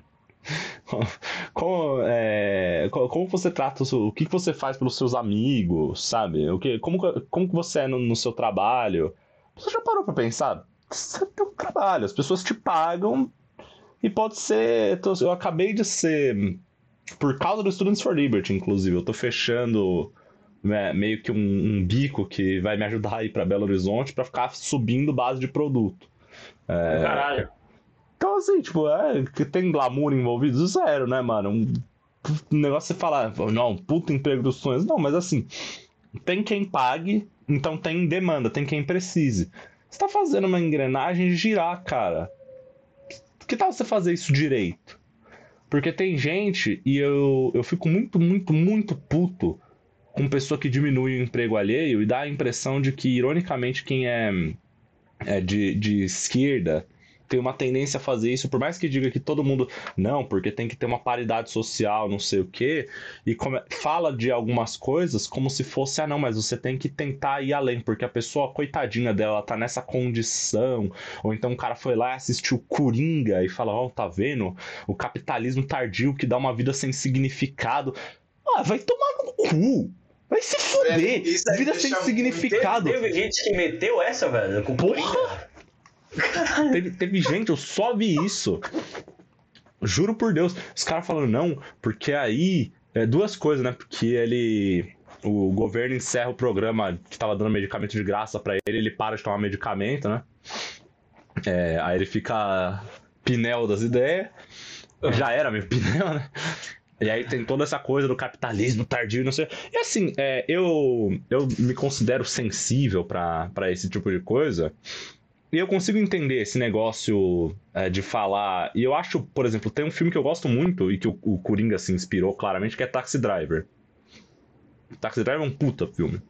Como, é, co- como você trata o, seu- o que que você faz pelos seus amigos, sabe? O que, como, que- como que você é no, no seu trabalho? Você já parou pra pensar? Você tem um trabalho, as pessoas te pagam e pode ser. tô- Eu acabei de ser. Por causa do Students for Liberty, inclusive, eu tô fechando né, meio que um, um bico que vai me ajudar a ir pra Belo Horizonte pra ficar subindo base de produto. Caralho. Então, assim, tipo, é que tem glamour envolvido, zero, né, mano? Um, um negócio você falar, não, puta emprego dos sonhos. Não, mas assim, tem quem pague, então tem demanda, tem quem precise. Você tá fazendo uma engrenagem girar, cara. Que tal você fazer isso direito? Porque tem gente, e eu, eu fico muito, muito, muito puto com pessoa que diminui o emprego alheio e dá a impressão de que, ironicamente, quem é, é de, de esquerda tem uma tendência a fazer isso, por mais que diga que todo mundo, não, porque tem que ter uma paridade social, não sei o quê, e come- fala de algumas coisas como se fosse, ah, não, mas você tem que tentar ir além, porque a pessoa, coitadinha dela, ela tá nessa condição, ou então o cara foi lá e assistiu Coringa e fala, ó, tá vendo? O capitalismo tardio que dá uma vida sem significado. Ah, vai tomar no cu! Vai se fuder! Velho, isso aí Vida deixa sem muito- significado! Teve, teve gente que meteu essa, velho. Com Porra! Teve, teve gente, eu só vi isso. Juro por Deus. Os caras falando, não, porque aí. É, duas coisas, né? Porque ele. O governo encerra o programa que tava dando medicamento de graça pra ele, ele para de tomar medicamento, né? É, aí ele fica pinel das ideias. Já era meu pinel, né? E aí tem toda essa coisa do capitalismo tardio, não sei. E assim, é, eu, eu me considero sensível pra pra esse tipo de coisa. E eu consigo entender esse negócio é, de falar. E eu acho, por exemplo, tem um filme que eu gosto muito e que o, o Coringa se inspirou claramente, que é Taxi Driver. Taxi Driver é um puta filme.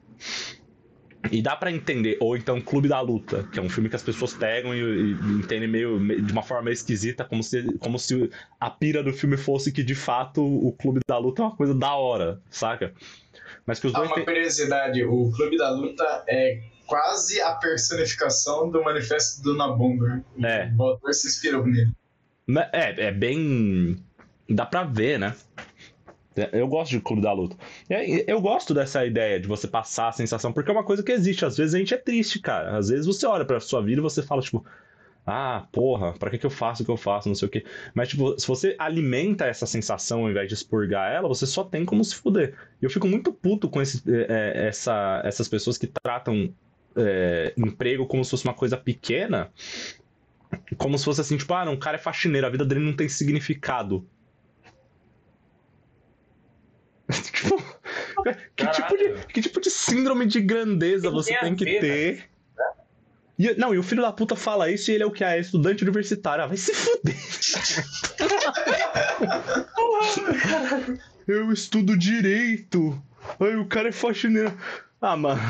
E dá pra entender. Ou então Clube da Luta, que é um filme que as pessoas pegam e, e entendem meio, meio- de uma forma meio esquisita, como se, como se a pira do filme fosse que de fato o Clube da Luta é uma coisa da hora, saca? Mas que os Ah, dois uma têm. curiosidade, o Clube da Luta é quase a personificação do Manifesto do Nabongo. É. O autor se inspirou nele. É, é bem. Dá pra ver, né? Eu gosto de Clube da Luta. É, eu gosto dessa ideia de você passar a sensação, porque é uma coisa que existe. Às vezes a gente é triste, cara. Às vezes você olha pra sua vida e você fala, tipo, ah, porra, pra que que eu faço o que eu faço, não sei o quê. Mas, tipo, se você alimenta essa sensação ao invés de expurgar ela, você só tem como se fuder. E eu fico muito puto com esse, é, essa, essas pessoas que tratam é, emprego como se fosse uma coisa pequena, como se fosse assim, tipo, ah, não, o cara é faxineiro, a vida dele não tem significado. Tipo, Que tipo, de, que tipo de síndrome de grandeza Tem você que tem que ver, ter? E, não, e o filho da puta fala isso e ele é o que? É estudante universitário. Ah, vai se fuder. Eu estudo direito. Ai, o cara é faxineiro. Ah, mano.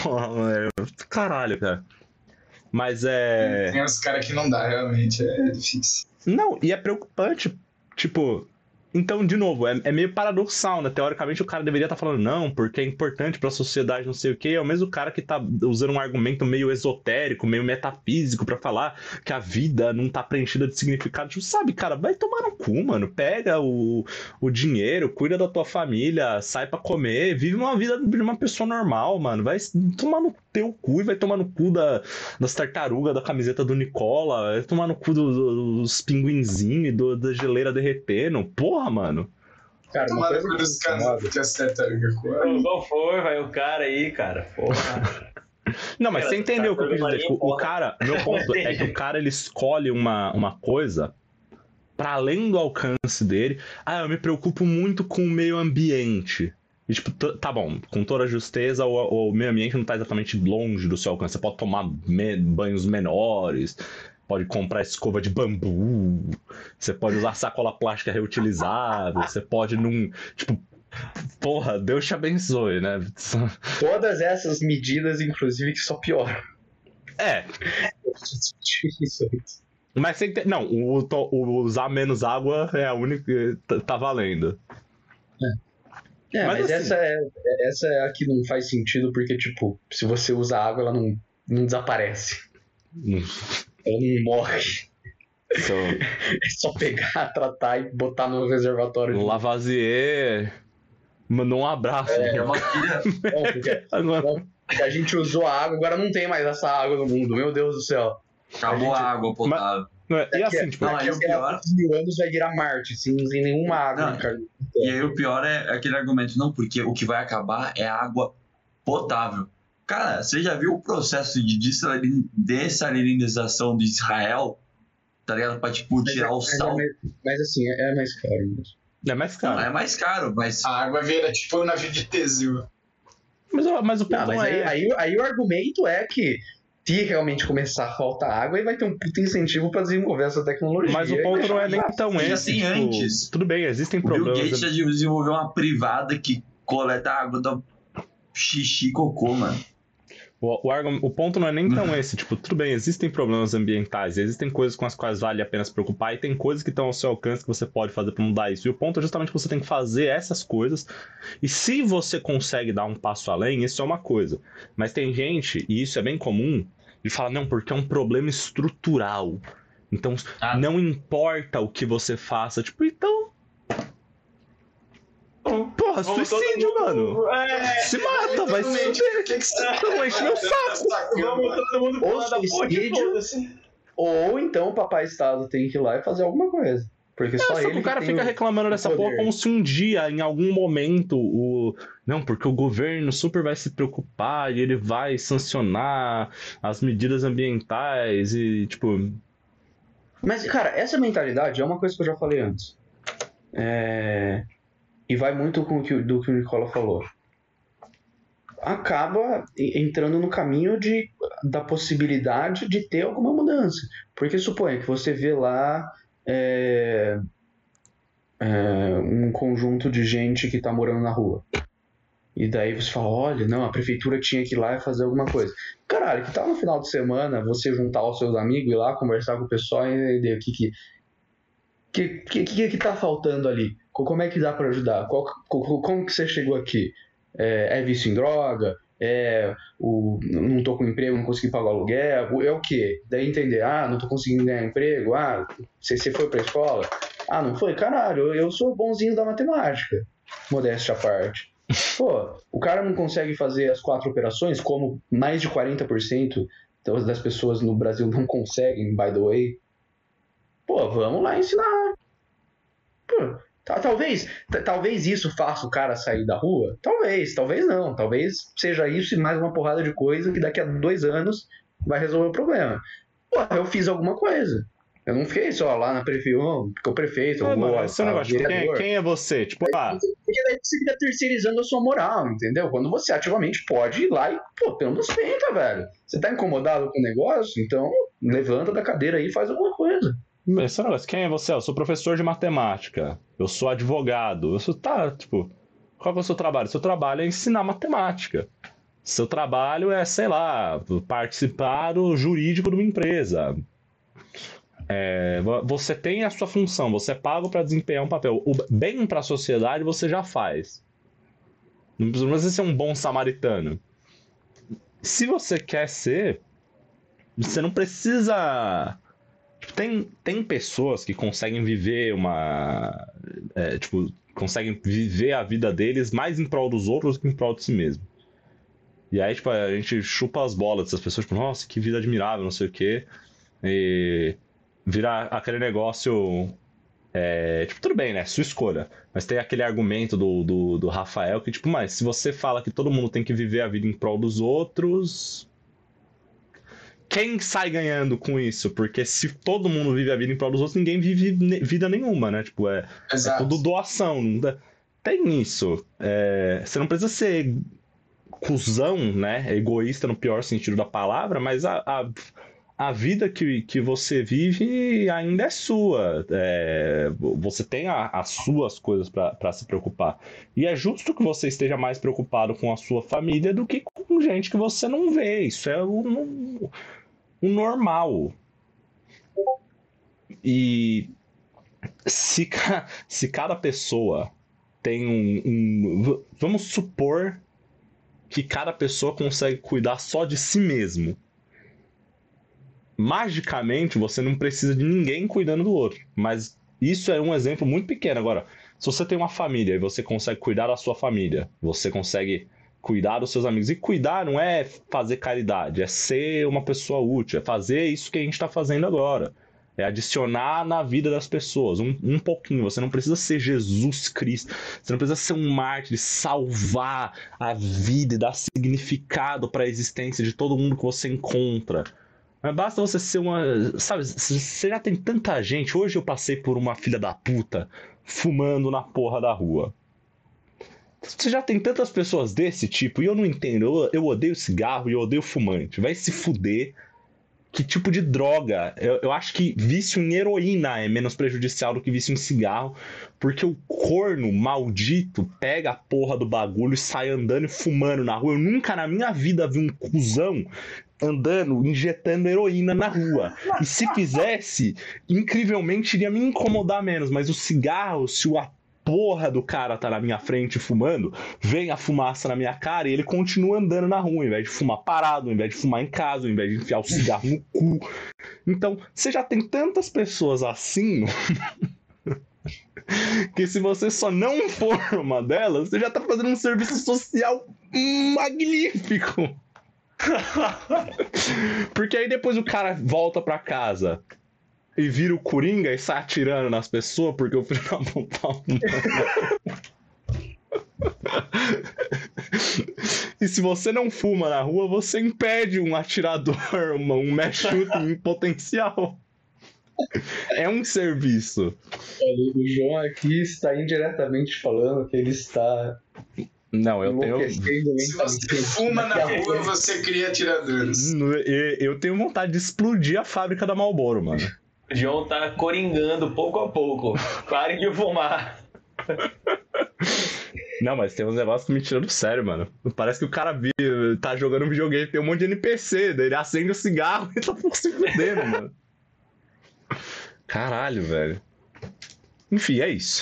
Caralho, cara. Mas é... Tem uns caras que não dá, realmente, é difícil. Não, e é preocupante. Tipo... Então, de novo, é, é meio paradoxal, né? Teoricamente, o cara deveria estar falando, não, porque é importante pra sociedade, não sei o quê. É o mesmo cara que tá usando um argumento meio esotérico, meio metafísico pra falar que a vida não tá preenchida de significado. Tipo, sabe, cara, vai tomar no cu, mano. Pega o, o dinheiro, cuida da tua família, sai pra comer, vive uma vida de uma pessoa normal, mano. Vai tomar no teu cu e vai tomar no cu da, das tartarugas, da camiseta do Nicola, vai tomar no cu do, do, dos pinguinzinhos e do, da geleira derretendo. Porra, mano. Cara, uma Tomara coisa por que os me caras incomoda- que acertaram o Qual qual foi, vai, o cara aí, cara? Porra. Não, mas Cara, você entendeu o que eu quis dizer. tartaruga Tipo, o marinha, cara, meu ponto é que o cara ele escolhe uma, uma coisa pra além do alcance dele. Ah, eu me preocupo muito com o meio ambiente. E, tipo, t- tá bom, com toda a justeza, o, o meio ambiente não tá exatamente longe do seu alcance. Você pode tomar me- banhos menores, pode comprar escova de bambu, você pode usar sacola plástica reutilizável, você pode não. Tipo, porra, Deus te abençoe, né? Todas essas medidas, inclusive, que só pioram. É, Isso aí. mas você ente- não, o, to- o usar menos água é a única que tá- tá valendo. É, Mas mas, assim- essa, é, essa é a que não faz sentido, porque, tipo, se você usa água, ela não, não desaparece. Hum, Ela não morre. seu É só pegar, tratar e botar no reservatório. de- Lavoisier mandou um abraço. É uma filha. Não, porque, Agora- não, porque a gente usou a água, agora não tem mais essa água no mundo. Meu Deus do céu. Acabou a água potável. não é- E assim, tipo, Não, Daqui aí a o sei lá pior- quantos mil anos vai virar Marte, sem, sem nenhuma água. Não, né, cara? E aí o pior é aquele argumento, não, porque o que vai acabar é a água potável. Cara, você já viu o processo de dessalin- dessalinização de Israel? Tá ligado? Pra, tipo, tirar o Mas, é sal. mais- mas assim, é, é mais caro mesmo. é mais Não, caro. é mais caro, mas... A água vira tipo um navio de Teseu. Mas, o- mas o ponto Não, mas não aí, é... aí, aí o argumento é que se realmente começar a faltar água, aí vai ter um puto incentivo pra desenvolver essa tecnologia. Mas o e ponto vai não é nem deixar tão Já esse. tem Tipo, antes. tudo bem, existem O Bill problemas. Gates já desenvolveu uma privada que coleta água do xixi e cocô, mano. O, o, argu- o ponto não é nem tão esse. Tipo, tudo bem, existem problemas ambientais, existem coisas com as quais vale a pena se preocupar e tem coisas que estão ao seu alcance que você pode fazer pra mudar isso. E o ponto é justamente que você tem que fazer essas coisas. E se você consegue dar um passo além, isso é uma coisa. Mas tem gente, e isso é bem comum, de falar, não, porque é um problema estrutural. Então, Ah. não importa o que você faça. Tipo, então. Porra, Vamos suicídio, todo mundo- mano. É, Se mata, vai se Literalmente, fuder. o que que você Não enche meu saco. vamos todo mundo Ou pular da ponte, suicídio. foda-se. Ou então o papai Estado tem que ir lá e fazer alguma coisa. Porque É, só só ele que o cara que tem fica o- reclamando dessa poder. porra como se um dia, em algum momento, o. Não, porque o governo super vai se preocupar e ele vai sancionar as medidas ambientais e, tipo. Mas, cara, essa mentalidade é uma coisa que eu já falei antes. É, E vai muito com o que, do que o Nicola falou. Acaba e- entrando no caminho de, da possibilidade de ter alguma mudança. Porque suponha que você vê lá é, é, um conjunto de gente que tá morando na rua. E daí você fala, olha, não, a prefeitura tinha que ir lá e fazer alguma coisa. Caralho, que tal no final de semana você juntar os seus amigos, ir lá conversar com o pessoal e entender o que que, que, que, que, que tá faltando ali? Co- Como é que dá pra ajudar? Qual, co- como que você chegou aqui? É, é vício em droga? É o não tô com emprego, não consegui pagar o aluguel? É o quê? Daí entender, ah, não tô conseguindo ganhar emprego? Ah, você, você foi pra escola? Ah, não foi? Caralho, eu, eu sou bonzinho da matemática. Modéstia à parte. Pô, o cara não consegue fazer as quatro operações, como mais de quarenta por cento das pessoas no Brasil não conseguem, by the way. Pô, vamos lá ensinar. Pô, ta- talvez, ta- talvez isso faça o cara sair da rua? Talvez, talvez não. Talvez seja isso e mais uma porrada de coisa que daqui a dois anos vai resolver o problema. Pô, eu fiz alguma coisa. Eu não fiquei só lá na prefeitura, porque o prefeito, É, ou mano, a, esse é o a negócio, tipo, quem, vereador. quem é você? Tipo, ah, Porque daí você fica terceirizando a sua moral, entendeu? Quando você ativamente pode ir lá e, pô, pelo menos tenta, velho. Você tá incomodado com o negócio? Então levanta da cadeira aí e faz alguma coisa. esse é o negócio, quem é você? Eu sou professor de matemática, eu sou advogado, eu sou, tá, tipo, qual que é o seu trabalho? Seu trabalho é ensinar matemática. Seu trabalho é, sei lá, participar do jurídico de uma empresa. É, você tem a sua função, você é pago para desempenhar um papel. O bem para a sociedade você já faz. Não precisa ser um bom samaritano. Se você quer ser, você não precisa. Tem, tem pessoas que conseguem viver uma. É, tipo, conseguem viver a vida deles mais em prol dos outros do que em prol de si mesmo. E aí, tipo, a gente chupa as bolas dessas pessoas, tipo, nossa, que vida admirável, não sei o quê. E virar aquele negócio. É, tipo, tudo bem, né? Sua escolha. Mas tem aquele argumento do, do, do Rafael que, tipo, mas se você fala que todo mundo tem que viver a vida em prol dos outros. Quem sai ganhando com isso? Porque se todo mundo vive a vida em prol dos outros, ninguém vive ne- vida nenhuma, né? Tipo, é, é Exato. tudo doação. Não dá- Tem isso. É, você não precisa ser cuzão, né? Egoísta no pior sentido da palavra, mas a, a, a vida que, que você vive ainda é sua. É, você tem a- as suas coisas para se preocupar. E é justo que você esteja mais preocupado com a sua família do que com gente que você não vê. Isso é o, o, o normal. E se, ca- se cada pessoa tem um, um. v- Vamos supor que cada pessoa consegue cuidar só de si mesmo. Magicamente, você não precisa de ninguém cuidando do outro. Mas isso é um exemplo muito pequeno. Agora, se você tem uma família e você consegue cuidar da sua família, você consegue cuidar dos seus amigos. E cuidar não é fazer caridade, é ser uma pessoa útil, é fazer isso que a gente está fazendo agora. É adicionar na vida das pessoas, um, um pouquinho. Você não precisa ser Jesus Cristo. Você não precisa ser um mártir, salvar a vida e dar significado para a existência de todo mundo que você encontra. Mas basta você ser uma. Sabe, você já tem tanta gente. Hoje eu passei por uma filha da puta fumando na porra da rua. Você já tem tantas pessoas desse tipo e eu não entendo. Eu, eu odeio cigarro e eu odeio fumante. Vai se fuder. Que tipo de droga? Eu, eu acho que vício em heroína é menos prejudicial do que vício em cigarro, porque o corno maldito pega a porra do bagulho e sai andando e fumando na rua. Eu nunca na minha vida vi um cuzão andando, injetando heroína na rua. E se fizesse, incrivelmente iria me incomodar menos, mas o cigarro, se o porra do cara tá na minha frente fumando, vem a fumaça na minha cara e ele continua andando na rua, ao invés de fumar parado, ao invés de fumar em casa, ao invés de enfiar o cigarro no cu. Então, você já tem tantas pessoas assim que se você só não for uma delas, você já tá fazendo um serviço social magnífico. Porque aí depois o cara volta pra casa e vira o Coringa e sai atirando nas pessoas porque o filho da puta tá fumando. E se você não fuma na rua, você impede um atirador, um mass shooting em potencial. É um serviço. O João aqui está indiretamente falando que ele está Não, eu tenho. Se você fuma na rua, você cria atiradores. Eu tenho vontade de explodir a fábrica da Marlboro, mano. O João tá coringando pouco a pouco. Parem de fumar. Não, mas tem uns negócios que me tiram do sério, mano. Parece que o cara tá jogando um videogame, tem um monte de N P C, daí ele acende o cigarro e tá por se fudendo, mano. Caralho, velho. Enfim, é isso.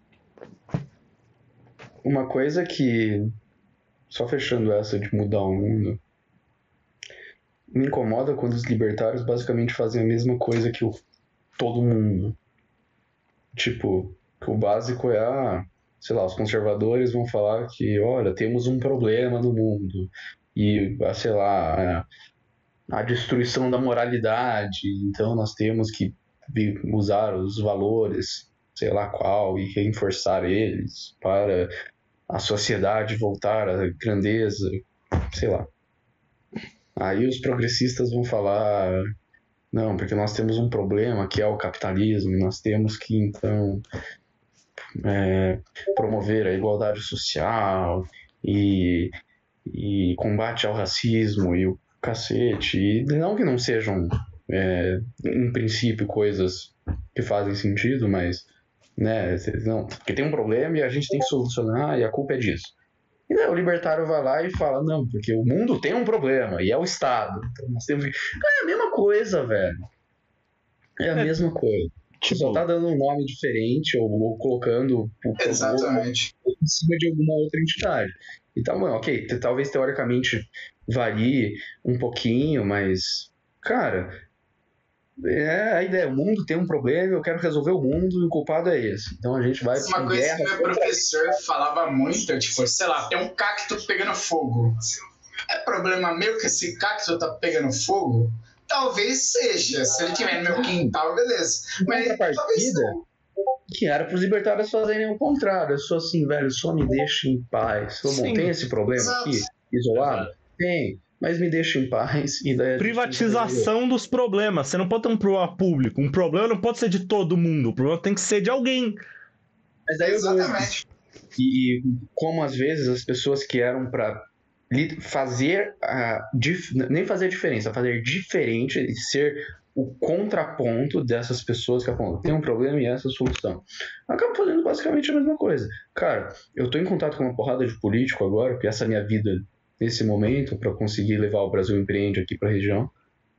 Uma coisa que, só fechando essa de mudar o mundo, me incomoda quando os libertários basicamente fazem a mesma coisa que o todo mundo. Tipo, que o básico é, ah, sei lá, os conservadores vão falar que, olha, temos um problema no mundo. E, sei lá, a destruição da moralidade, então nós temos que usar os valores, sei lá qual, e reforçar eles para a sociedade voltar à grandeza, sei lá. Aí os progressistas vão falar Não, porque nós temos um problema que é o capitalismo e nós temos que, então, é, promover a igualdade social e, e combate ao racismo e o cacete. E não que não sejam, é, em princípio, coisas que fazem sentido, mas, né, não, porque tem um problema e a gente tem que solucionar e a culpa é disso. E daí o libertário vai lá e fala, não, porque o mundo tem um problema, e é o Estado. Então nós temos que... É a mesma coisa, velho. É a é, mesma coisa. Tipo... Só tá dando um nome diferente, ou, ou colocando o Exatamente. em cima de alguma outra entidade. Então, mano, ok, talvez teoricamente varie um pouquinho, mas, cara, é a ideia, o mundo tem um problema, eu quero resolver o mundo e o culpado é esse. Então a gente vai... Uma coisa guerra, que meu professor falava muito, tipo, sei lá, tem um cacto pegando fogo. É problema meu que esse cacto tá pegando fogo? Talvez seja, se ele tiver no meu quintal, beleza. Mas talvez não. Que era para os libertários fazerem o contrário. Eu sou assim, velho, só me deixa em paz. Tô bom, tem esse problema Exato. Aqui, isolado? Exato. Tem. Mas me deixa em paz. E daí privatização dos problemas. Você não pode ter um problema público. Um problema não pode ser de todo mundo. O problema tem que ser de alguém. Mas daí Exatamente. Eu... E como às vezes as pessoas que eram para fazer a... nem fazer diferença, fazer diferente e ser o contraponto dessas pessoas que apontam, tem um problema e essa é a solução. Acabo fazendo basicamente a mesma coisa. Cara, eu tô em contato com uma porrada de político agora, porque essa é a minha vida nesse momento, para conseguir levar o Brasil Empreende aqui para a região.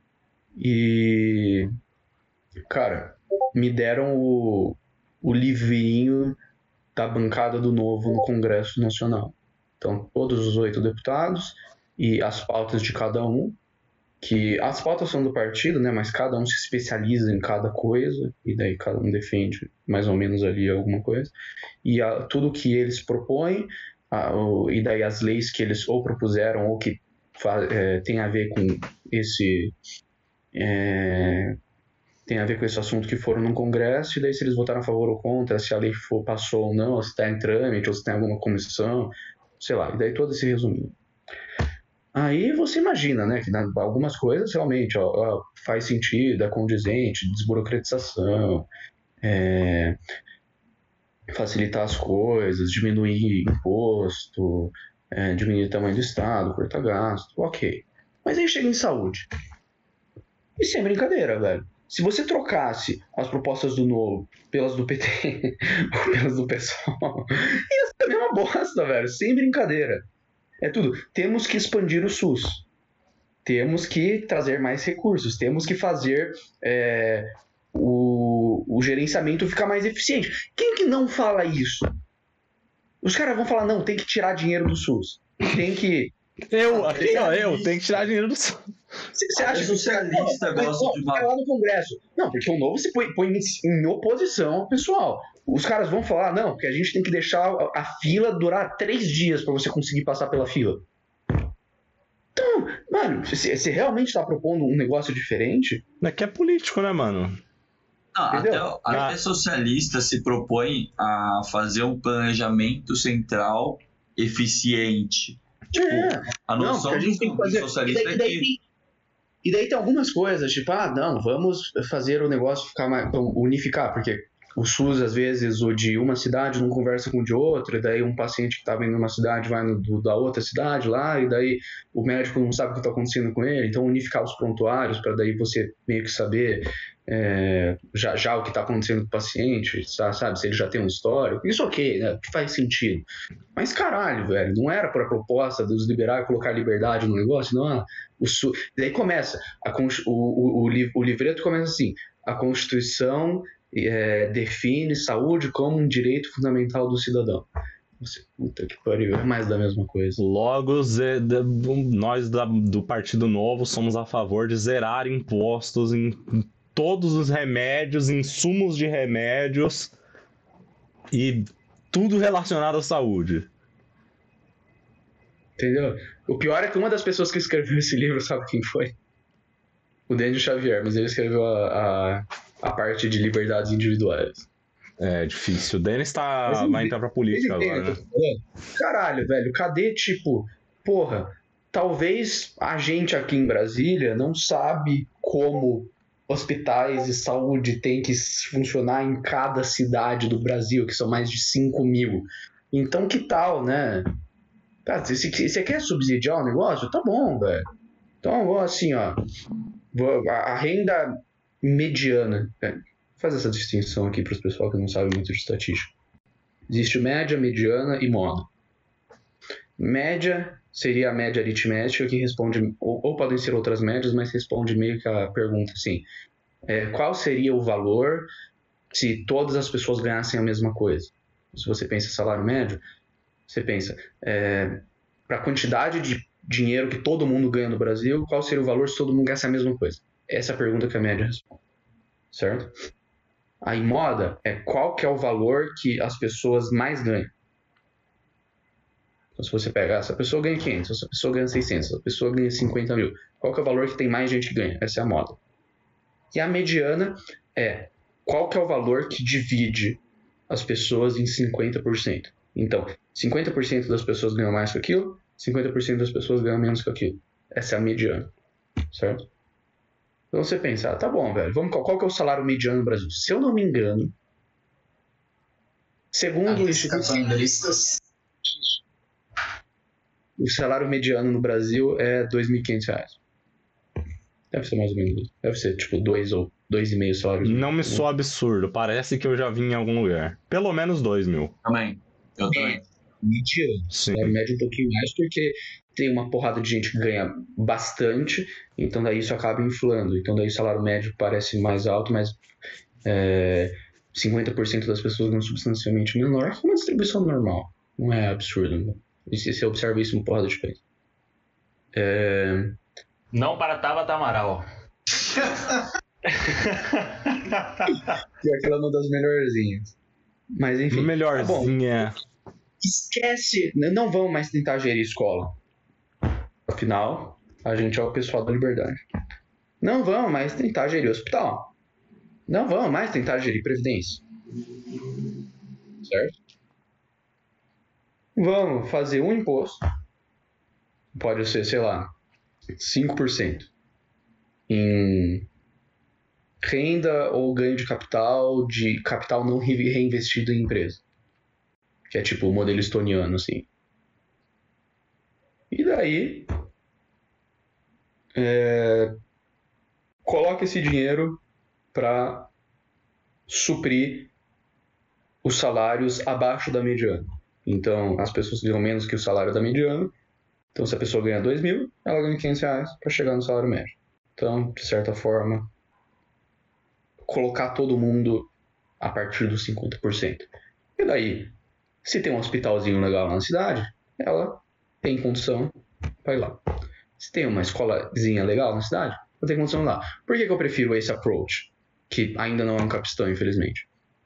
E, cara, me deram o, o livrinho da bancada do Novo no Congresso Nacional. Então, todos os oito deputados e as pautas de cada um, que as pautas são do partido, né, mas cada um se especializa em cada coisa, e daí cada um defende mais ou menos ali alguma coisa. E a, tudo que eles propõem, Ah, e daí as leis que eles ou propuseram ou que é, tem a ver com esse é, tem a ver com esse assunto que foram no Congresso, e daí se eles votaram a favor ou contra, se a lei for, passou ou não, ou se está em trâmite, ou se tem alguma comissão, sei lá, e daí todo esse resuminho. Aí você imagina, né, que algumas coisas realmente ó, ó, faz sentido, é condizente, desburocratização, é... facilitar as coisas, diminuir imposto, é, diminuir o tamanho do Estado, cortar gasto, ok. Mas aí chega em saúde. E sem brincadeira, velho. Se você trocasse as propostas do Novo pelas do P T ou pelas do PSOL, ia ser a mesma bosta, velho. Sem brincadeira. É tudo. Temos que expandir o SUS. Temos que trazer mais recursos. Temos que fazer... É, O, o gerenciamento fica mais eficiente. Quem que não fala isso? Os caras vão falar, não, tem que tirar dinheiro do SUS. Tem que... Eu, aqui, ó, eu, tem que tirar dinheiro do SUS. Você acha que o socialista gosta de uma... É lá no Congresso. Não, porque o Novo se põe, põe em oposição ao pessoal. Os caras vão falar, não, porque a gente tem que deixar a, a fila durar três dias para você conseguir passar pela fila. Então, mano, você realmente tá propondo um negócio diferente? É que é político, né, mano? Não, até, até socialista se propõe a fazer um planejamento central eficiente. Tipo, é. a noção não, a gente tem que fazer... socialista e daí, é que... tem... E daí tem algumas coisas, tipo, ah, não, vamos fazer o negócio ficar mais... unificar, porque o SUS, às vezes, o de uma cidade não conversa com o de outra, e daí um paciente que estava em uma cidade vai no, do, da outra cidade lá, e daí o médico não sabe o que está acontecendo com ele, então unificar os prontuários para daí você meio que saber é, já, já o que está acontecendo com o paciente, sabe, se ele já tem um histórico, isso ok, né, que faz sentido. Mas caralho, velho, não era para a proposta dos liberais colocar liberdade no negócio, não, o SUS... Daí começa, a, o, o, o, o livreto começa assim, a Constituição... É, define saúde como um direito fundamental do cidadão. Você, puta que pariu, é mais da mesma coisa. Logo, nós da, do Partido Novo somos a favor de zerar impostos em todos os remédios, insumos de remédios e tudo relacionado à saúde. Entendeu? O pior é que uma das pessoas que escreveu esse livro, sabe quem foi? O Daniel Xavier, mas ele escreveu a, a, a parte de liberdades individuais. É difícil. O Denis tá, vai entrar pra política agora, né? Caralho, velho, cadê, tipo... Porra, talvez a gente aqui em Brasília não sabe como hospitais de saúde têm que funcionar em cada cidade do Brasil, que são mais de cinco mil. Então, que tal, né? Cara, se você quer subsidiar o negócio, tá bom, velho. Então, assim, ó, a renda mediana, é, faz essa distinção aqui para os pessoal que não sabe muito de estatística. Existe média, mediana e moda. Média seria a média aritmética, que responde, ou, ou podem ser outras médias, mas responde meio que a pergunta assim, é, qual seria o valor se todas as pessoas ganhassem a mesma coisa? Se você pensa em salário médio, você pensa, é, para a quantidade de dinheiro que todo mundo ganha no Brasil, qual seria o valor se todo mundo ganhasse a mesma coisa? Essa é a pergunta que a média responde, certo? Aí moda é qual que é o valor que as pessoas mais ganham. Então, se você pegar, essa pessoa ganha quinhentos, essa pessoa ganha seiscentos, essa pessoa ganha cinquenta mil. Qual que é o valor que tem mais gente que ganha? Essa é a moda. E a mediana é qual que é o valor que divide as pessoas em cinquenta por cento. Então, cinquenta por cento das pessoas ganham mais que aquilo, cinquenta por cento das pessoas ganham menos que aquilo. Essa é a mediana, certo? Então você pensa, ah, tá bom, velho, vamos, qual, qual que é o salário mediano no Brasil? Se eu não me engano, segundo o Instituto... O salário mediano no Brasil é dois mil e quinhentos reais. Deve ser mais ou menos isso. Deve ser tipo dois ou dois e meio salários. Não me soa absurdo. Parece que eu já vi em algum lugar. Pelo menos dois mil. Também. Eu também. Mediano. Sim. É médio um pouquinho mais porque tem uma porrada de gente que ganha bastante, então daí isso acaba inflando. Então daí o salário médio parece mais alto, mas é, cinquenta por cento das pessoas ganham substancialmente menor, que é uma distribuição normal. Não é absurdo, né? E você observa isso em porrada de país. É... Não para Tabata Amaral. Pior que ela é uma das melhorzinhas. Mas enfim. Melhorzinha. Tá, esquece. Não vamos mais tentar gerir escola. Afinal, a gente é o pessoal da liberdade. Não vamos mais tentar gerir hospital. Não vamos mais tentar gerir previdência. Certo? Vamos fazer um imposto. Pode ser, sei lá, cinco por cento em renda ou ganho de capital, de capital não reinvestido em empresa. Que é tipo o modelo estoniano, assim. E daí, é, coloca esse dinheiro para suprir os salários abaixo da mediana. Então, as pessoas ganham menos que o salário da mediana. Então, se a pessoa ganha dois mil, ela ganha quinhentos reais para chegar no salário médio. Então, de certa forma, colocar todo mundo a partir dos cinquenta por cento. E daí, se tem um hospitalzinho legal na cidade, ela tem condição para ir lá. Se tem uma escolazinha legal na cidade, ela tem condição de ir lá. Por que que eu prefiro esse approach? Que ainda não é um capistão, infelizmente.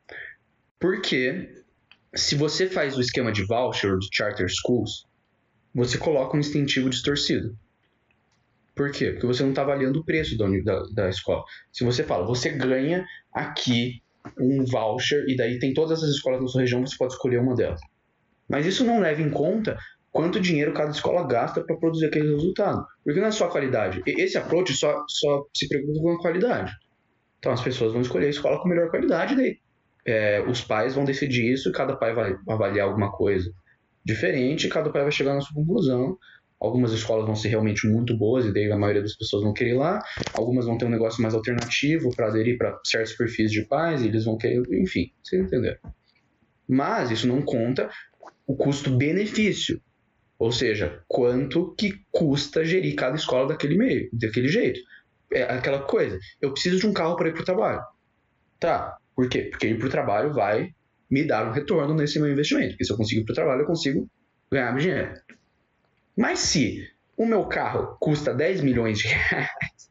Porque se você faz o esquema de voucher de charter schools, você coloca um incentivo distorcido. Por quê? Porque você não está avaliando o preço da, da, da escola. Se você fala, você ganha aqui um voucher e daí tem todas essas escolas na sua região, você pode escolher uma delas. Mas isso não leva em conta quanto dinheiro cada escola gasta para produzir aquele resultado. Porque não é só a qualidade. Esse approach só, só se preocupa com a qualidade. Então as pessoas vão escolher a escola com melhor qualidade e daí é, os pais vão decidir isso e cada pai vai avaliar alguma coisa diferente, cada pai vai chegar na sua conclusão. Algumas escolas vão ser realmente muito boas e daí a maioria das pessoas vão querer ir lá. Algumas vão ter um negócio mais alternativo para aderir para certos perfis de pais e eles vão querer, enfim, vocês entenderam. Mas isso não conta o custo-benefício, ou seja, quanto que custa gerir cada escola daquele meio, daquele jeito. É aquela coisa, eu preciso de um carro para ir para o trabalho. Tá, por quê? Porque ir para o trabalho vai me dar um retorno nesse meu investimento. Porque se eu consigo ir para o trabalho, eu consigo ganhar dinheiro. Mas se o meu carro custa dez milhões de reais,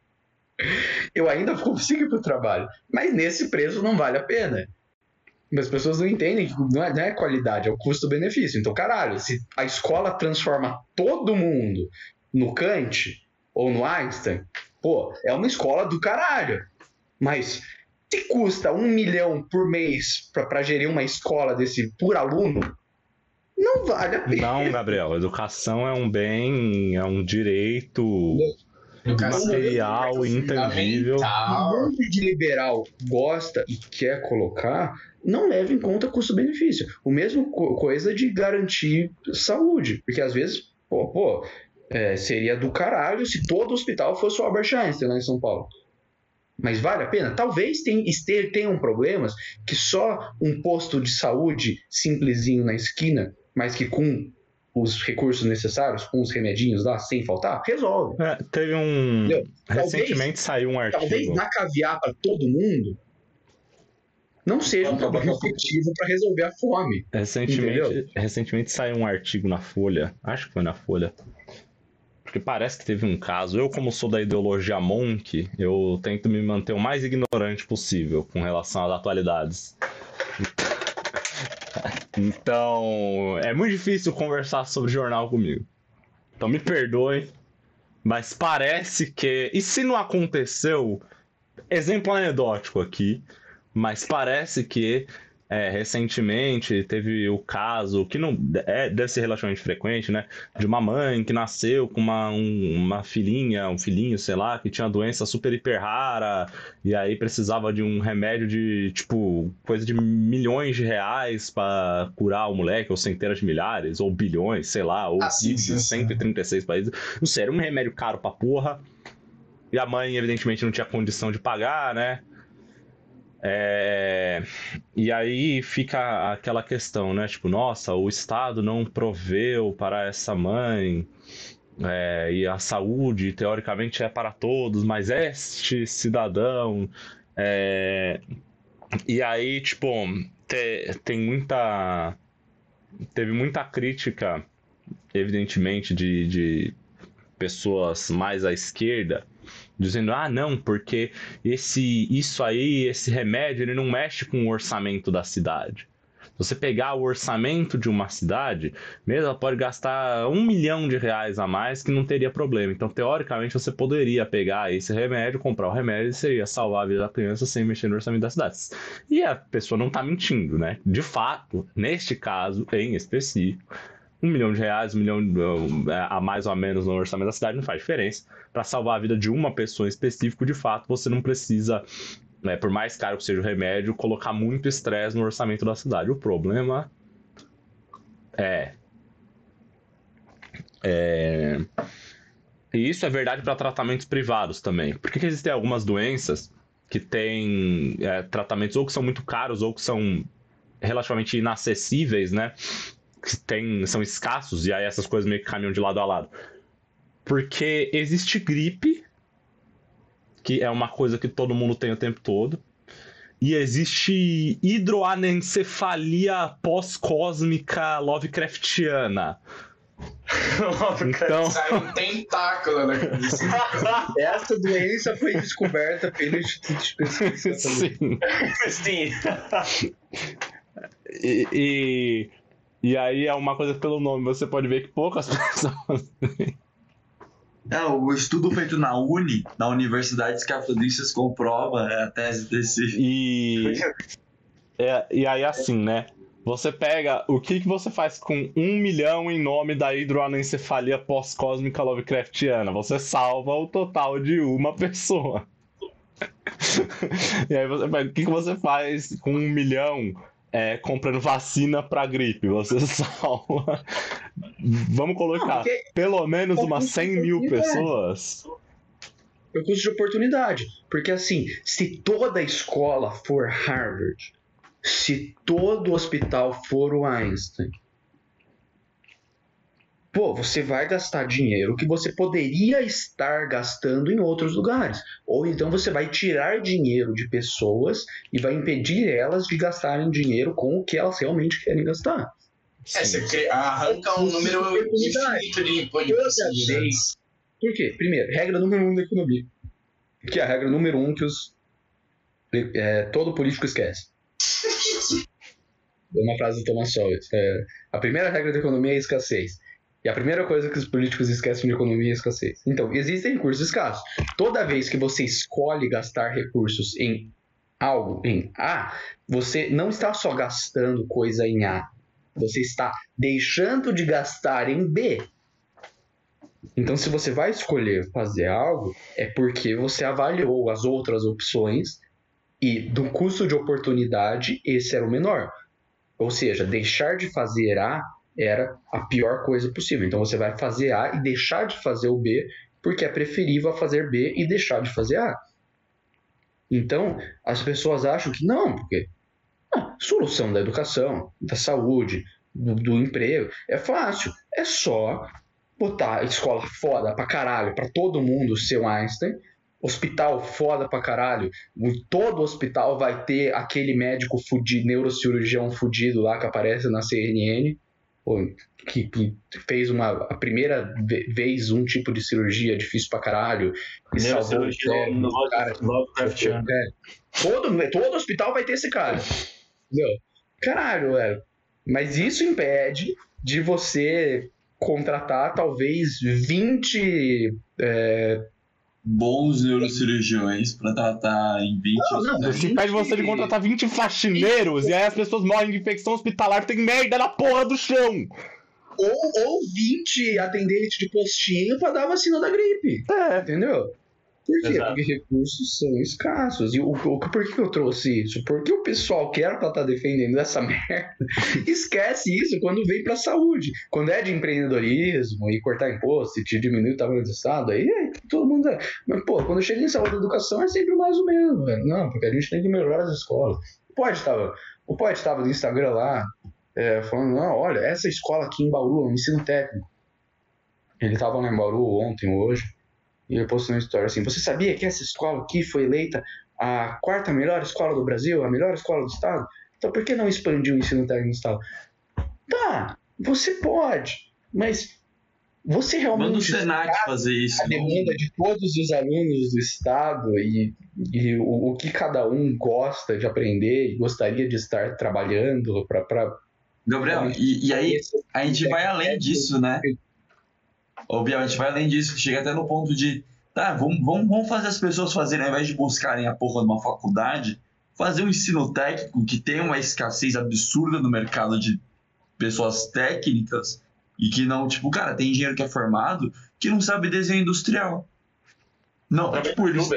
eu ainda consigo ir para o trabalho. Mas nesse preço não vale a pena. As pessoas não entendem que não é, não é qualidade, é o custo-benefício. Então, caralho, se a escola transforma todo mundo no Kant ou no Einstein, pô, é uma escola do caralho. Mas se custa um milhão por mês para gerir uma escola desse por aluno, não vale a pena. Não, Gabriel, educação é um bem, é um direito. educação material, intangível. fundamental. O monte de liberal gosta e quer colocar, não leva em conta custo-benefício. O mesmo co- coisa de garantir saúde. Porque às vezes, pô, pô é, seria do caralho se todo hospital fosse o Albert Einstein lá em São Paulo. Mas vale a pena? Talvez tenham, este- tenham problemas que só um posto de saúde simplesinho na esquina, mas que com os recursos necessários, com os remedinhos lá, sem faltar, resolve. É, teve um. Entendeu? Talvez- Recentemente saiu um artigo. Talvez dar caviar para todo mundo não seja um trabalho efetivo para resolver a fome. Recentemente, Entendeu? recentemente saiu um artigo na Folha, acho que foi na Folha, porque parece que teve um caso. Eu, como sou da ideologia Monk, eu tento me manter o mais ignorante possível com relação às atualidades. Então, é muito difícil conversar sobre jornal comigo. Então me perdoe, mas parece que... E se não aconteceu, exemplo anedótico aqui, mas parece que é, recentemente teve o caso, que não é, deve ser relativamente frequente, né? De uma mãe que nasceu com uma, um- uma filhinha, um filhinho, sei lá, que tinha doença super hiper rara, e aí precisava de um remédio de, tipo, coisa de milhões de reais pra curar o moleque, ou centenas de milhares, ou bilhões, sei lá, ou Ah, P sim, I B sim, de sim. cento e trinta e seis países. Não sei, era um remédio caro pra porra. E a mãe, evidentemente, não tinha condição de pagar, né? É, E aí fica aquela questão, né? Tipo, nossa, o Estado não proveu para essa mãe, é, e a saúde, teoricamente, é para todos, mas este cidadão. é, E aí, tipo, te- tem muita. Teve muita crítica, evidentemente, de, de pessoas mais à esquerda, dizendo, ah, não, porque esse, isso aí, esse remédio, ele não mexe com o orçamento da cidade. Se você pegar o orçamento de uma cidade, mesmo ela pode gastar um milhão de reais a mais que não teria problema. Então, teoricamente, você poderia pegar esse remédio, comprar o remédio e seria salvar a vida da criança sem mexer no orçamento das cidades. E a pessoa não está mentindo, né? De fato, neste caso em específico, um milhão de reais, um milhão uh, a mais ou a menos no orçamento da cidade não faz diferença. Para salvar a vida de uma pessoa em específico, de fato, você não precisa, né, por mais caro que seja o remédio, colocar muito estresse no orçamento da cidade. O problema é... é... E isso é verdade para tratamentos privados também. Por que que existem algumas doenças que têm é, tratamentos ou que são muito caros ou que são relativamente inacessíveis, né? Que tem, são escassos, e aí essas coisas meio que caminham de lado a lado. Porque existe gripe, que é uma coisa que todo mundo tem o tempo todo, e existe hidroanencefalia pós-cósmica Lovecraftiana. Então, Sai um tentáculo na cabeça. Essa doença foi descoberta pelo Instituto de Pesquisa. sim. Sim. E, e, e aí é uma coisa pelo nome, você pode ver que poucas pessoas. É, o estudo feito na Uni, na Universidade de Cafundistas, comprova é a tese desse. E, é, e aí, assim, né? Você pega o que, que você faz com um milhão em nome da hidroanencefalia pós-cósmica Lovecraftiana? Você salva o total de uma pessoa. E aí você pega o que, que você faz com um milhão é, comprando vacina pra gripe? Você salva. Vamos colocar Não, porque- pelo menos umas cem mil pessoas. É o custo de oportunidade. Porque assim, se toda escola for Harvard, se todo hospital for o Einstein, pô, você vai gastar dinheiro que você poderia estar gastando em outros lugares. Ou então você vai tirar dinheiro de pessoas e vai impedir elas de gastarem dinheiro com o que elas realmente querem gastar. É, você cria, arranca um número infinito de Toda vez. possibilidades. Por quê? Primeiro, regra número um da economia. Que é a regra número um que os, é, todo político esquece. É uma frase do Thomas Sowell. É, a primeira regra da economia é a escassez. E a primeira coisa que os políticos esquecem de economia é a escassez. Então, existem recursos escassos. Toda vez que você escolhe gastar recursos em algo, em A, você não está só gastando coisa em A. Você está deixando de gastar em B. Então, se você vai escolher fazer algo, é porque você avaliou as outras opções e do custo de oportunidade, esse era o menor. Ou seja, deixar de fazer A era a pior coisa possível. Então, você vai fazer A e deixar de fazer o B, porque é preferível a fazer B e deixar de fazer A. Então, as pessoas acham que não, porque a solução da educação, da saúde, do, do emprego, é fácil. É só botar escola foda pra caralho, pra todo mundo ser um Einstein, hospital foda pra caralho, todo hospital vai ter aquele médico fudido, neurocirurgião fudido lá que aparece na C N N, que, que fez uma, a primeira vez um tipo de cirurgia difícil pra caralho, e salvou o cérebro do cara. É, todo, todo hospital vai ter esse cara. Entendeu? Caralho, velho. Mas isso impede de você contratar talvez vinte é... bons neurocirurgiões pra tratar em vinte... Não, não, Isso impede você de contratar vinte faxineiros e aí as pessoas morrem de infecção hospitalar, tem merda na porra do chão. Ou, ou vinte atendentes de postinho pra dar vacina da gripe. É. Entendeu? Por quê? Exato. Porque recursos são escassos. E o, o, por que eu trouxe isso? Porque o pessoal que era pra estar defendendo essa merda esquece isso quando vem pra saúde. Quando é de empreendedorismo e cortar imposto e te diminuir o tamanho do Estado, aí, aí todo mundo... É... Mas, pô, quando chega em saúde e educação é sempre mais ou menos, velho. Não, porque a gente tem que melhorar as escolas. O Pod estava, o Pod estava no Instagram lá, é, falando, não, olha, essa escola aqui em Bauru, um ensino técnico. Ele tava lá em Bauru ontem, hoje, e ele postou uma história assim, você sabia que essa escola aqui foi eleita a quarta melhor escola do Brasil, a melhor escola do estado? Então por que não expandir o ensino técnico no estado? Tá, você pode, mas você realmente... Manda o Senac fazer isso. A demanda de todos os alunos do estado e, e o, o que cada um gosta de aprender e gostaria de estar trabalhando para... Pra... Gabriel, e, e aí a gente vai além disso, né? Obviamente, vai além disso, que chega até no ponto de, tá, vamos, vamos, vamos fazer as pessoas fazerem, ao invés de buscarem a porra de uma faculdade, fazer um ensino técnico que tem uma escassez absurda no mercado de pessoas técnicas e que não, tipo, cara, tem engenheiro que é formado que não sabe desenho industrial. Não, é tipo, eles...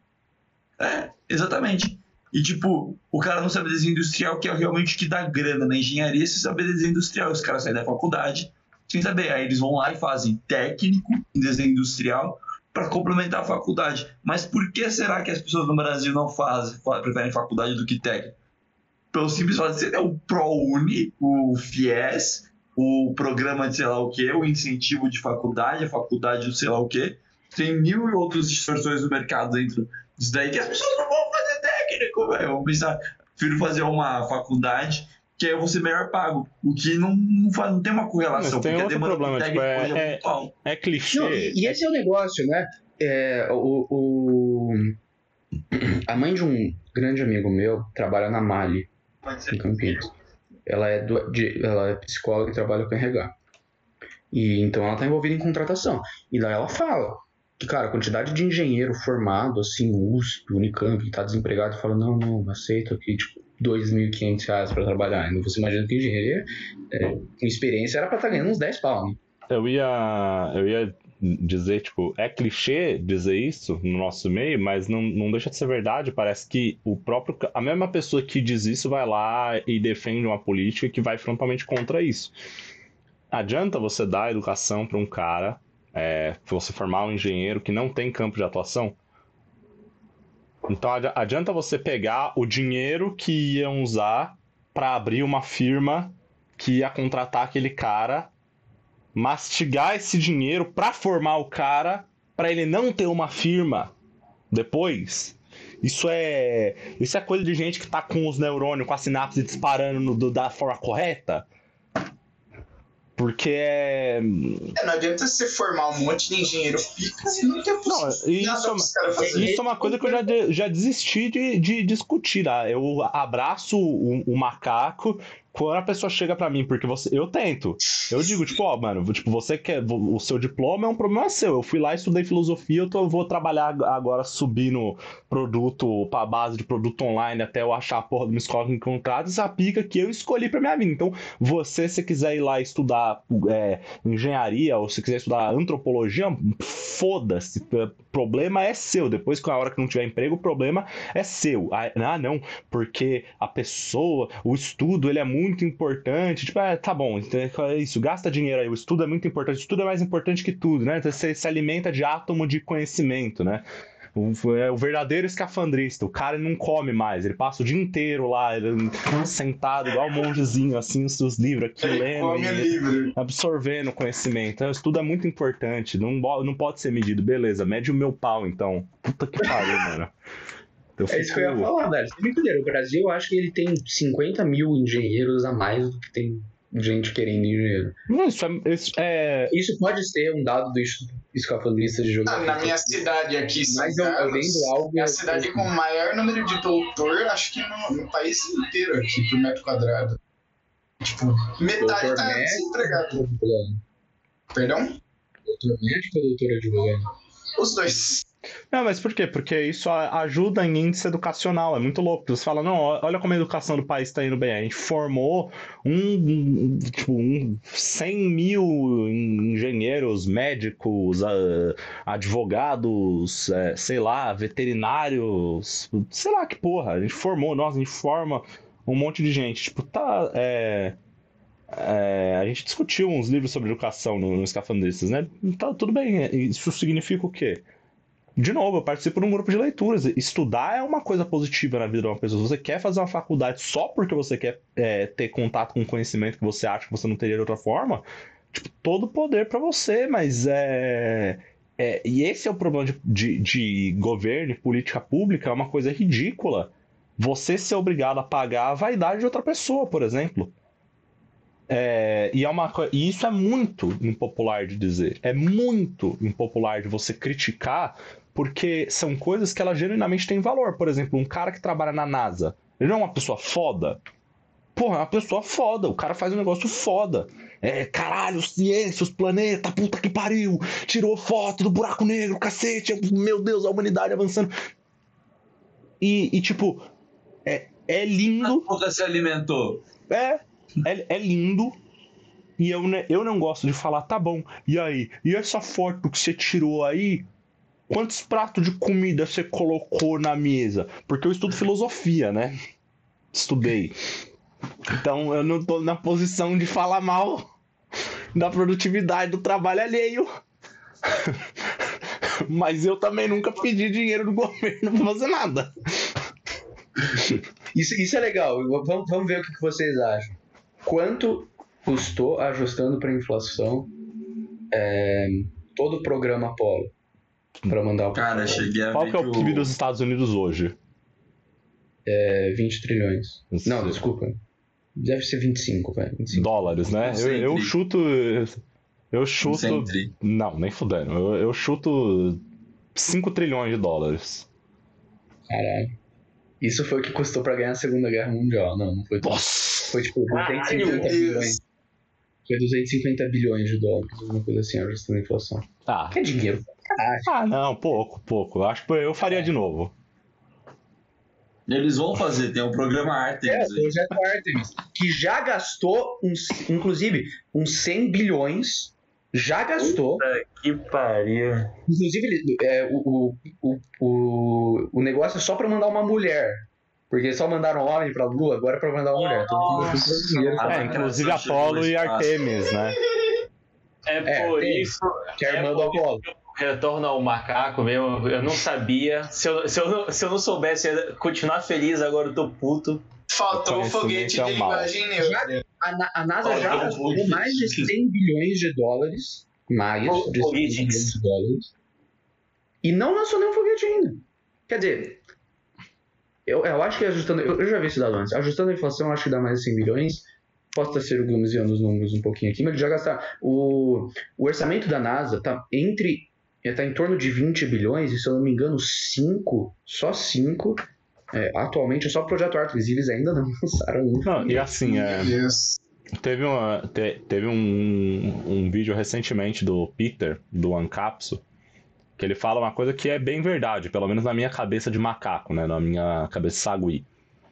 É, exatamente. E, tipo, o cara não sabe desenho industrial, que é realmente o que dá grana na engenharia, se saber desenho industrial. Os caras saem da faculdade sem saber. Aí eles vão lá e fazem técnico em desenho industrial para complementar a faculdade. Mas por que será que as pessoas no Brasil não fazem, preferem faculdade do que técnico? Pelo simples fato de ser é o ProUni, o FIES, o programa de sei lá o que, o incentivo de faculdade, a faculdade de sei lá o que. Tem mil e outras distorções no mercado dentro disso daí que as pessoas não vão fazer técnico, velho. Vão pensar, prefiro fazer uma faculdade que aí eu vou ser melhor pago. O que não, não, faz, não tem uma correlação. Mas tem porque outro a demanda problema, tipo, técnica é, hoje é, muito alta. é clichê. Não, e, e esse é o negócio, né? É, o, o... A mãe de um grande amigo meu trabalha na Mali, em Campinas. Ela é, do, de, ela é psicóloga e trabalha com R H. E, então ela está envolvida em contratação. E daí ela fala que, cara, a quantidade de engenheiro formado, assim, U S P, Unicamp, que está desempregado, fala, não, não, aceito aqui, tipo, dois mil e quinhentos reais para trabalhar. E você imagina que engenharia, é, com experiência, era para estar tá ganhando uns dez pau, né? Eu ia, eu ia dizer, tipo, é clichê dizer isso no nosso meio, mas não, não deixa de ser verdade. Parece que o próprio, a mesma pessoa que diz isso vai lá e defende uma política que vai frontalmente contra isso. Adianta você dar educação para um cara, é, você formar um engenheiro que não tem campo de atuação? Então adianta você pegar o dinheiro que iam usar para abrir uma firma que ia contratar aquele cara, mastigar esse dinheiro para formar o cara, para ele não ter uma firma depois? Isso é isso é coisa de gente que tá com os neurônios, com a sinapse disparando no, do, da forma correta? Porque é... é... Não adianta você formar um monte de engenheiro pica se não quer Não, isso, é, isso é uma coisa que eu já, de, já desisti de, de discutir. Tá? Eu abraço o, o macaco quando a pessoa chega pra mim, porque você, eu tento, eu digo, tipo, ó, mano, tipo, você quer, o seu diploma é um problema seu, eu fui lá, estudei filosofia, eu, tô, eu vou trabalhar agora subindo produto pra base de produto online até eu achar a porra de uma escola que encontrada, essa pica que eu escolhi pra minha vida. Então, você, se quiser ir lá estudar é, engenharia, ou se quiser estudar antropologia, foda-se, o problema é seu, depois que a hora que não tiver emprego, o problema é seu. Ah, não, porque a pessoa, o estudo, ele é muito muito importante, tipo, é, tá bom, é isso, gasta dinheiro aí, o estudo é muito importante, o estudo é mais importante que tudo, né? Você se alimenta de átomo de conhecimento, né? O, é o verdadeiro escafandrista, o cara não come mais, ele passa o dia inteiro lá, ele, sentado igual um mongezinho, assim, os seus livros aqui, ele lendo, come e, livro. absorvendo conhecimento. Então, o estudo é muito importante, não, não pode ser medido, beleza, mede o meu pau, então. Puta que pariu, mano. Eu é fico... isso que eu ia falar, velho. Sem brincadeira, o Brasil, eu acho que ele tem cinquenta mil engenheiros a mais do que tem gente querendo engenheiro. Não, isso é... Isso, é... isso pode ser um dado do escafandrista de jogo. Ah, na minha cidade aqui, mas eu, eu vendo algo... É a cidade com o maior número de doutor, acho que no, no país inteiro aqui, por metro quadrado. Tipo, metade doutor tá médico, desempregado. Perdão? Doutor médico ou doutor advogado? Os dois. Não, mas por quê? Porque isso ajuda em índice educacional, é muito louco. Você fala, não, olha como a educação do país está indo bem. A gente formou um, tipo, um cem mil engenheiros, médicos, advogados, é, sei lá, veterinários, sei lá que porra. A gente formou, nós, a gente forma um monte de gente. Tipo, tá... É... É, a gente discutiu uns livros sobre educação nos no Escafandristas, né? Tá, tudo bem. Isso significa o quê? De novo, eu participo de um grupo de leituras. Estudar é uma coisa positiva na vida de uma pessoa. Se você quer fazer uma faculdade só porque você quer é, ter contato com conhecimento que você acha que você não teria de outra forma, tipo, todo poder pra você, mas é... é... E esse é o problema de, de, de governo e política pública, é uma coisa ridícula. Você ser obrigado a pagar a vaidade de outra pessoa, por exemplo. É, e, é uma, e isso é muito impopular de dizer. É muito impopular de você criticar, porque são coisas que ela genuinamente tem valor. Por exemplo, um cara que trabalha na NASA, ele não é uma pessoa foda? Porra, é uma pessoa foda. O cara faz um negócio foda. É, caralho, ciência, os planetas, puta que pariu. Tirou foto do buraco negro, cacete. Meu Deus, a humanidade avançando. E, e tipo, é, é lindo. A puta se alimentou. É. É, é lindo, e eu, eu não gosto de falar, tá bom, e aí? E essa foto que você tirou aí, quantos pratos de comida você colocou na mesa? Porque eu estudo filosofia, né? Estudei. Então eu não tô na posição de falar mal da produtividade do trabalho alheio. Mas eu também nunca pedi dinheiro do governo pra fazer nada. Isso, isso é legal, vamos, vamos ver o que vocês acham. Quanto custou, ajustando para a inflação, é, todo o programa Apollo? Para mandar o Cara, cheguei a Qual ver que é o P I B dos Estados Unidos hoje? É vinte trilhões. Isso. Não, desculpa. Deve ser vinte e cinco, velho. vinte e cinco. Dólares, né? Eu, eu chuto... Eu chuto... Não, nem fudendo. Eu, eu chuto cinco trilhões de dólares. Caralho. Isso foi o que custou pra ganhar a Segunda Guerra Mundial. Não, não foi... Nossa! Foi tipo duzentos e cinquenta bilhões. Foi duzentos e cinquenta bilhões de dólares, alguma coisa assim, ajustando a inflação. Ah. Que é dinheiro. Caralho. Ah, não, pouco, pouco. Acho que eu faria de novo. Eles vão fazer, tem o programa Artemis. É, o projeto Artemis, que já gastou, uns, inclusive, uns cem bilhões. Já gastou. Puta que pariu. Inclusive, é, o, o, o, o negócio é só pra mandar uma mulher. Porque só mandaram homem pra Lua, agora é pra mandar uma mulher. Então, é, inclusive Apolo e Artemis, né? É por é, isso que é a irmã do Apolo. Retorno ao macaco mesmo. Eu não sabia. Se eu, se eu, se eu não soubesse continuar feliz, agora eu tô puto. Faltou o foguete de linguagem neutra. A, a NASA já gastou mais de cem bilhões de dólares. Mais de cem bilhões de dólares. E não lançou nenhum foguete ainda. Quer dizer, eu, eu acho que ajustando. Eu, eu já vi esse dado antes. Ajustando a inflação, eu acho que dá mais de cem bilhões. Posso estar circunstanciando os números um pouquinho aqui, mas ele já gastaram. O, o orçamento da NASA tá entre. Está em torno de vinte bilhões, e se eu não me engano, cinco, só cinco É, atualmente, só o Projeto Artemis, eles ainda não lançaram um. Não, e assim, é, Yes. teve, uma, te- teve um, um vídeo recentemente do Peter, do Ancapso, que ele fala uma coisa que é bem verdade, pelo menos na minha cabeça de macaco, né? Na minha cabeça de sagui.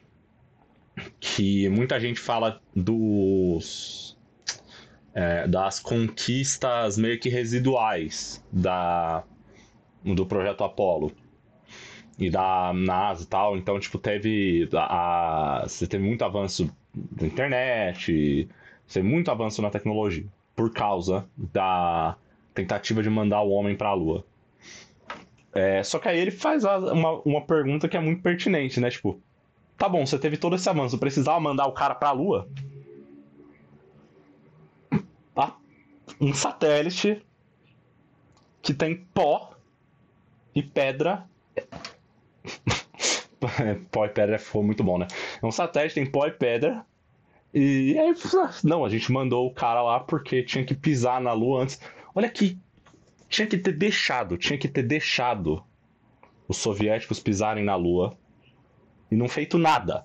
Que muita gente fala dos... é, das conquistas meio que residuais da, do projeto Apollo e da NASA e tal. Então, tipo, teve a, a- você teve muito avanço da internet, teve muito avanço na tecnologia por causa da tentativa de mandar o homem para a Lua. É, só que aí ele faz a- uma, uma pergunta que é muito pertinente, né? Tipo, tá bom, você teve todo esse avanço, precisava mandar o cara para a Lua? Tá? Um satélite que tem pó e pedra. Pó e pedra foi muito bom, né? É um satélite, tem pó e pedra. E aí, não, a gente mandou o cara lá porque tinha que pisar na Lua antes. Olha aqui, tinha que ter deixado, tinha que ter deixado os soviéticos pisarem na Lua e não feito nada.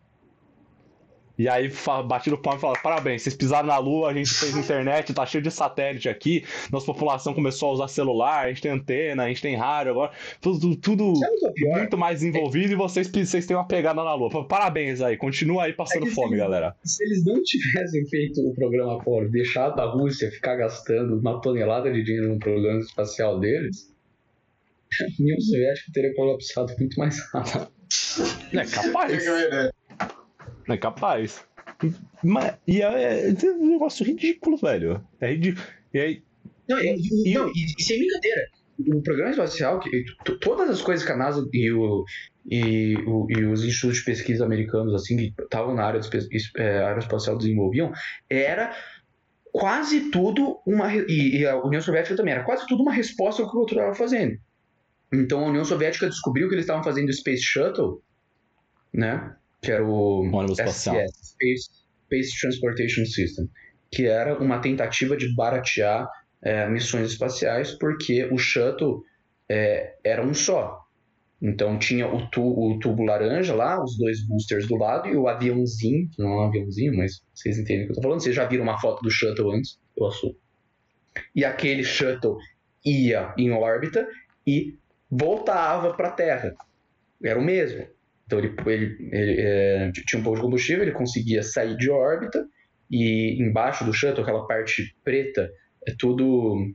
E aí fa- bati no palmo e falei, parabéns, vocês pisaram na Lua, a gente fez internet, tá cheio de satélite aqui, nossa população começou a usar celular, a gente tem antena, a gente tem rádio agora, tudo, tudo Sabe o que é o pior? muito mais envolvido e vocês, vocês têm uma pegada na Lua. Parabéns aí, continua aí passando É que fome, se- galera. Se eles não tivessem feito o programa Apollo, deixado a Rússia ficar gastando uma tonelada de dinheiro no programa espacial deles, a União Soviética teria colapsado muito mais rápido. É capaz, É, é capaz. Mas, e é, é um negócio ridículo, velho. É ridículo. E aí, Não, e, E- não, e, e sem brincadeira, o programa espacial, que, t- todas as coisas que a NASA e, o, e, o, e os institutos de pesquisa americanos, assim, que estavam na área, de, pes- es- é, aeroespacial desenvolviam, era quase tudo uma. re- E, e a União Soviética também, era quase tudo uma resposta ao que o outro estava fazendo. Então a União Soviética descobriu que eles estavam fazendo o Space Shuttle, né? Que era o ônibus espacial. S T S, Space, Space Transportation System, que era uma tentativa de baratear é, missões espaciais, porque o shuttle é, era um só. Então tinha o, tu, o tubo laranja lá, os dois boosters do lado, e o aviãozinho, que não é um aviãozinho, mas vocês entendem o que eu tô falando. Vocês já viram uma foto do shuttle antes, eu assumo. E aquele shuttle ia em órbita e voltava para a Terra. Era o mesmo. Então ele, ele, ele é, tinha um pouco de combustível, ele conseguia sair de órbita, e embaixo do shuttle, aquela parte preta, é tudo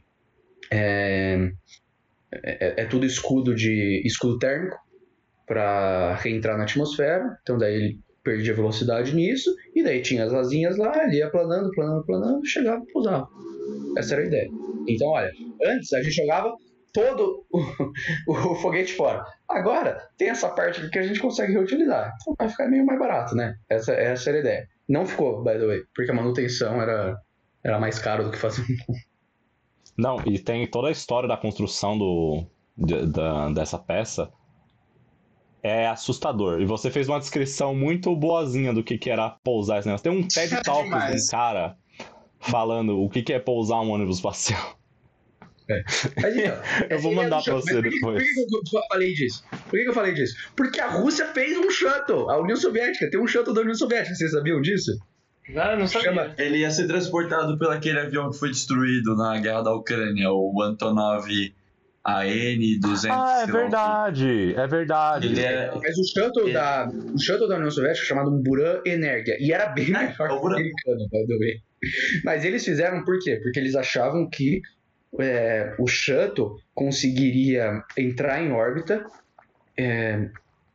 é, é, é tudo escudo de escudo térmico para reentrar na atmosfera. Então daí ele perdia velocidade nisso, e daí tinha as asinhas lá, ele ia planando, planando, planando, chegava e pousava. Essa era a ideia. Então, olha, antes a gente jogava todo o, o foguete fora. Agora, tem essa parte aqui que a gente consegue reutilizar. Então vai ficar meio mais barato, né? Essa, essa era a ideia. Não ficou, by the way, porque a manutenção era, era mais caro do que fazer um. Não, e tem toda a história da construção do, de- da, dessa peça. É assustador. E você fez uma descrição muito boazinha do que, que era pousar esse negócio. Tem um TED Talks de um Demais. cara falando o que, que é pousar um ônibus espacial. Mas, então, Eu vou essa mandar ideia do pra shuttle, você mas por que- depois. Por que, que eu falei disso? Por que, que eu falei disso? Porque a Rússia fez um shuttle. A União Soviética tem um shuttle da União Soviética. Vocês sabiam disso? Ah, não sabia. Chama- Ele ia ser transportado pelo aquele avião que foi destruído na guerra da Ucrânia, o Antonov A N duzentos. Ah, é sei lá o quê. verdade. É verdade. Ele é. Mas o shuttle, Ele- da, o shuttle da União Soviética é chamado um Buran Energia. E era bem melhor que é o o Buran. americano, by the way. Mas eles fizeram por quê? Porque eles achavam que é, o shuttle conseguiria entrar em órbita, é,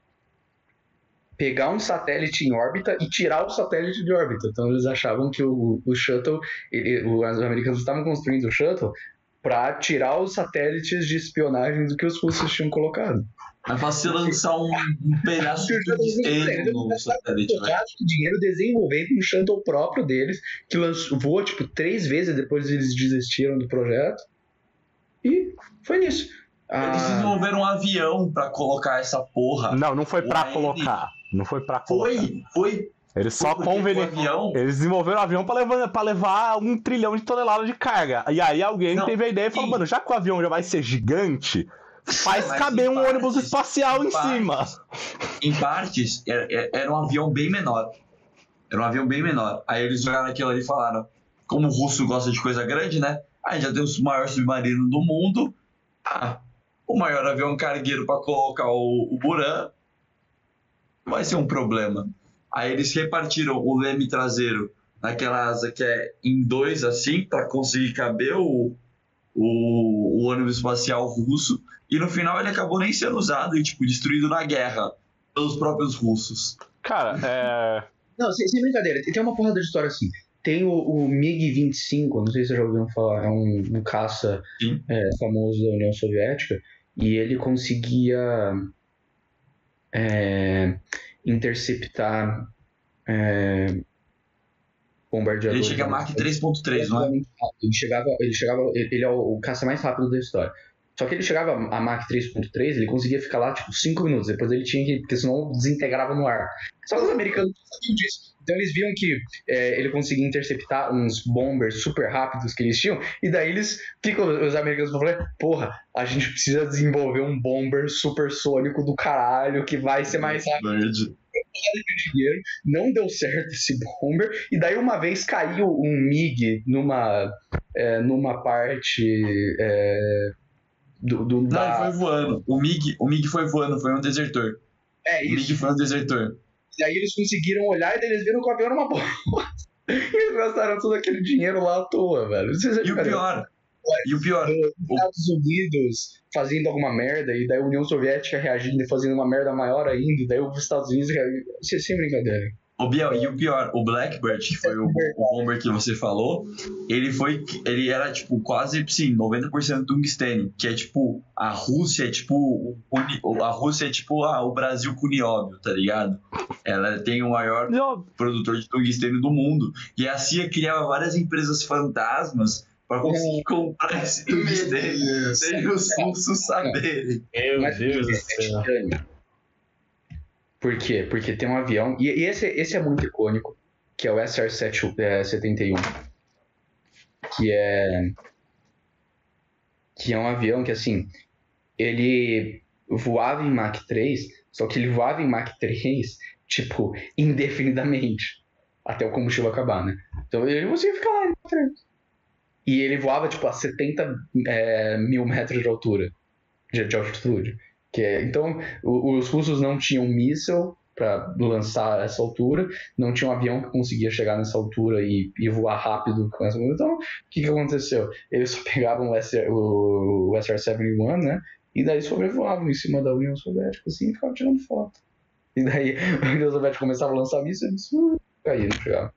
pegar um satélite em órbita e tirar o satélite de órbita. Então eles achavam que o, o shuttle, ele- os americanos estavam construindo o shuttle para tirar os satélites de espionagem do que os russos tinham colocado. É fácil lançar um, um pedaço de titânio no satélite, né? Gasto dinheiro desenvolvendo um shuttle próprio deles, que lançou, voou tipo três vezes depois eles desistiram do projeto. E foi nisso. Eles Ah, desenvolveram um avião pra colocar essa porra. Não, não foi pra Ué, colocar. Não foi pra colocar. Foi, foi. Eles só porque o conveniam. avião. Eles desenvolveram um avião pra levar, pra levar um trilhão de toneladas de carga. E aí alguém Não, teve a ideia e falou, e- mano, já que o avião já vai ser gigante, faz Mas caber em um partes, ônibus espacial em, em partes. cima. Em partes, era, era um avião bem menor. Era um avião bem menor. Aí eles olharam aquilo ali e falaram, como o russo gosta de coisa grande, né? Aí já tem o maior submarino do mundo. Ah, o maior avião cargueiro para colocar o, o Buran vai ser um problema. Aí eles repartiram o leme traseiro naquela asa que é em dois, assim, para conseguir caber o, o, o ônibus espacial russo. E no final ele acabou nem sendo usado e, tipo, destruído na guerra pelos próprios russos. Cara, é... Não, sem, sem brincadeira, tem uma porrada de história assim. Tem o, o mig vinte e cinco, não sei se vocês já ouviram falar, é um, um caça é, famoso da União Soviética, e ele conseguia é, interceptar é, bombardeadores. Ele chega a Mach três ponto três, não é? Ele chegava, ele chegava, ele é o, o caça mais rápido da história. Só que ele chegava a Mach três ponto três, ele conseguia ficar lá tipo cinco minutos, depois ele tinha que, porque senão desintegrava no ar. Só que os americanos não sabiam disso. Então eles viam que é, ele conseguia interceptar uns bombers super rápidos que eles tinham, e daí eles, o que, que os americanos falaram? Porra, a gente precisa desenvolver um bomber supersônico do caralho, que vai ser mais rápido. Dinheiro, não deu certo esse bomber, e daí uma vez caiu um mig numa, é, numa parte é, do, do não, da... ele foi voando. O mig, o mig foi voando, foi um desertor. É isso. O mig foi um desertor. E aí eles conseguiram olhar e daí eles viram que o avião era uma bosta. E eles gastaram todo aquele dinheiro lá à toa, velho. E o pior, e o pior, os Estados Unidos fazendo alguma merda, e daí a União Soviética reagindo e fazendo uma merda maior ainda, e daí os Estados Unidos reagindo. Sem brincadeira. O Biel, e o pior, o Blackbird, que foi o, o bomber que você falou, ele foi, ele era tipo quase, sim, noventa por cento tungstênio, que é tipo, a Rússia é tipo, a Rússia é tipo ah, o Brasil com nióbio, tá ligado? Ela tem o maior produtor de tungstênio do mundo, e a C I A criava várias empresas fantasmas para conseguir comprar esse tungstênio, sem os russos saberem. Meu Mas Deus do é céu. titânio. Por quê? Porque tem um avião, e, e esse, esse é muito icônico, que é o S R setenta e um, que é que é um avião que, assim, ele voava em Mach três, só que ele voava em Mach três, tipo, indefinidamente, até o combustível acabar, né? Então ele conseguia ficar lá em Mach três. E ele voava, tipo, a setenta é, mil metros de altura, de, de altitude. Que é, então, o, os russos não tinham míssil para lançar essa altura, não tinha um avião que conseguia chegar nessa altura e, e voar rápido com essa altura. Então, o que, que aconteceu? Eles só pegavam o, S R, o, o S R setenta e um, né? E daí sobrevoavam em cima da União Soviética, assim, e ficavam tirando foto. E daí a União Soviética começava a lançar míssil e eles uh, caíram, chegavam.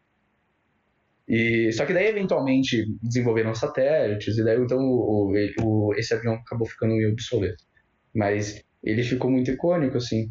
E, só que daí, eventualmente, desenvolveram satélites, e daí, então, o, o, esse avião acabou ficando meio obsoleto. Mas ele ficou muito icônico, assim.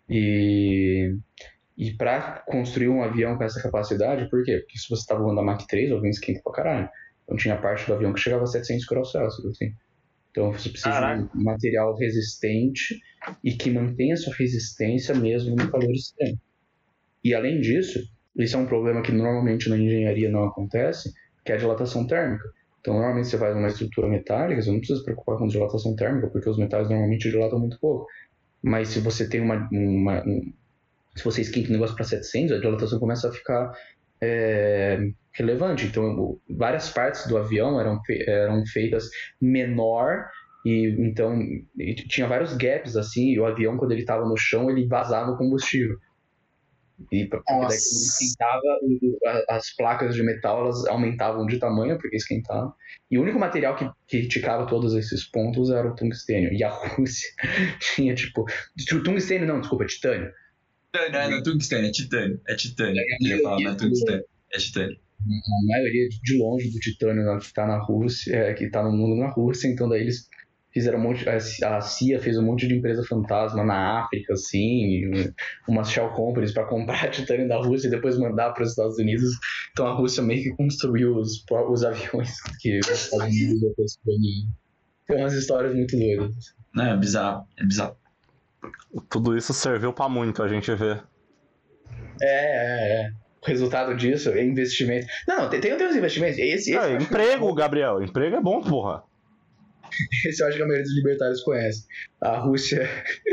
E, e pra construir um avião com essa capacidade, por quê? Porque se você tá voando a Mach três, o avião esquenta pra caralho. Então tinha parte do avião que chegava a setecentos graus Celsius, assim. Então você precisa Caraca. de um material resistente e que mantenha sua resistência mesmo no calor extremo. E além disso, isso é um problema que normalmente na engenharia não acontece, que é a dilatação térmica. Então, normalmente você faz uma estrutura metálica, você não precisa se preocupar com dilatação térmica, porque os metais normalmente dilatam muito pouco. Mas se você tem uma... uma um, se você esquenta o negócio para setecentos, a dilatação começa a ficar é, relevante. Então, várias partes do avião eram, fe, eram feitas menor, e então e tinha vários gaps, assim, e o avião, quando ele estava no chão, ele vazava o combustível. E porque daí quando esquentava, as placas de metal elas aumentavam de tamanho porque esquentavam. E o único material que, que criticava todos esses pontos era o tungstênio. E a Rússia tinha tipo. Tungstênio não, desculpa, titânio. Não, não é tungstênio, é titânio. É titânio. É, eu falo, não é tungstênio, é titânio. A maioria de longe do titânio que está na Rússia, é, que está no mundo na Rússia, então daí eles fizeram um monte, a C I A fez um monte de empresa fantasma na África, assim, umas shell companies para comprar titânio da Rússia e depois mandar para os Estados Unidos. Então a Rússia meio que construiu os, os aviões que os Estados Unidos depois baniram. Tem umas histórias muito doidas. Não, é bizarro, é bizarro. Tudo isso serviu para muito, a gente vê. É, é, é. O resultado disso é investimento. Não, tem, tem os investimentos. Esse, esse é, emprego, Gabriel. Emprego é bom, porra. Esse eu acho que a maioria dos libertários conhece. A Rússia...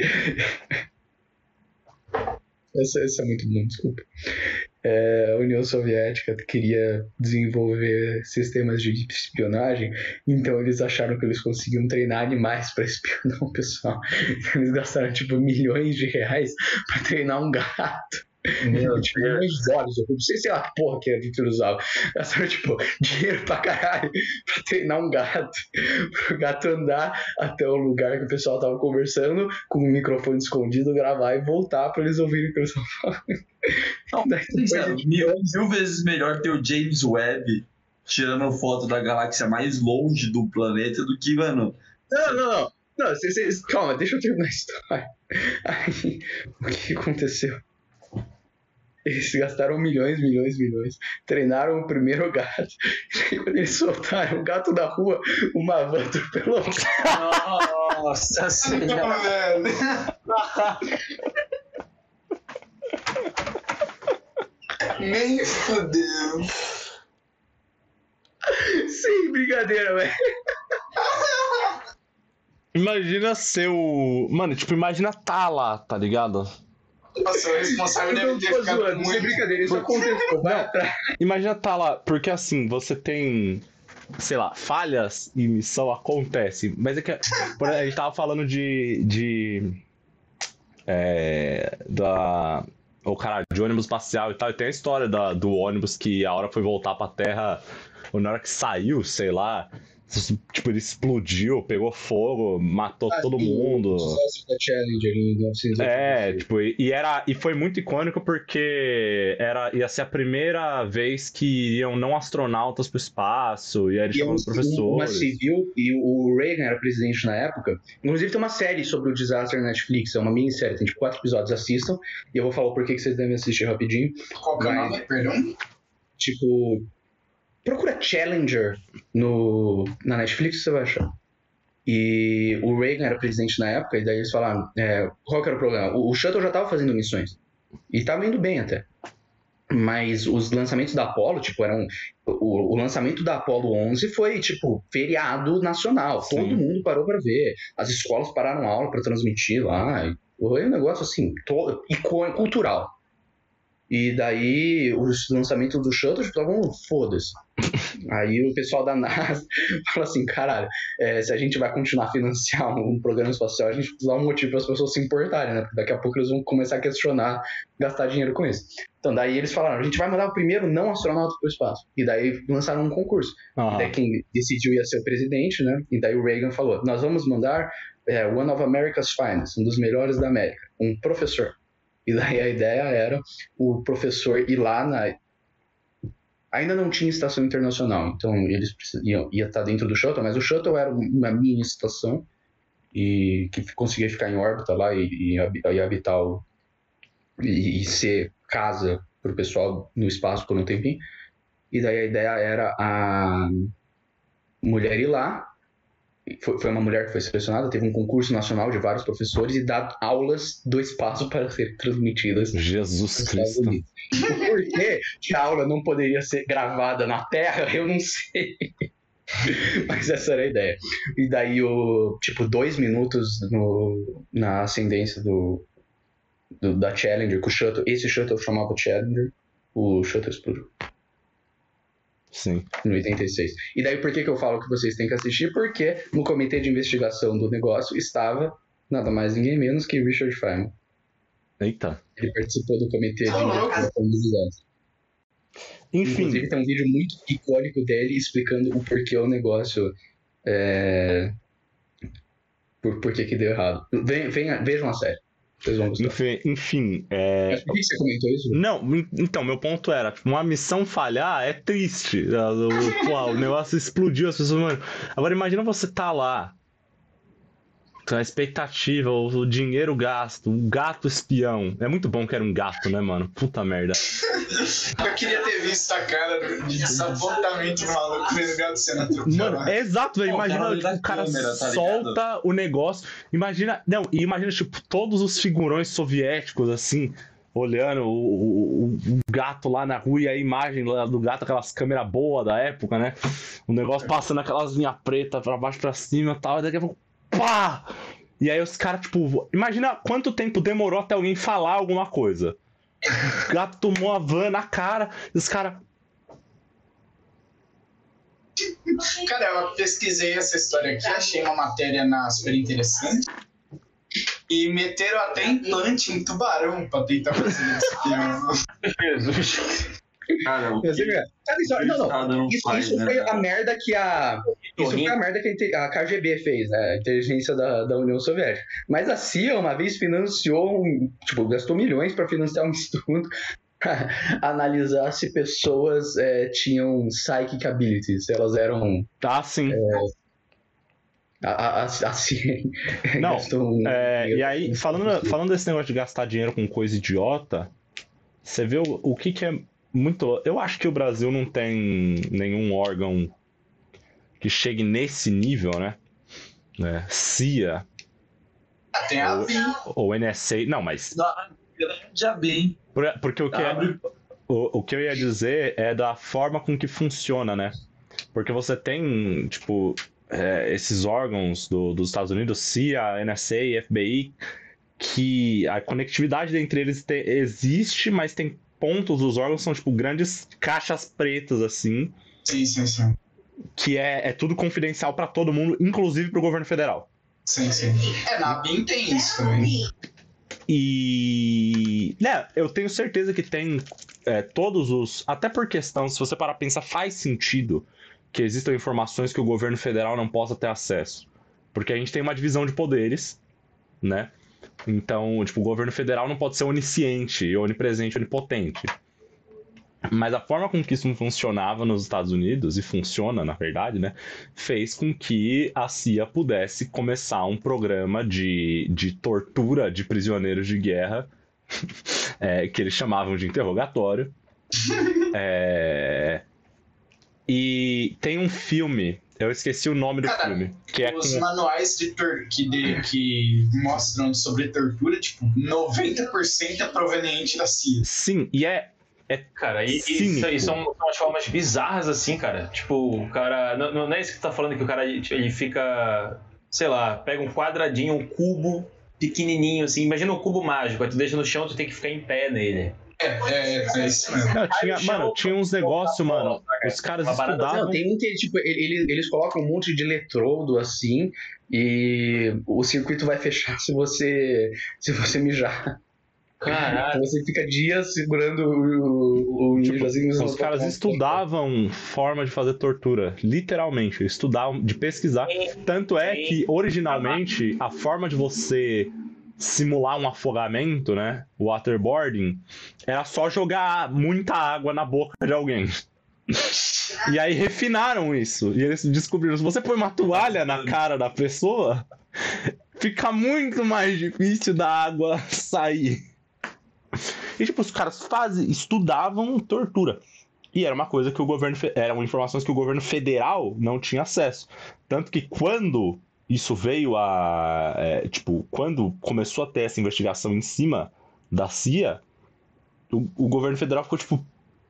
essa, essa é muito bom, desculpa. É, a União Soviética queria desenvolver sistemas de espionagem, então eles acharam que eles conseguiam treinar animais para espionar o pessoal. Então eles gastaram tipo milhões de reais para treinar um gato. Meu tipo, milhões de dólares, eu não sei, sei lá que porra que a gente usava. Gastaram tipo dinheiro pra caralho pra treinar um gato, pro gato andar até o lugar que o pessoal tava conversando, com o microfone escondido, gravar e voltar pra eles ouvirem o que eles estavam falando. Não, Daí depois sabe, a gente- mil, mil vezes melhor ter o James Webb tirando foto da galáxia mais longe do planeta do que, mano. Não, não, não. Não, cê, cê, calma, deixa eu terminar a história. Aí, o que aconteceu? Eles gastaram milhões, milhões, milhões. Treinaram o primeiro gato. E quando eles soltaram o gato da rua, uma van atropelou. Nossa senhora. Ah, velho. Nem fodeu. Sim, brincadeira, velho. Imagina ser o. Mano, tipo, imagina tá lá, tá ligado? Nossa, o responsável Eu deve não ter tô ficado zoando, isso é muito... brincadeira, isso aconteceu. Vai atrás. Imagina tá lá, porque assim, você tem, sei lá, falhas e missão acontece, mas é que por exemplo, a gente tava falando de de é, da o cara de ônibus espacial e tal, e tem a história da, do ônibus que a hora foi voltar pra Terra, ou na hora que saiu, sei lá, tipo, ele explodiu, pegou fogo, matou Ah, todo sim, mundo. O desastre da Challenger em mil novecentos e oitenta e seis. É, tipo, e, e era, e foi muito icônico porque era, ia ser a primeira vez que iriam não astronautas pro espaço, e aí eles E é chamaram um, os professores. uma civil, e o Reagan era presidente na época. Inclusive tem uma série sobre o desastre na Netflix, é uma minissérie, tem tipo quatro episódios, assistam. E eu vou falar o porquê que vocês devem assistir rapidinho. Qual que é o Vai. nome? Perdão? Tipo, procura Challenger no, na Netflix, você vai achar. E o Reagan era presidente na época, e daí eles falaram, é, qual que era o problema? O, o Shuttle já estava fazendo missões, e estava indo bem até. Mas os lançamentos da Apollo, tipo, eram... O, o lançamento da Apollo onze foi, tipo, feriado nacional. Sim. Todo mundo parou para ver. As escolas pararam a aula para transmitir lá. Foi um negócio, assim, to, icônico, cultural. E daí, os lançamentos do Shuttle estavam foda-se. Aí o pessoal da NASA fala assim, caralho, é, se a gente vai continuar a financiar um programa espacial, a gente precisa dar um motivo para as pessoas se importarem, né? Porque daqui a pouco eles vão começar a questionar, gastar dinheiro com isso. Então daí eles falaram, a gente vai mandar o primeiro não astronauta para o espaço. E daí lançaram um concurso. Ah, E daí quem decidiu ia ser o presidente, né? E daí o Reagan falou, nós vamos mandar é, One of America's Finest, um dos melhores da América, um professor. E daí a ideia era o professor ir lá na... Ainda não tinha estação internacional, então eles iam ia estar dentro do Shuttle, mas o Shuttle era uma mini estação e que conseguia ficar em órbita lá e, e, e habitar o, e, e ser casa para o pessoal no espaço por um tempinho. E daí a ideia era a mulher ir lá. Foi, foi uma mulher que foi selecionada, teve um concurso nacional de vários professores e dar aulas do espaço para serem transmitidas Jesus nos Estados Cristo. Unidos. O porquê que a aula não poderia ser gravada na Terra, eu não sei. Mas essa era a ideia. E daí, o, tipo, dois minutos no, na ascendência do, do, da Challenger, que o shuttle, esse shuttle chamava Challenger, o shuttle explodiu. Sim. Em oitenta e seis. E daí por que, que eu falo que vocês têm que assistir? Porque no comitê de investigação do negócio estava nada mais ninguém menos que Richard Feynman. Eita. Ele participou do comitê de Tá louco. investigação do desastre. Enfim, Inclusive tem um vídeo muito icônico dele explicando o porquê o negócio é... por, por que que deu errado. Vem, venha, vejam a série. Vocês vão gostar. enfim, enfim é... Mas por que que você comentou isso? Não, en- então, meu ponto era, tipo, uma missão falhar é triste. O, o, pô, o negócio explodiu, as pessoas, mano. Agora imagina você tá lá, a expectativa, o, o dinheiro gasto, o gato espião. É muito bom que era um gato, né, mano? Puta merda. Eu queria ter visto a cara de desapontamento maluco desse gato sendo atropelado. Mano, é exato, velho. Pô, o Imagina, cara tipo, da o cara câmera, tá ligado? solta o negócio. Imagina, não, e imagina, tipo, todos os figurões soviéticos, assim, olhando o, o, o gato lá na rua e a imagem lá do gato, aquelas câmeras boas da época, né? O negócio passando aquelas linhas pretas pra baixo pra cima e tal, e daqui a pouco, pá! E aí os caras, tipo, imagina quanto tempo demorou até alguém falar alguma coisa. O gato tomou a van na cara e os caras... Cara, eu pesquisei essa história aqui, achei uma matéria na super interessante. E meteram até implante em tubarão pra tentar fazer esse filme. Jesus. Cara, o Mas, que cara, isso, não, Estado não. não Isso, faz, isso né, foi cara? a merda que a. Isso foi a merda que a inte- a K G B fez, né? A inteligência da, da União Soviética. Mas a C I A uma vez financiou um. Tipo, gastou milhões pra financiar um estudo pra analisar se pessoas é, tinham psychic abilities, se elas eram. Tá, sim. A, a, a C I A Não, gastou um É, dinheiro e aí, pra falando, financiar. falando desse negócio de gastar dinheiro com coisa idiota, você vê o, o que, que é muito. Eu acho que o Brasil não tem nenhum órgão que chegue nesse nível, né? É, C I A Ah, tem a B I M. ou N S A. Não, mas. Já bem. por- Porque o que, é, Abre. o, o que eu ia dizer é da forma com que funciona, né? Porque você tem, tipo, é, esses órgãos do- dos Estados Unidos, C I A, N S A, F B I, que a conectividade entre eles te- existe, mas tem pontos dos órgãos, são tipo grandes caixas pretas, assim, Sim, sim, sim. que é, é tudo confidencial pra todo mundo, inclusive pro governo federal. Sim, sim. É, na B I M tem isso também. E. Né, eu tenho certeza que tem é, todos os. Até por questão, se você parar pra pensar, faz sentido que existam informações que o governo federal não possa ter acesso. Porque a gente tem uma divisão de poderes, né? Então, tipo, o governo federal não pode ser onisciente, onipresente, onipotente. Mas a forma com que isso funcionava nos Estados Unidos, e funciona, na verdade, né? Fez com que a C I A pudesse começar um programa de, de tortura de prisioneiros de guerra, é, que eles chamavam de interrogatório. É, e tem um filme, eu esqueci o nome do Cara, filme, que é Os com... manuais de tor que, de- que mostram sobre tortura, tipo, noventa por cento é proveniente da C I A. Sim, e é Cara, e, e, Cínico. e são umas formas bizarras assim, cara. Tipo, o cara. Não, não é isso que tu tá falando, que o cara ele fica. Sei lá, pega um quadradinho, um cubo pequenininho assim. Imagina um cubo mágico, aí tu deixa no chão, tu tem que ficar em pé nele. É, é, é isso mesmo. Não, tinha, Aí o mano, chão- tinha uns negócios, mano. Os caras Uma parada- estudavam. Não, tem um que, tipo, ele- ele- eles colocam um monte de eletrodo assim e o circuito vai fechar se você se você mijar. Caralho. Então você fica dias segurando o, o Tipo, mijo assim. os caras estudavam forma de fazer tortura, literalmente, estudavam de pesquisar. Tanto é que originalmente a forma de você simular um afogamento, né, o waterboarding, era só jogar muita água na boca de alguém. E aí refinaram isso. E eles descobriram, se você põe uma toalha na cara da pessoa, fica muito mais difícil da água sair. E tipo, os caras fazem, estudavam tortura. E era uma coisa que o governo... fe- eram informações que o governo federal não tinha acesso. Tanto que quando isso veio a... é, tipo, quando começou a ter essa investigação em cima da C I A, o, o governo federal ficou tipo...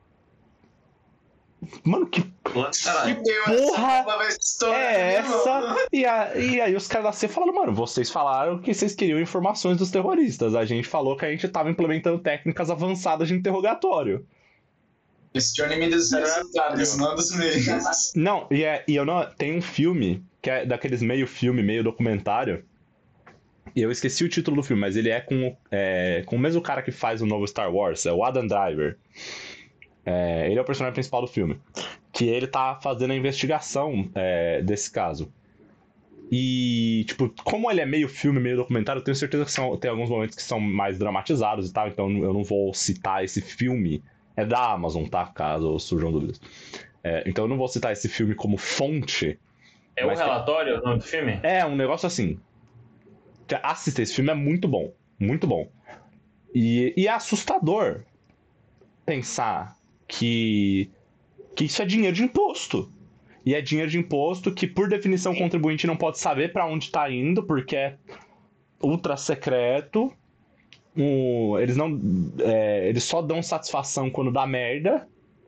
Mano, que Caralho. Deu porra essa nova história, é meu essa? irmão. E, a- e aí os caras da C I A falaram, mano, vocês falaram que vocês queriam informações dos terroristas. A gente falou que a gente tava implementando técnicas avançadas de interrogatório. Questione-me dos resultados, não dos meios. Não, e, é, e eu não. Tem um filme, que é daqueles meio filme, meio documentário. E eu esqueci o título do filme, mas ele é com, é, com o mesmo cara que faz o novo Star Wars, é o Adam Driver. É, ele é o personagem principal do filme. Que ele tá fazendo a investigação é, desse caso. E, tipo, como ele é meio filme, meio documentário, eu tenho certeza que são, tem alguns momentos que são mais dramatizados e tal, então eu não vou citar esse filme. É da Amazon, tá? Caso surjam dúvidas. É, então eu não vou citar esse filme como fonte. É um Mas tem- relatório o nome do filme? É um negócio assim. Que assista, esse filme é muito bom. Muito bom. E, e é assustador pensar que, que isso é dinheiro de imposto. E é dinheiro de imposto que, por definição, o contribuinte não pode saber pra onde tá indo, porque é ultra secreto. um, eles não, é, eles só dão satisfação quando dá merda.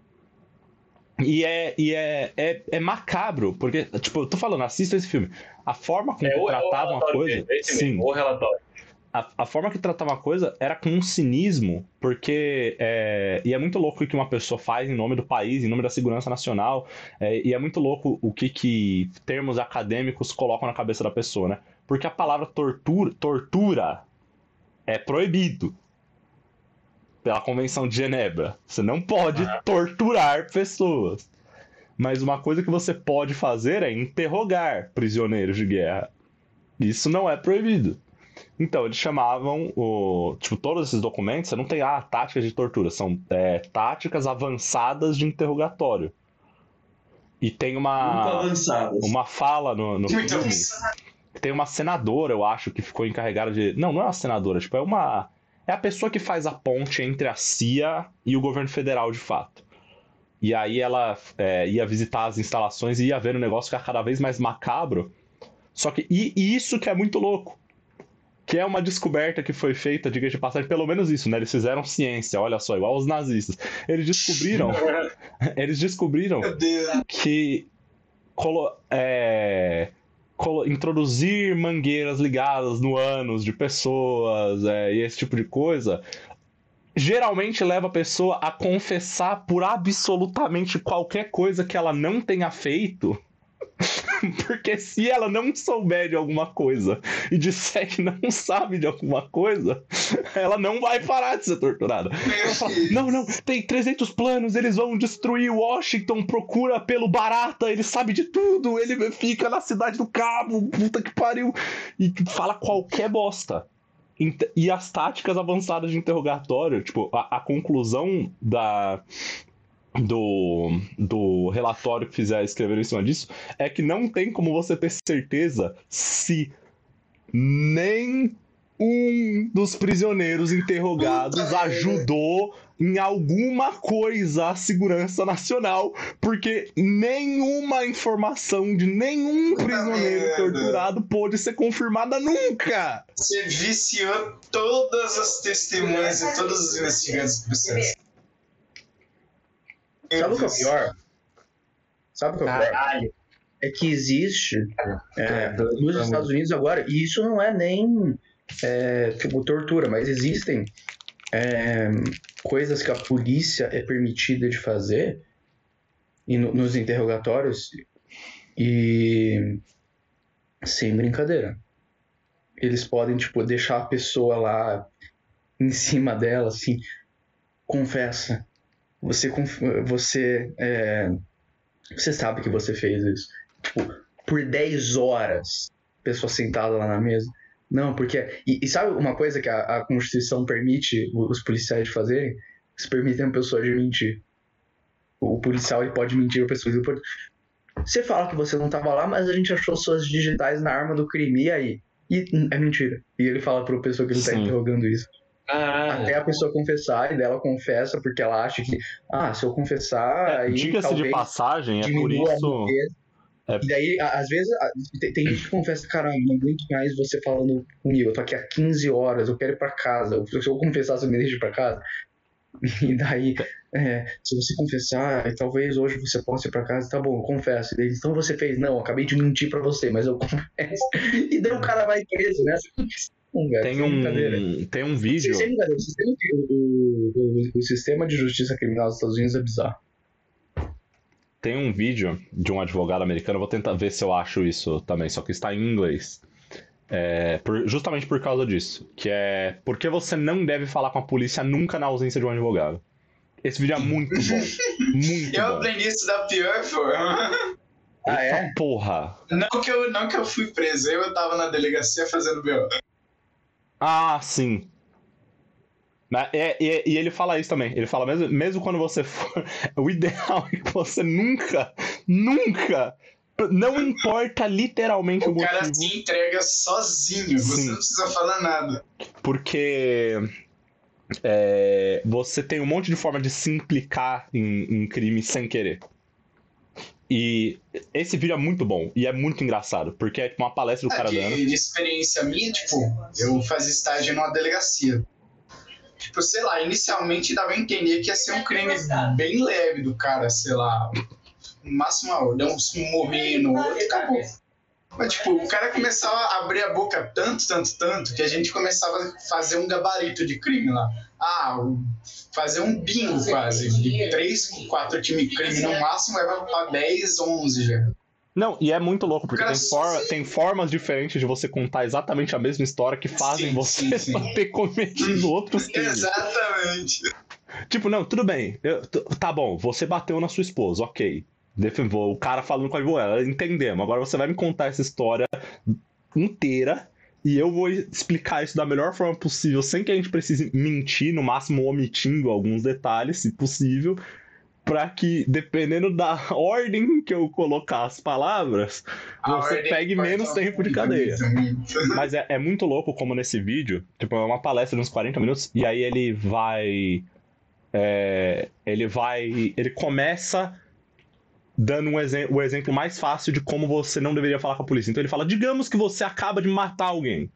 E é, e é, é, é macabro, porque, tipo, eu tô falando, assista esse filme. A forma como É, que o- é o tratavam a relatório coisa. mesmo, esse Sim. mesmo, o relatório. A, a forma que tratava a coisa era com um cinismo, porque. É, e é muito louco o que uma pessoa faz em nome do país, em nome da segurança nacional, é, e é muito louco o que, que termos acadêmicos colocam na cabeça da pessoa, né? Porque a palavra tortura, tortura é proibido pela Convenção de Genebra. Você não pode Ah. torturar pessoas. Mas uma coisa que você pode fazer é interrogar prisioneiros de guerra. Isso não é proibido. Então, eles chamavam o. Tipo, todos esses documentos, você não tem ah, táticas de tortura, são é, táticas avançadas de interrogatório. E tem Muito uma, avançadas. uma fala no, no Muito filme. avançado. Tem uma senadora, eu acho, que ficou encarregada de. Não, não é uma senadora, tipo, é uma. É a pessoa que faz a ponte entre a C I A e o governo federal, de fato. E aí ela é, ia visitar as instalações e ia ver um negócio que é cada vez mais macabro. Só que. E, e isso que é muito louco. Que é uma descoberta que foi feita, diga de passagem, pelo menos isso, né? Eles fizeram ciência, olha só, igual os nazistas. Eles descobriram. eles descobriram Meu Deus. que colo- é, colo- introduzir mangueiras ligadas no ânus de pessoas é, e esse tipo de coisa geralmente leva a pessoa a confessar por absolutamente qualquer coisa que ela não tenha feito. Porque se ela não souber de alguma coisa e disser que não sabe de alguma coisa, ela não vai parar de ser torturada. Ela fala, não, não, tem trezentos planos, eles vão destruir Washington, procura pelo Barata, ele sabe de tudo, ele fica na cidade do Cabo, puta que pariu, e fala qualquer bosta. E as táticas avançadas de interrogatório, tipo, a, a conclusão da... Do, do relatório que fizeram escrever em cima disso é que não tem como você ter certeza se nem um dos prisioneiros interrogados Puta ajudou em alguma coisa a segurança nacional, porque nenhuma informação de nenhum Puta prisioneiro merda. torturado pôde ser confirmada nunca. Você viciou todas as testemunhas e todos os investigantes do processo. Sabe o que é o pior? Sabe o que é o pior? Caralho. É que existe é, nos Estados Unidos agora, e isso não é nem é, tipo tortura, mas existem é, coisas que a polícia é permitida de fazer e no- nos interrogatórios e sem brincadeira. Eles podem, tipo, deixar a pessoa lá em cima dela, assim, confessa. Você, conf- você, é, você sabe que você fez isso. Tipo, por dez horas, pessoa sentada lá na mesa. Não, porque... E, e sabe uma coisa que a, a Constituição permite os policiais de fazerem? Eles permitem a pessoa de mentir. O, o policial ele pode mentir a pessoa. Ele pode... Você fala que você não estava lá, mas a gente achou suas digitais na arma do crime. E aí? E é mentira. E ele fala para a pessoa que ele está Sim. interrogando isso. Caralho. Até a pessoa confessar, e daí ela confessa porque ela acha que, ah, se eu confessar, aí Diga-se de talvez passagem, é por diminua a isso. riqueza. é- E daí, a- às vezes, a- tem, tem gente que confessa, caramba, não aguento mais você falando comigo, eu tô aqui há quinze horas, eu quero ir pra casa, se eu confessar, você me deixa ir pra casa? E daí, é, se você confessar, talvez hoje você possa ir pra casa, tá bom, eu confesso. E daí, então você fez, não, eu acabei de mentir pra você, mas eu confesso. E daí o cara vai preso, né? Hum, velho, Tem sem brincadeira. um, tem um Sem, vídeo. sem brincadeira, o sistema, o, o, o sistema de justiça criminal dos Estados Unidos é bizarro. Tem um vídeo de um advogado americano, eu vou tentar ver se eu acho isso também, só que está em inglês. É, por- justamente por causa disso. Que é por que você não deve falar com a polícia nunca na ausência de um advogado. Esse vídeo é muito bom. Muito Eu bom. aprendi isso da pior forma. Ah, é? Eita porra. Não que, eu, não que eu fui preso, eu tava na delegacia fazendo B O. Ah, sim. Mas é- é- e ele fala isso também. Ele fala, mesmo, mesmo quando você for. O ideal é que você nunca, nunca. Não importa literalmente o, O cara motivo. se entrega sozinho, você Sim. não precisa falar nada. Porque é, você tem um monte de forma de se implicar em, em crime sem querer. E esse vídeo é muito bom e é muito engraçado, porque é tipo uma palestra do Ah, cara dando. de, de experiência minha, tipo, eu fazia estágio numa delegacia. Tipo, sei lá, inicialmente dava a entender que ia ser um crime bem leve do cara, sei lá. No máximo, ó, deu um morrinho no outro e acabou. Mas, tipo, o cara começava a abrir a boca tanto, tanto, tanto, que a gente começava a fazer um gabarito de crime lá. Ah, fazer um bingo quase. De três, quatro times de crime no máximo, vai pra dez, onze já. Não, e é muito louco, porque Cara, tem, for- tem formas diferentes de você contar exatamente a mesma história que fazem Sim, você sim, sim. só ter cometido outros crimes. Exatamente. Tipo, não, tudo bem. eu- t- tá bom, você bateu na sua esposa, ok. Defen- O cara falando com a advogada, entendemos. Agora você vai me contar essa história inteira e eu vou explicar isso da melhor forma possível, sem que a gente precise mentir, no máximo omitindo alguns detalhes, se possível, pra que, dependendo da ordem que eu colocar as palavras, A você ordem pegue pode menos ser tempo de muito, cadeia. muito, muito. Mas é, é muito louco como nesse vídeo, tipo, é uma palestra de uns quarenta minutos, e aí ele vai. é, ele vai. Ele começa dando um exe- o exemplo mais fácil de como você não deveria falar com a polícia. Então ele fala: digamos que você acaba de matar alguém.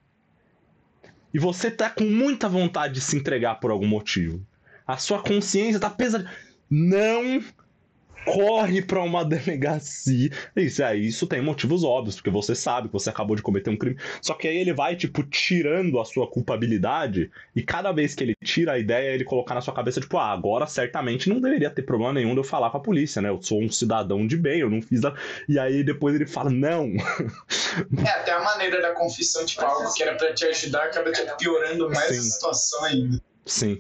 E você tá com muita vontade de se entregar por algum motivo. A sua consciência tá pesada. Não corre pra uma delegacia. Isso, é, isso tem motivos óbvios, porque você sabe que você acabou de cometer um crime. Só que aí ele vai, tipo, tirando a sua culpabilidade, e cada vez que ele tira a ideia, ele colocar na sua cabeça, tipo, ah, agora certamente não deveria ter problema nenhum de eu falar com a polícia, né? Eu sou um cidadão de bem, eu não fiz nada. E aí depois ele fala, não. É, até a maneira da confissão, tipo, algo que era pra te ajudar, acaba te piorando mais Sim. a situação ainda. Sim.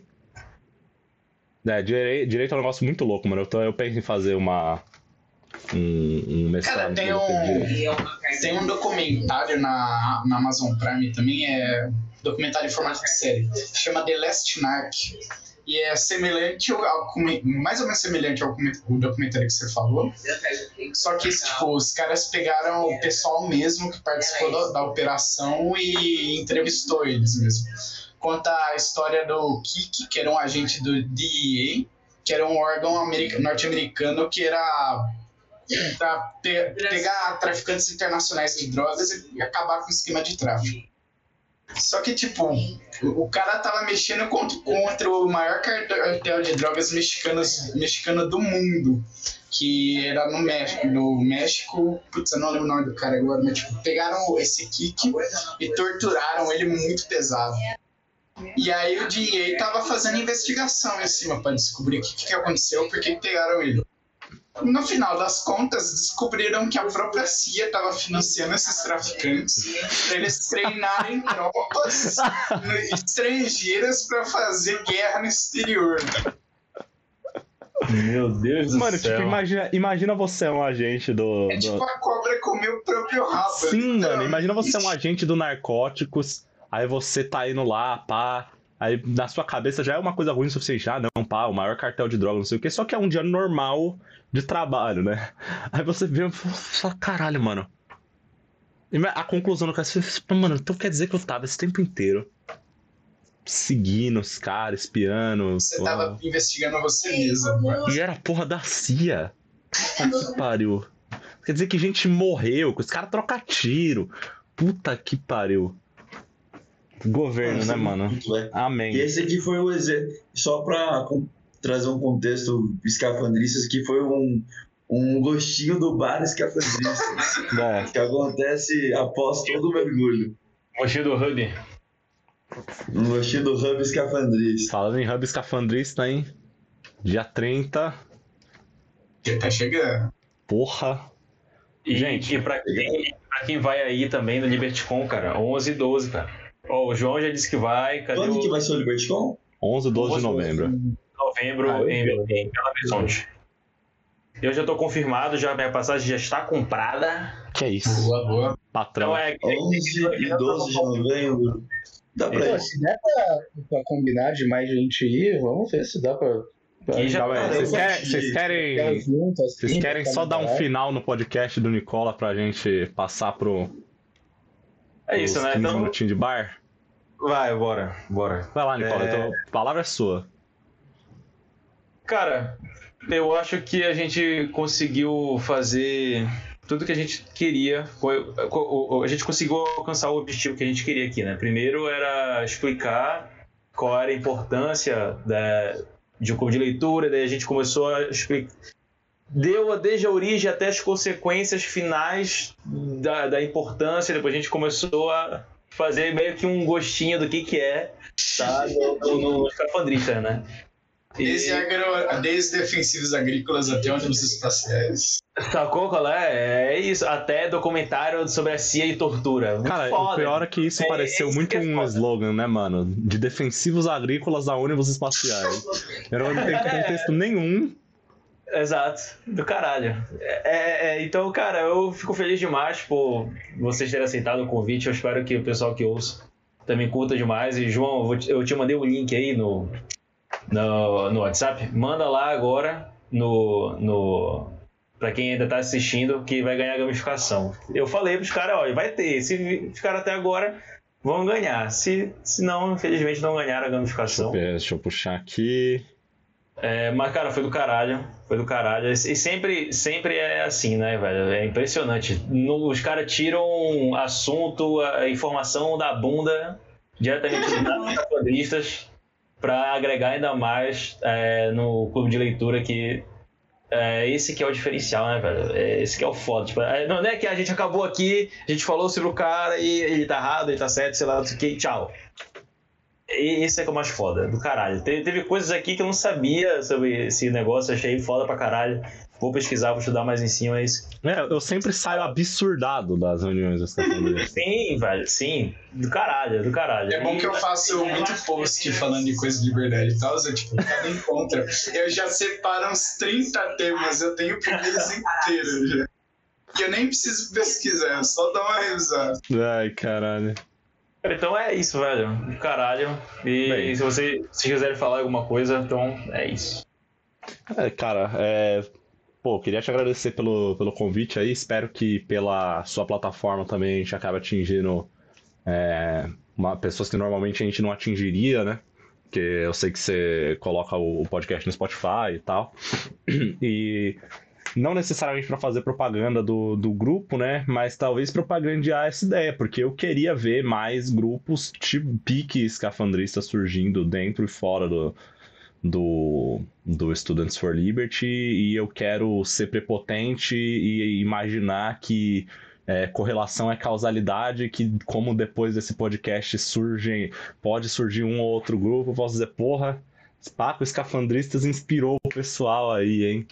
É, direi- direito é um negócio muito louco, mano. Eu, tô, eu penso em fazer uma. Um, um mestrado. Cara, tem sobre direito. um, tem um documentário na, na Amazon Prime também, é documentário em formato de série, chama The Last Narc. E é semelhante ao, ao mais ou menos semelhante ao o documentário que você falou. Só que tipo, os caras pegaram o pessoal mesmo que participou da, da operação e entrevistou eles mesmo. Conta a história do Kiki, que era um agente do D E A, que era um órgão america- norte-americano que era para pe- pegar traficantes internacionais de drogas e acabar com o esquema de tráfico. Só que, tipo, o cara tava mexendo contra, contra o maior cartel de drogas mexicanos, mexicano do mundo, que era no México. No México, putz, eu não lembro o nome do cara agora, mas, tipo, pegaram esse Kiki e torturaram ele muito pesado. E aí o D E A tava fazendo investigação em cima pra descobrir o que, que aconteceu, por que pegaram ele. No final das contas, descobriram que a própria C I A estava financiando esses traficantes para eles treinarem tropas estrangeiras para fazer guerra no exterior. Meu Deus do Mano, céu. tipo, imagina, imagina você é um agente do. É do- tipo a cobra comer o próprio rabo. Sim, literalmente. mano, imagina você é um agente do narcóticos, aí você tá indo lá, pá. Aí na sua cabeça já é uma coisa ruim o suficiente. Ah, não, pá, o maior cartel de droga, não sei o quê. Só que é um dia normal de trabalho, né? Aí você vê e fala, caralho, mano. E a conclusão do caso, você fala, mano, então quer dizer que eu tava esse tempo inteiro seguindo os caras, espiando. Você pô. tava investigando você mesmo. Mano. E era a porra da C I A. Puta que pariu. Quer dizer que gente morreu, que os caras trocam tiro. Puta que pariu. Governo, Nossa, né, mano? muito, velho. Amém. E esse aqui foi um exemplo, só pra com- trazer um contexto escafandristas, que foi um, um gostinho do bar escafandrista, É. que acontece após todo o mergulho. Gostei do Hub. Um gostinho do hub escafandrista. Falando em hub escafandrista, hein? Dia trinta. Já tá chegando. Porra. E, Gente. e pra, quem, pra quem vai aí também no LibertyCon, cara, onze e doze, cara. Ó, o João já disse que vai. Cadê Quando o que vai ser o LibertyCon? onze e doze de novembro. novembro Ah, eu em, vou. em Belo Horizonte? Eu já tô confirmado, já minha passagem já está comprada. Que é isso? Boa, boa. Patrão. Então é. onze e doze de novembro. Dá pra Pô, ir. se der pra, pra combinar de mais gente ir, vamos ver se dá pra. pra E já- Calma aí, vocês eu querem, gosto vocês de- querem, junto, assim, vocês querem pra só dar um caralho. final no podcast do Nicola pra gente passar pro. É isso, pros né? quinze Então. minutinhos de bar? Vai, bora, bora. Vai lá, Nicola. É. Então, a palavra é sua. Cara, eu acho que a gente conseguiu fazer tudo que a gente queria. Foi- A gente conseguiu alcançar o objetivo que a gente queria aqui, né? Primeiro era explicar qual era a importância da, de um clube de leitura, daí a gente começou a explicar. Deu desde a origem até as consequências finais da, da importância, depois a gente começou a fazer meio que um gostinho do que, que é, tá? No, no, no Escafandrista, né? Desde, agro... Desde defensivos agrícolas até ônibus espaciais. Sacou qual é? É isso. Até documentário sobre a C I A e tortura. Muito Cara, foda. o pior é que isso É, pareceu é isso muito que é um foda. slogan, né, mano? De defensivos agrícolas a ônibus espaciais. Eu não tenho contexto nenhum. Exato, do caralho. É, é, então, cara, eu fico feliz demais por vocês terem aceitado o convite. Eu espero que o pessoal que ouça também curta demais. E, João, eu, vou te, eu te mandei o link aí no, no, no WhatsApp. Manda lá agora no, no, pra quem ainda tá assistindo que vai ganhar gamificação. Eu falei pros caras, olha, vai ter. Se ficar até agora, vão ganhar. Se, se não, infelizmente, não ganharam a gamificação. Deixa eu puxar aqui. É, mas, cara, foi do caralho. Foi do caralho. E sempre, sempre é assim, né, velho? É impressionante. No, os caras tiram assunto, a informação da bunda diretamente dos quadristas pra agregar ainda mais é, no clube de leitura que é esse que é o diferencial, né, velho? É esse que é o foda. Tipo, é, não é que a gente acabou aqui, a gente falou sobre o cara e ele tá errado, ele tá certo, sei lá, não sei o que, tchau. E esse é que é o mais foda, do caralho. Teve, teve coisas aqui que eu não sabia sobre esse negócio, achei foda pra caralho. Vou pesquisar, vou estudar mais em cima. É isso. É, eu sempre saio absurdado das reuniões do Escafandrista. Sim, velho, sim. Do caralho, do caralho. É bom que eu faço muito post falando de coisa de liberdade e tal, eu, tipo, cada encontro. Eu já separo uns trinta temas, eu tenho pro mês inteiro já. E eu nem preciso pesquisar, eu só dou uma revisada. Ai, caralho. Então é isso, velho. Do caralho. E Bem. se você se quiserem falar alguma coisa, então é isso. É, cara, é... Pô, queria te agradecer pelo, pelo convite aí. Espero que pela sua plataforma também a gente acabe atingindo é, uma, pessoas que normalmente a gente não atingiria, né? Porque eu sei que você coloca o, o podcast no Spotify e tal. E não necessariamente para fazer propaganda do, do grupo, né? Mas talvez propagandear essa ideia, porque eu queria ver mais grupos tipo pique escafandrista surgindo dentro e fora do. Do, do Students for Liberty, e eu quero ser prepotente e imaginar que é, correlação é causalidade, que como depois desse podcast surgem, pode surgir um ou outro grupo, eu posso dizer, porra, Paco Escafandristas inspirou o pessoal aí, hein?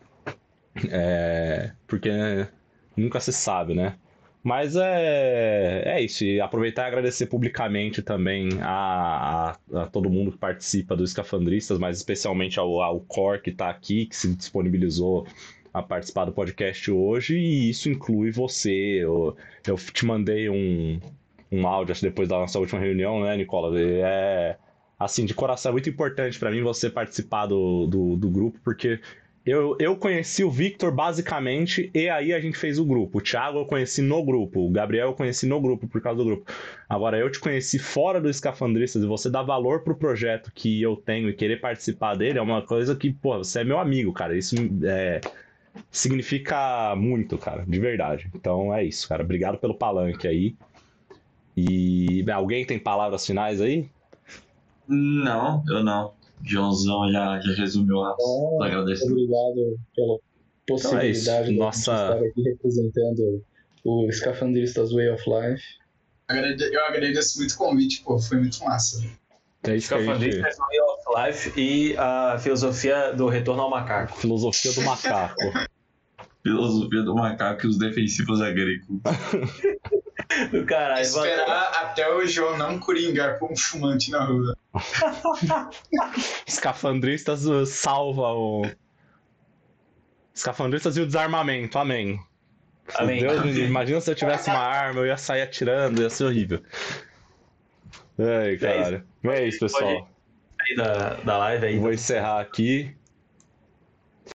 É, porque né, nunca se sabe, né? Mas é, é isso, e aproveitar e agradecer publicamente também a, a, a todo mundo que participa do Escafandristas, mas especialmente ao, ao Core que está aqui, que se disponibilizou a participar do podcast hoje, e isso inclui você. Eu, eu te mandei um, um áudio depois da nossa última reunião, né, Nicola? É, assim, de coração, é muito importante para mim você participar do, do, do grupo, porque Eu, eu conheci o Victor basicamente e aí a gente fez o grupo. O Thiago eu conheci no grupo, o Gabriel eu conheci no grupo por causa do grupo. Agora eu te conheci fora do Escafandristas e você dá valor pro projeto que eu tenho e querer participar dele é uma coisa que, pô, você é meu amigo, cara. Isso é, significa muito, cara, de verdade. Então é isso, cara. Obrigado pelo palanque aí. E bem, alguém tem palavras finais aí? Não, eu não. Joãozão já, já resumiu as Bom, agradecimentos. obrigado pela possibilidade Então é isso. de Nossa- estar aqui representando o Escafandristas Way of Life. Agrade- Eu agradeço muito o convite, pô, foi muito massa. É isso que a gente... Escafandristas, Way of Life e a filosofia do retorno ao macaco. Filosofia do macaco. Filosofia do macaco e os defensivos agrícolas. Do caralho. Esperar até o João não coringar com um fumante na rua. Escafandristas uh, salva o... Escafandristas e o desarmamento, amém. Amém. Deus me livre. Imagina se eu tivesse uma arma, eu ia sair atirando, ia ser horrível. Ai, caralho. É isso, pessoal. Aí da, da live aí. Vou encerrar aqui.